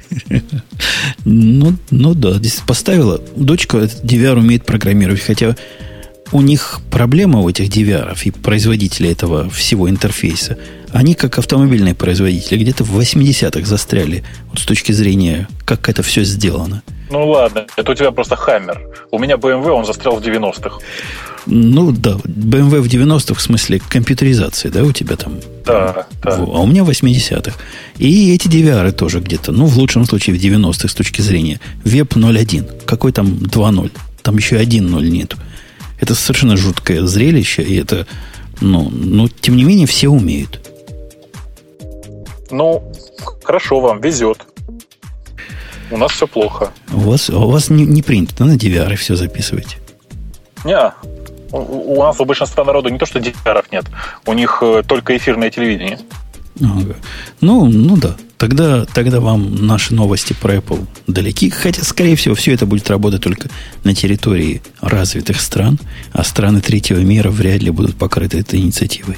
Ну, ну да, здесь поставила. Дочка ди ви ар умеет программировать, хотя у них проблема у этих ди ви ар и производителей этого всего интерфейса. Они, как автомобильные производители, где-то в восьмидесятых застряли вот с точки зрения, как это все сделано. Ну ладно, это у тебя просто Хаммер. У меня бэ эм вэ, он застрял в девяностых. Ну да, бэ эм вэ в девяностых в смысле компьютеризации, да, у тебя там? Да, да. А у меня в восьмидесятых. И эти ди ви ар тоже где-то, ну, в лучшем случае в девяностых с точки зрения. Веб ноль один. Какой там два ноль? Там еще один ноль нету. Это совершенно жуткое зрелище, и это, ну, ну, тем не менее, все умеют. Ну, хорошо, вам везет. У нас все плохо. У вас, у вас не, не принято, да, на ди ви ар все записывать? Не, у, у нас у большинства народу не то, что ди ви ар нет, у них только эфирное телевидение. Ага. Ну, ну да. Тогда, тогда вам наши новости про Apple далеки. Хотя, скорее всего, все это будет работать только на территории развитых стран, а страны третьего мира вряд ли будут покрыты этой инициативой.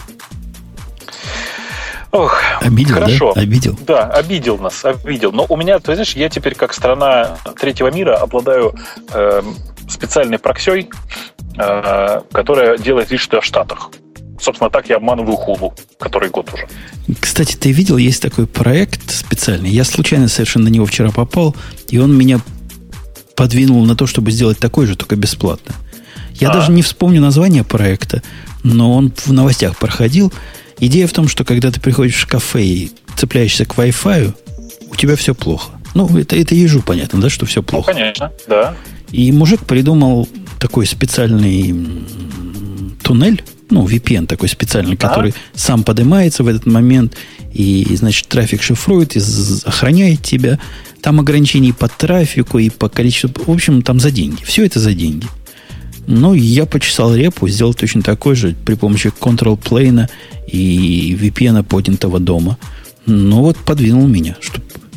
Ох, обидел, хорошо. Да? Обидел? Да, обидел нас, обидел. Но у меня, ты знаешь, я теперь как страна третьего мира обладаю э, специальной проксей, э, которая делает вид, что я в Штатах. Собственно, так я обманываю Хулу, который год уже. Кстати, ты видел, есть такой проект специальный. Я случайно совершенно на него вчера попал, и он меня подвинул на то, чтобы сделать такой же, только бесплатно. Я а. даже не вспомню название проекта, но он в новостях проходил. Идея в том, что когда ты приходишь в кафе и цепляешься к Wi-Fi, у тебя все плохо. Ну, это, это ежу понятно, да, что все плохо. Ну, конечно, да. И мужик придумал такой специальный туннель, ну, ви пи эн такой специальный, который ага. сам поднимается в этот момент, и, значит, трафик шифрует, и охраняет тебя. Там ограничений по трафику и по количеству... В общем, там за деньги. Все это за деньги. Ну, я почесал репу, сделал точно такой же при помощи контрол-плейна и ви пи эн поднятого дома. Ну, вот подвинул меня, чтобы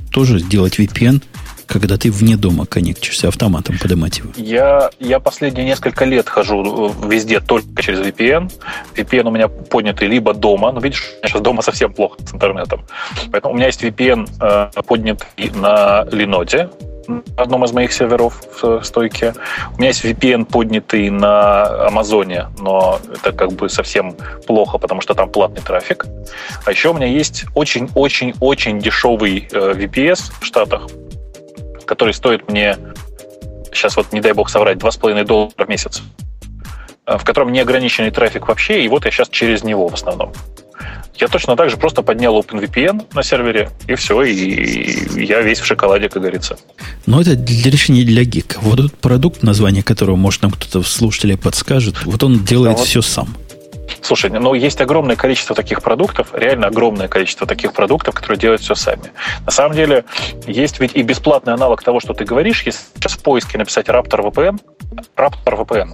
тоже делать ви пи эн, когда ты вне дома коннектишься, автоматом поднимать его? Я, я последние несколько лет хожу везде только через ви пи эн. ви пи эн у меня поднятый либо дома, но видишь, у меня сейчас дома совсем плохо с интернетом. Поэтому у меня есть ви пи эн э, поднятый на Linode, на одном из моих серверов в стойке. У меня есть ви пи эн поднятый на Амазоне, но это как бы совсем плохо, потому что там платный трафик. А еще у меня есть очень-очень-очень дешевый э, ви пи эс в Штатах, который стоит мне, сейчас вот, не дай бог соврать, два с половиной доллара в месяц, в котором неограниченный трафик вообще, и вот я сейчас через него в основном. Я точно так же просто поднял OpenVPN на сервере, и все, и я весь в шоколаде, как говорится. Но это для решения для гика. Вот этот продукт, название которого, может, нам кто-то в слушателей подскажет, вот он делает да, вот. все сам. Слушай, ну есть огромное количество таких продуктов, реально огромное количество таких продуктов, которые делают все сами. На самом деле, есть ведь и бесплатный аналог того, что ты говоришь. Если сейчас в поиске написать Raptor ви пи эн, Raptor ви пи эн,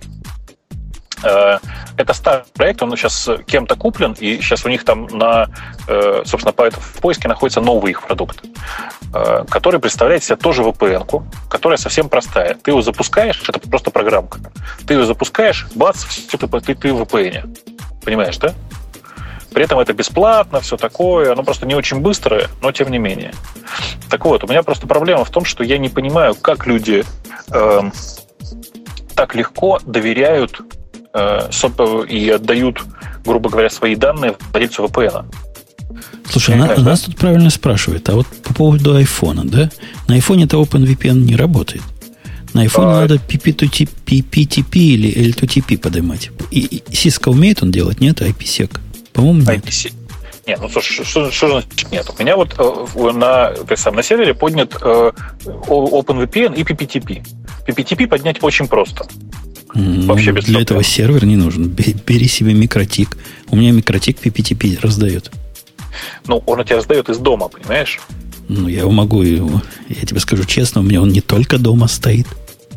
это старый проект, он сейчас кем-то куплен, и сейчас у них там на, собственно, в поиске находится новый их продукт, который представляет себе тоже ви пи эн-ку, которая совсем простая. Ты его запускаешь, это просто программка. Ты ее запускаешь, бац, все, ты, ты, ты в ви пи эн. Понимаешь, да? При этом это бесплатно, все такое, оно просто не очень быстрое, но тем не менее. Так вот, у меня просто проблема в том, что я не понимаю, как люди э, так легко доверяют э, и отдают, грубо говоря, свои данные владельцу ви пи эн. Слушай, она, нас тут правильно спрашивает, а вот по поводу айфона, да? На айфоне-то OpenVPN не работает. На айфоне а... надо пи пи ту ти пи или эл ту ти пи поднимать. И, и Cisco умеет он делать, нет? ай пи сек? По-моему, нет. ай пи сек. Нет, ну слушай, что, что значит нет? У меня вот э, на, на сервере поднят э, OpenVPN и пи пи ти пи. пи пи ти пи поднять очень просто. Ну, вообще без для этого сервер не нужен. Бери себе микротик. У меня микротик пи пи ти пи раздает. Ну, он у тебя раздает из дома, понимаешь? Ну, я его могу, я тебе скажу честно, у меня он не только дома стоит.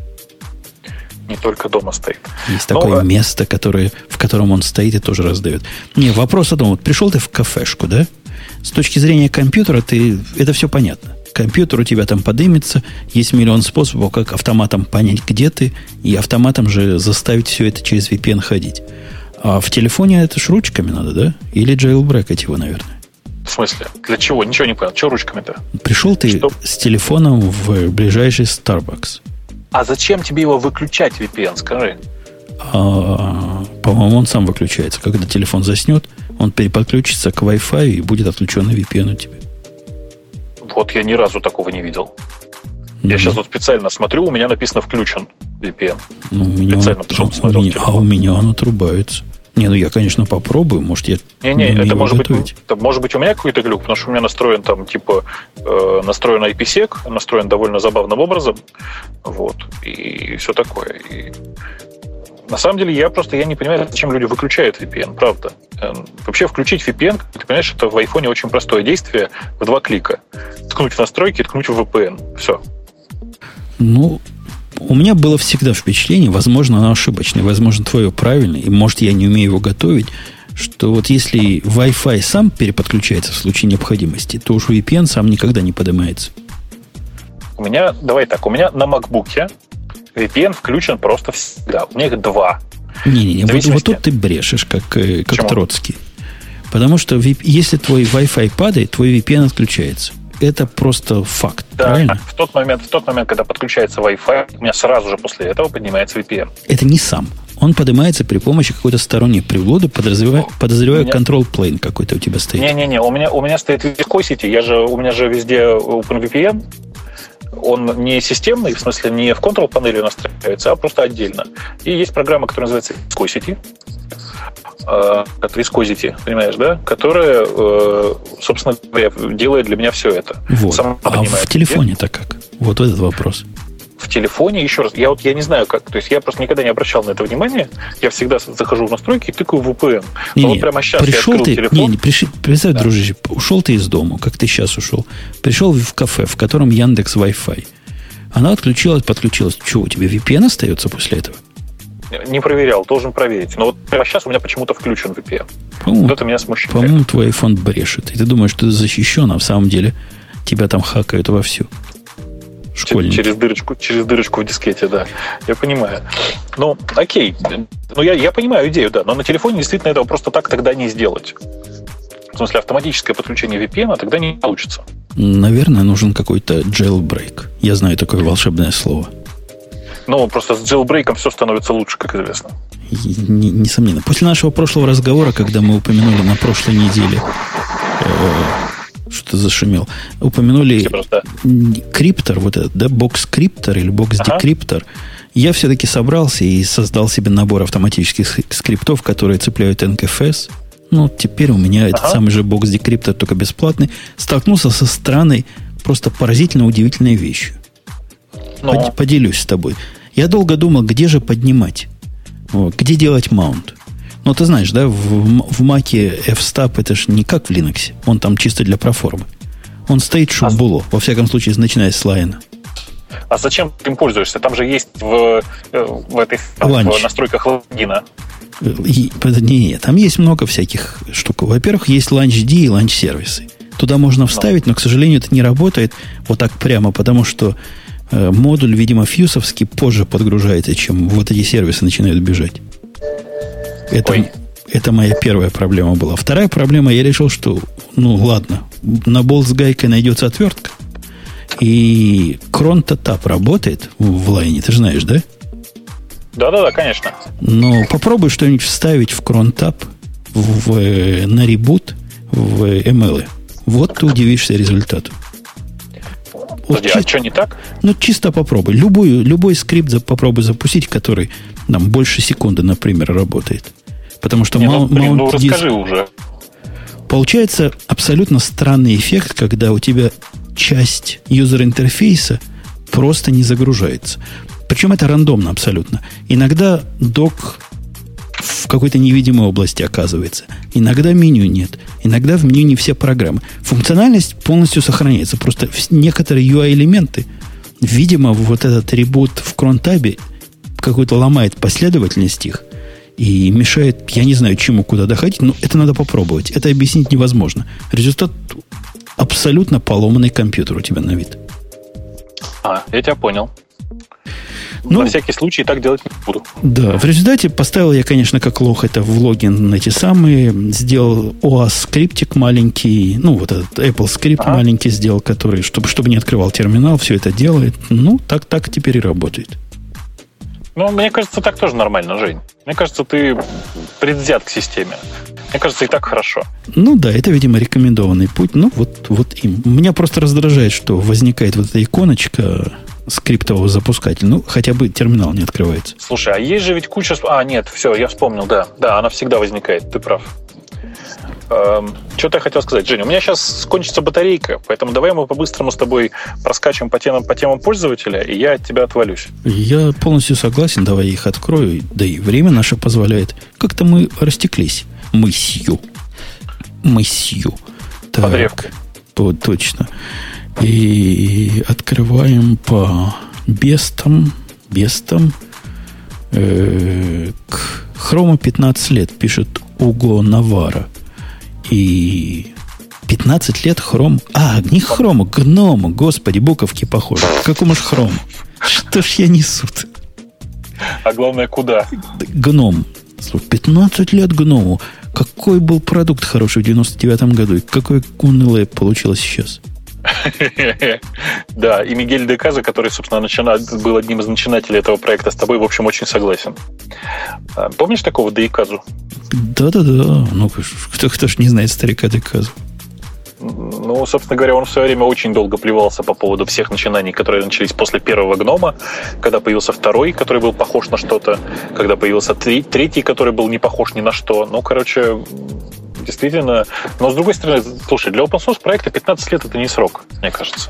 Не только дома стоит. Есть Но, такое а... место, которое, в котором он стоит и тоже раздает. Не, вопрос о том, вот пришел ты в кафешку, да? С точки зрения компьютера ты, это все понятно. Компьютер у тебя там подымется, есть миллион способов, как автоматом понять, где ты, и автоматом же заставить все это через ви пи эн ходить. А в телефоне это ж ручками надо, да? Или jailbreakать его, наверное. В смысле? Для чего? Ничего не понял. Чего ручками-то? Пришел ты Что? с телефоном в ближайший Starbucks. А зачем тебе его выключать, ви пи эн, скажи? А, по-моему, он сам выключается. Когда телефон заснет, он переподключится к Wi-Fi и будет отключенный ви пи эн у тебя. Вот я ни разу такого не видел. Mm-hmm. Я сейчас вот специально смотрю, у меня написано «включен» ви пи эн. Ну, у меня специально он, посмотрел, у меня, а у меня он отрубается. Не, ну я, конечно, попробую. Может, я не, не, не это может быть, это может быть у меня какой-то глюк, потому что у меня настроен там, типа, э, настроен ай пи сек, настроен довольно забавным образом. Вот. И все такое. И на самом деле, я просто я не понимаю, зачем люди выключают ви пи эн, правда. Э, вообще, включить ви пи эн, ты понимаешь, это в айфоне очень простое действие в два клика. Ткнуть в настройки, ткнуть в ви пи эн. Все. Ну, у меня было всегда впечатление, возможно, оно ошибочное, возможно, твое правильное, и, может, я не умею его готовить, что вот если Wi-Fi сам переподключается в случае необходимости, то уж ви пи эн сам никогда не поднимается. У меня, давай так, у меня на MacBook'е ви пи эн включен просто всегда. У меня их два. Не-не-не, вот, вот тут ты брешешь, как, как Троцкий. Потому что если твой Wi-Fi падает, твой ви пи эн отключается. Это просто факт, да, правильно? В тот момент, в тот момент, когда подключается Wi-Fi, у меня сразу же после этого поднимается ви пи эн. Это не сам. Он поднимается при помощи какой-то сторонней приблуды, подозреваю, подозреваю меня... control plane какой-то у тебя стоит. Не-не-не, у меня, у меня стоит Viscosity, я же, у меня же везде OpenVPN. Он не системный, в смысле не в control панели настраивается, а просто отдельно. И есть программа, которая называется Viscosity. От Viscosity, понимаешь, да? Которая, собственно говоря, делает для меня все это. Вот. Сама а в телефоне-то как? Вот этот вопрос. В телефоне, еще раз, я вот я не знаю как, то есть я просто никогда не обращал на это внимания, я всегда захожу в настройки и тыкаю в ви пи эн. Не, Но не, вот прямо сейчас пришел я открыл ты, телефон. Не, не, пришли, представь, да. дружище, ушел ты из дома, как ты сейчас ушел, пришел в кафе, в котором Яндекс Wi-Fi. Она отключилась, подключилась. Что, у тебя ви пи эн остается после этого? Не проверял, должен проверить. Но вот прямо сейчас у меня почему-то включен ви пи эн. По-моему, вот это меня смущает. По-моему, твой iPhone брешет. И ты думаешь, что ты защищен, а в самом деле тебя там хакают вовсю. Школьники. Через дырочку, через дырочку в дискете, да. Я понимаю. Ну, окей. Ну, я, я понимаю идею, да. Но на телефоне действительно этого просто так тогда не сделать. В смысле, автоматическое подключение ви пи эн тогда не получится. Наверное, нужен какой-то jailbreak. Я знаю такое волшебное слово. Ну, просто с jailbreak'ом все становится лучше, как известно. Не, несомненно. После нашего прошлого разговора, когда мы упомянули на прошлой неделе, э, что-то зашумел, упомянули просто... криптор, вот этот, да, бокс-криптор или бокс-декриптор, ага. Я все-таки собрался и создал себе набор автоматических скриптов, которые цепляют эн ка эф эс. Ну, теперь у меня ага. этот самый же бокс-декриптор, только бесплатный, столкнулся со странной, просто поразительно удивительной вещью. Но... Поделюсь с тобой. Я долго думал, где же поднимать, вот, где делать маунт. Ну, ты знаешь, да, в, в Mac F-Stub это же не как в Linux. Он там чисто для проформы. Он стоит шубуло, а... во всяком случае, начиная с лайна. А зачем ты им пользуешься? Там же есть в, в этой в настройках логина. И, не, там есть много всяких штук. Во-первых, есть LaunchD и ланч-сервисы. Туда можно вставить, но, к сожалению, это не работает вот так прямо, потому что э, модуль, видимо, фьюсовский позже подгружается, чем вот эти сервисы начинают бежать. Это, это моя первая проблема была. Вторая проблема, я решил, что, ну, ладно, на болт с гайкой найдется отвертка. И Cron-to-Tab работает в лайне, ты же знаешь, да? Да-да-да, конечно. Но попробуй что-нибудь вставить в Cron-Tab в, в, на ребут в эм эл. Вот ты удивишься результату. Подожди, вот а чисто, что не так? Ну, чисто попробуй. Любую, любой скрипт попробуй запустить, который там больше секунды, например, работает. Потому что не, мау, ну, блин, ну, диск... расскажи уже. Получается абсолютно странный эффект, когда у тебя часть юзер-интерфейса просто не загружается. Причем это рандомно абсолютно. Иногда док в какой-то невидимой области оказывается. Иногда меню нет. Иногда в меню не все программы. Функциональность полностью сохраняется. Просто некоторые ю ай-элементы, видимо, вот этот ребут в Cron-Tab какой-то ломает последовательность их и мешает, я не знаю, чему, куда доходить, но это надо попробовать. Это объяснить невозможно. Результат абсолютно поломанный компьютер у тебя на вид. А, я тебя понял. Ну, на всякий случай так делать не буду. Да, в результате поставил я, конечно, как лох это в логин на эти самые, сделал о эй эс скриптик маленький, ну, вот этот Apple скрипт ага. маленький сделал, который, чтобы, чтобы не открывал терминал, все это делает. Ну, так, так теперь и работает. Ну, мне кажется, так тоже нормально, Жень. Мне кажется, ты предвзят к системе. Мне кажется, и так хорошо. Ну да, это, видимо, рекомендованный путь. Ну, вот, вот им. Меня просто раздражает, что возникает вот эта иконочка скриптового запускателя. Ну, хотя бы терминал не открывается. Слушай, а есть же ведь куча... А, нет, все, я вспомнил, да. Да, она всегда возникает, ты прав. Эм, что-то я хотел сказать. Женя, у меня сейчас кончится батарейка, поэтому давай мы по-быстрому с тобой проскачем по темам, по темам пользователя, и я от тебя отвалюсь. Я полностью согласен, давай я их открою. Да и время наше позволяет. Как-то мы растеклись. Мысью. Мысью. Так, по, точно. И открываем по бестам. Бестам. Э, к Хрому пятнадцать лет, пишет Уго Навара. И пятнадцать лет Хром... А, не Хрому, Гному. Господи, буковки похожи. К какому ж Хрому? Что ж я несу-то? А главное, куда? Гном. пятнадцать лет Гному. Какой был продукт хороший в девяносто девятом году, и какой унылый получилось сейчас. Да, и Мигель де Каза, который, собственно, начина... был одним из начинателей этого проекта, с тобой, в общем, очень согласен. Помнишь такого де Казу? Да-да-да. Ну, кто, кто ж не знает старика де Казу? Ну, собственно говоря, он в свое время очень долго плевался по поводу всех начинаний, которые начались после первого гнома, когда появился второй, который был похож на что-то, когда появился третий, который был не похож ни на что. Ну, короче, действительно. Но, с другой стороны, слушай, для open-source проекта пятнадцать лет — это не срок, мне кажется.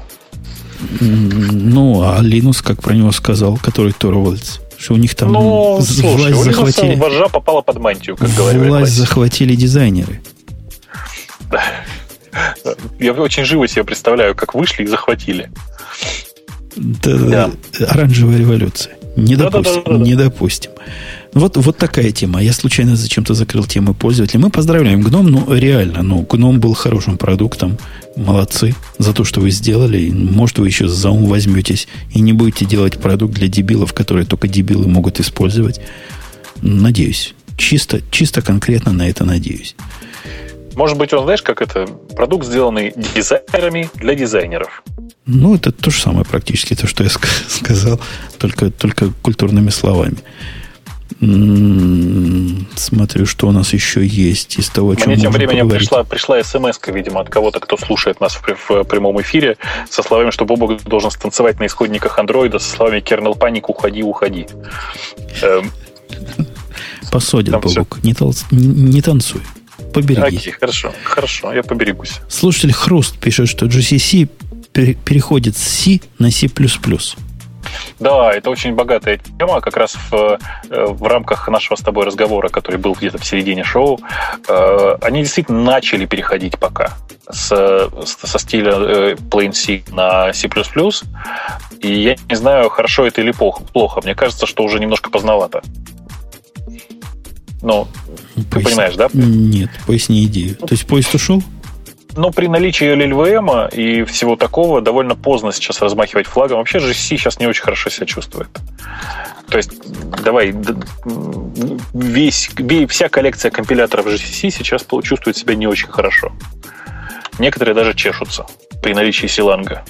Ну, а Linux, как про него сказал, который Торвальдс, что у них там ну, власть слушай, захватили... вожжа попала под мантию, как говорили. Власть захватили дизайнеры. Да. Я очень живо себе представляю, как вышли и захватили. Да, да. Оранжевая революция. Не да, допустим. Да, да, да, да. Не допустим. Вот, вот такая тема. Я случайно зачем-то закрыл тему пользователя. Мы поздравляем Гном, ну реально, ну Гном был хорошим продуктом. Молодцы за то, что вы сделали. Может, вы еще за ум возьметесь и не будете делать продукт для дебилов, которые только дебилы могут использовать. Надеюсь. Чисто, чисто конкретно на это надеюсь. Может быть, он, знаешь, как это, продукт, сделанный дизайнерами для дизайнеров. Ну, это то же самое практически, то, что я сказал, только, только культурными словами. М-м-м, смотрю, что у нас еще есть из того, о чем Мне тем временем пришла, пришла смс-ка, видимо, от кого-то, кто слушает нас в, в прямом эфире, со словами, что Бобок должен станцевать на исходниках андроида, со словами «Kernel Panic, уходи, уходи». Эм, Посадит Бобок, не, тол- не, не танцуй. Поберегись. Окей, хорошо, хорошо, я поберегусь. Слушатель Хруст пишет, что джи си си пере- переходит с C на C++. Да, это очень богатая тема. Как раз в, в рамках нашего с тобой разговора, который был где-то в середине шоу, они действительно начали переходить пока с, со стиля Plain C на C++. И я не знаю, хорошо это или плохо. Мне кажется, что уже немножко поздновато. Ну, ты Поясни. понимаешь, да? Нет, поясни идею. То есть поезд ушел? Но при наличии эл эл ви эм и всего такого довольно поздно сейчас размахивать флагом. Вообще джи си си сейчас не очень хорошо себя чувствует. То есть, давай, весь, вся коллекция компиляторов джи си си сейчас чувствует себя не очень хорошо. Некоторые даже чешутся при наличии силанга.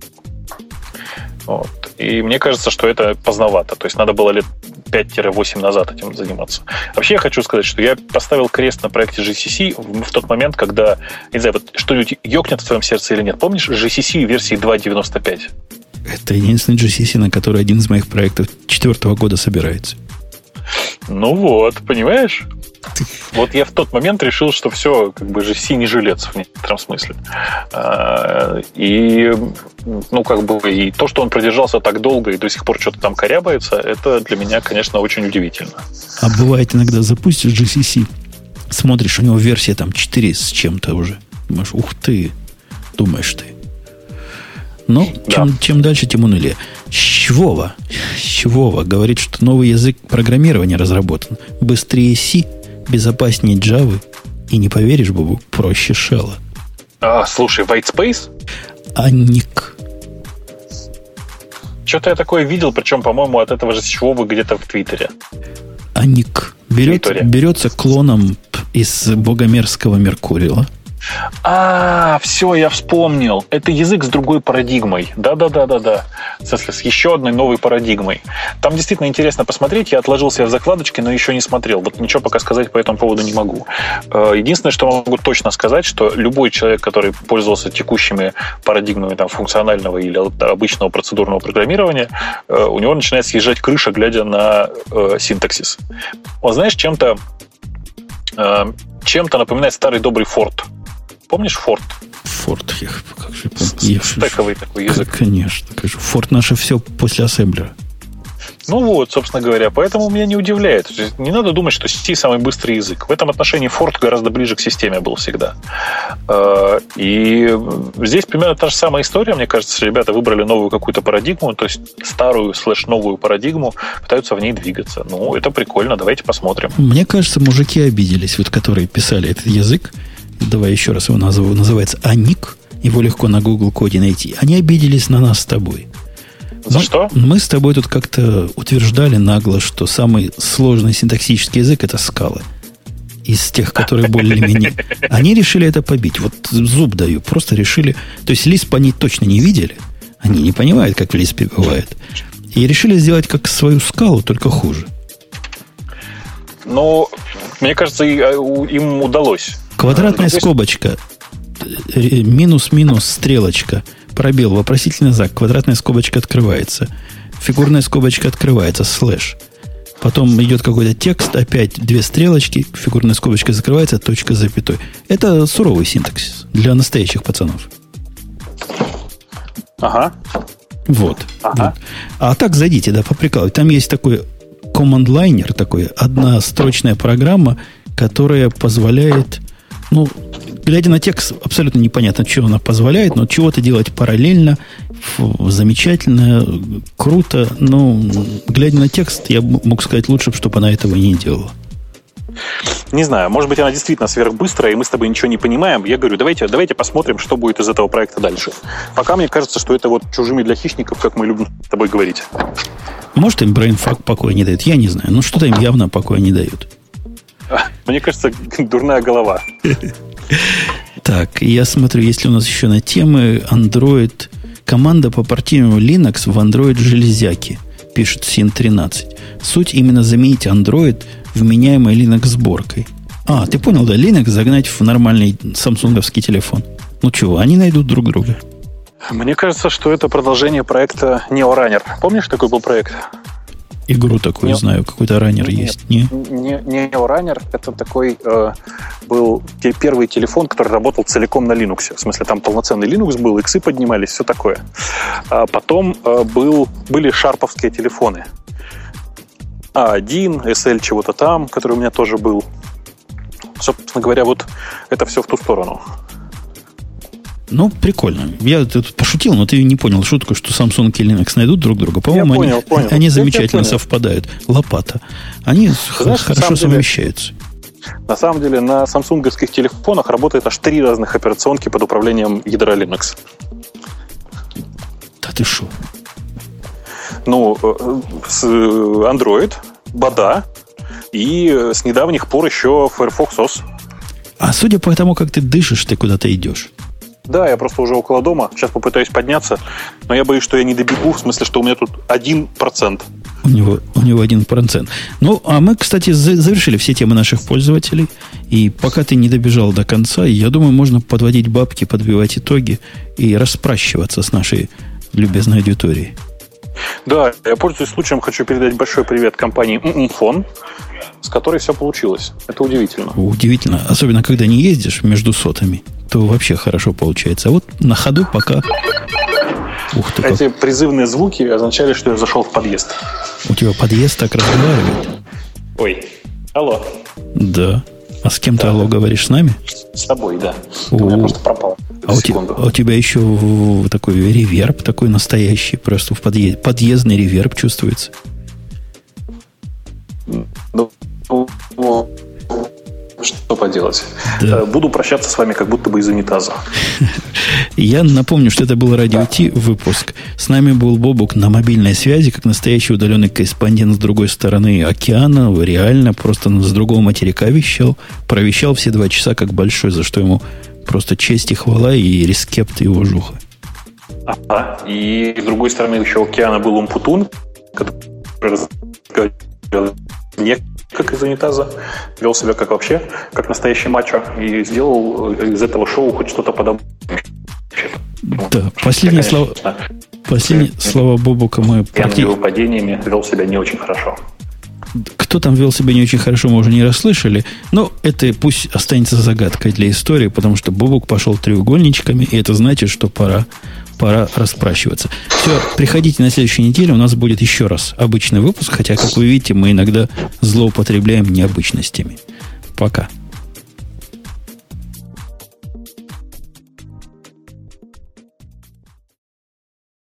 Вот. И мне кажется, что это поздновато. То есть надо было лет пять-восемь назад этим заниматься. Вообще я хочу сказать, что я поставил крест на проекте джи си си в, в тот момент, когда, не знаю, вот что-нибудь ёкнет в твоем сердце или нет. Помнишь джи си си версии два девяносто пять? Это единственный джи си си, на который один из моих проектов четвертого года собирается. Ну вот, понимаешь? Вот я в тот момент решил, что все, как бы джи си си не жилец в некотором смысле. И, ну, как бы, и то, что он продержался так долго и до сих пор что-то там корябается, это для меня, конечно, очень удивительно. А бывает иногда запустишь джи си си, смотришь, у него версия там четыре с чем-то уже. Думаешь, ух ты, думаешь ты. Но да. чем, чем дальше, тем унылее. Щвова, Щвова говорит, что новый язык программирования разработан. Быстрее C, безопаснее Java. И не поверишь, Бобу, проще Shell. А, слушай, Whitespace? Аник. Что-то я такое видел, причем, по-моему, от этого же Щвовы где-то в Твиттере. Аник. Берется, берется клоном из богомерзкого Меркурила. А, все, я вспомнил. Это язык с другой парадигмой. Да-да-да-да-да. С еще одной новой парадигмой. Там действительно интересно посмотреть. Я отложил себе в закладочке, но еще не смотрел. Вот ничего пока сказать по этому поводу не могу. Единственное, что могу точно сказать, что любой человек, который пользовался текущими парадигмами там, функционального или обычного процедурного программирования, у него начинает съезжать крыша, глядя на э, синтаксис. Он, знаешь, чем-то э, чем-то напоминает старый добрый Форт. Помнишь Форт? Форт, я как же помню. Стековый такой язык. Конечно, конечно. Форт наше все после ассемблера. Ну вот, собственно говоря, поэтому меня не удивляет. Не надо думать, что C самый быстрый язык. В этом отношении Форт гораздо ближе к системе был всегда. И здесь примерно та же самая история. Мне кажется, ребята выбрали новую какую-то парадигму, то есть старую слэш-новую парадигму, пытаются в ней двигаться. Ну, это прикольно, давайте посмотрим. Мне кажется, мужики обиделись, вот которые писали этот язык. Давай еще раз его назову. Называется Аник. Его легко на Google коде найти. Они обиделись на нас с тобой. За мы, что? Мы с тобой тут как-то утверждали нагло, что самый сложный синтаксический язык — это скала. Из тех, которые более-менее... Они решили это побить. Вот зуб даю. Просто решили... То есть Лисп они точно не видели. Они не понимают, как в Лиспе бывает. И решили сделать как свою скалу, только хуже. Ну, мне кажется, им удалось. Квадратная скобочка, минус-минус стрелочка, пробел, вопросительный знак, квадратная скобочка открывается, фигурная скобочка открывается, слэш. Потом идет какой-то текст, опять две стрелочки, фигурная скобочка закрывается, точка с запятой. Это суровый синтаксис для настоящих пацанов. Ага. Вот. Ага. Вот. А так зайдите, да, поприкалывать. Там есть такой command-лайнер, такой, однострочная программа, которая позволяет... Ну, глядя на текст, абсолютно непонятно, что она позволяет, но чего-то делать параллельно Фу, замечательно, круто. Но, глядя на текст, я мог сказать лучше, чтобы она этого не делала. Не знаю, может быть, она действительно сверхбыстрая, и мы с тобой ничего не понимаем. Я говорю, давайте, давайте посмотрим, что будет из этого проекта дальше. Пока мне кажется, что это вот чужими для хищников, как мы любим с тобой говорить. Может, им брейнфак покоя не дает, я не знаю. Но что-то им явно покоя не дают. Мне кажется, дурная голова. Так, я смотрю, если у нас еще на темы Android, команда по портированию Linux в Android железяки, пишет син тринадцать. Суть именно заменить Android вменяемой Linux сборкой. А, ты понял, да? Linux загнать в нормальный самсунговский телефон. Ну чего, они найдут друг друга. Мне кажется, что это продолжение проекта NeoRunner. Помнишь, такой был проект? Игру такую, Не... знаю, какой-то раннер Нет, есть. Не? Не, NeoRunner — это такой э, был первый телефон, который работал целиком на Linux. В смысле, там полноценный Linux был, иксы поднимались, все такое. А потом э, был, были шарповские телефоны. а один, эс эл чего-то там, который у меня тоже был. Собственно говоря, вот это все в ту сторону. Ну, прикольно. Я тут пошутил, но ты не понял шутку, что Samsung и Linux найдут друг друга. По-моему, понял, они, понял. они Я замечательно совпадают. Лопата. Они знаешь, хорошо совмещаются. Деле, на самом деле, на самсунговских телефонах работает аж три разных операционки под управлением ядра Linux. Да ты шо? Ну, с Android, бада и с недавних пор еще Firefox о эс. А судя по тому, как ты дышишь, ты куда-то идешь. Да, я просто уже около дома. Сейчас попытаюсь подняться. Но я боюсь, что я не добегу. В смысле, что у меня тут один процент. У него, у него один процент. Ну, а мы, кстати, завершили все темы наших пользователей. И пока ты не добежал до конца, я думаю, можно подводить бабки, подбивать итоги и распрощиваться с нашей любезной аудиторией. Да, я, пользуясь случаем, хочу передать большой привет компании ММФон, с которой все получилось. Это удивительно. Удивительно. Особенно, когда не ездишь между сотами, то вообще хорошо получается. А вот на ходу пока... Ух ты, Эти как... призывные звуки означали, что я зашел в подъезд. У тебя подъезд так разговаривает? Ой, алло. Да. А с кем да. ты алло говоришь? С нами? С тобой, да. У меня просто пропал. А у, тебя, а у тебя еще такой реверб, такой настоящий, просто в подъезд, подъездный реверб чувствуется. Ну, что поделать? Да. Буду прощаться с вами, как будто бы из унитаза. Я напомню, что это был Радио Ти выпуск. С нами был Бобук на мобильной связи, как настоящий удаленный корреспондент с другой стороны океана. Реально, просто с другого материка вещал. Провещал все два часа, как большой, за что ему просто честь и хвала, и респект, и уважуха. Ага. И с другой стороны еще океана был Умпутун, который разговаривал не как из унитаза, вел себя как вообще, как настоящий мачо, и сделал из этого шоу хоть что-то подобное. Да, последние слова, последние слова Бобука мы... Практи... падениями вел себя не очень хорошо. Кто там вел себя не очень хорошо, мы уже не расслышали, но это пусть останется загадкой для истории, потому что Бобук пошел треугольничками, и это значит, что пора, пора распрощиваться. Все, приходите на следующей неделе, у нас будет еще раз обычный выпуск, хотя, как вы видите, мы иногда злоупотребляем необычностями. Пока.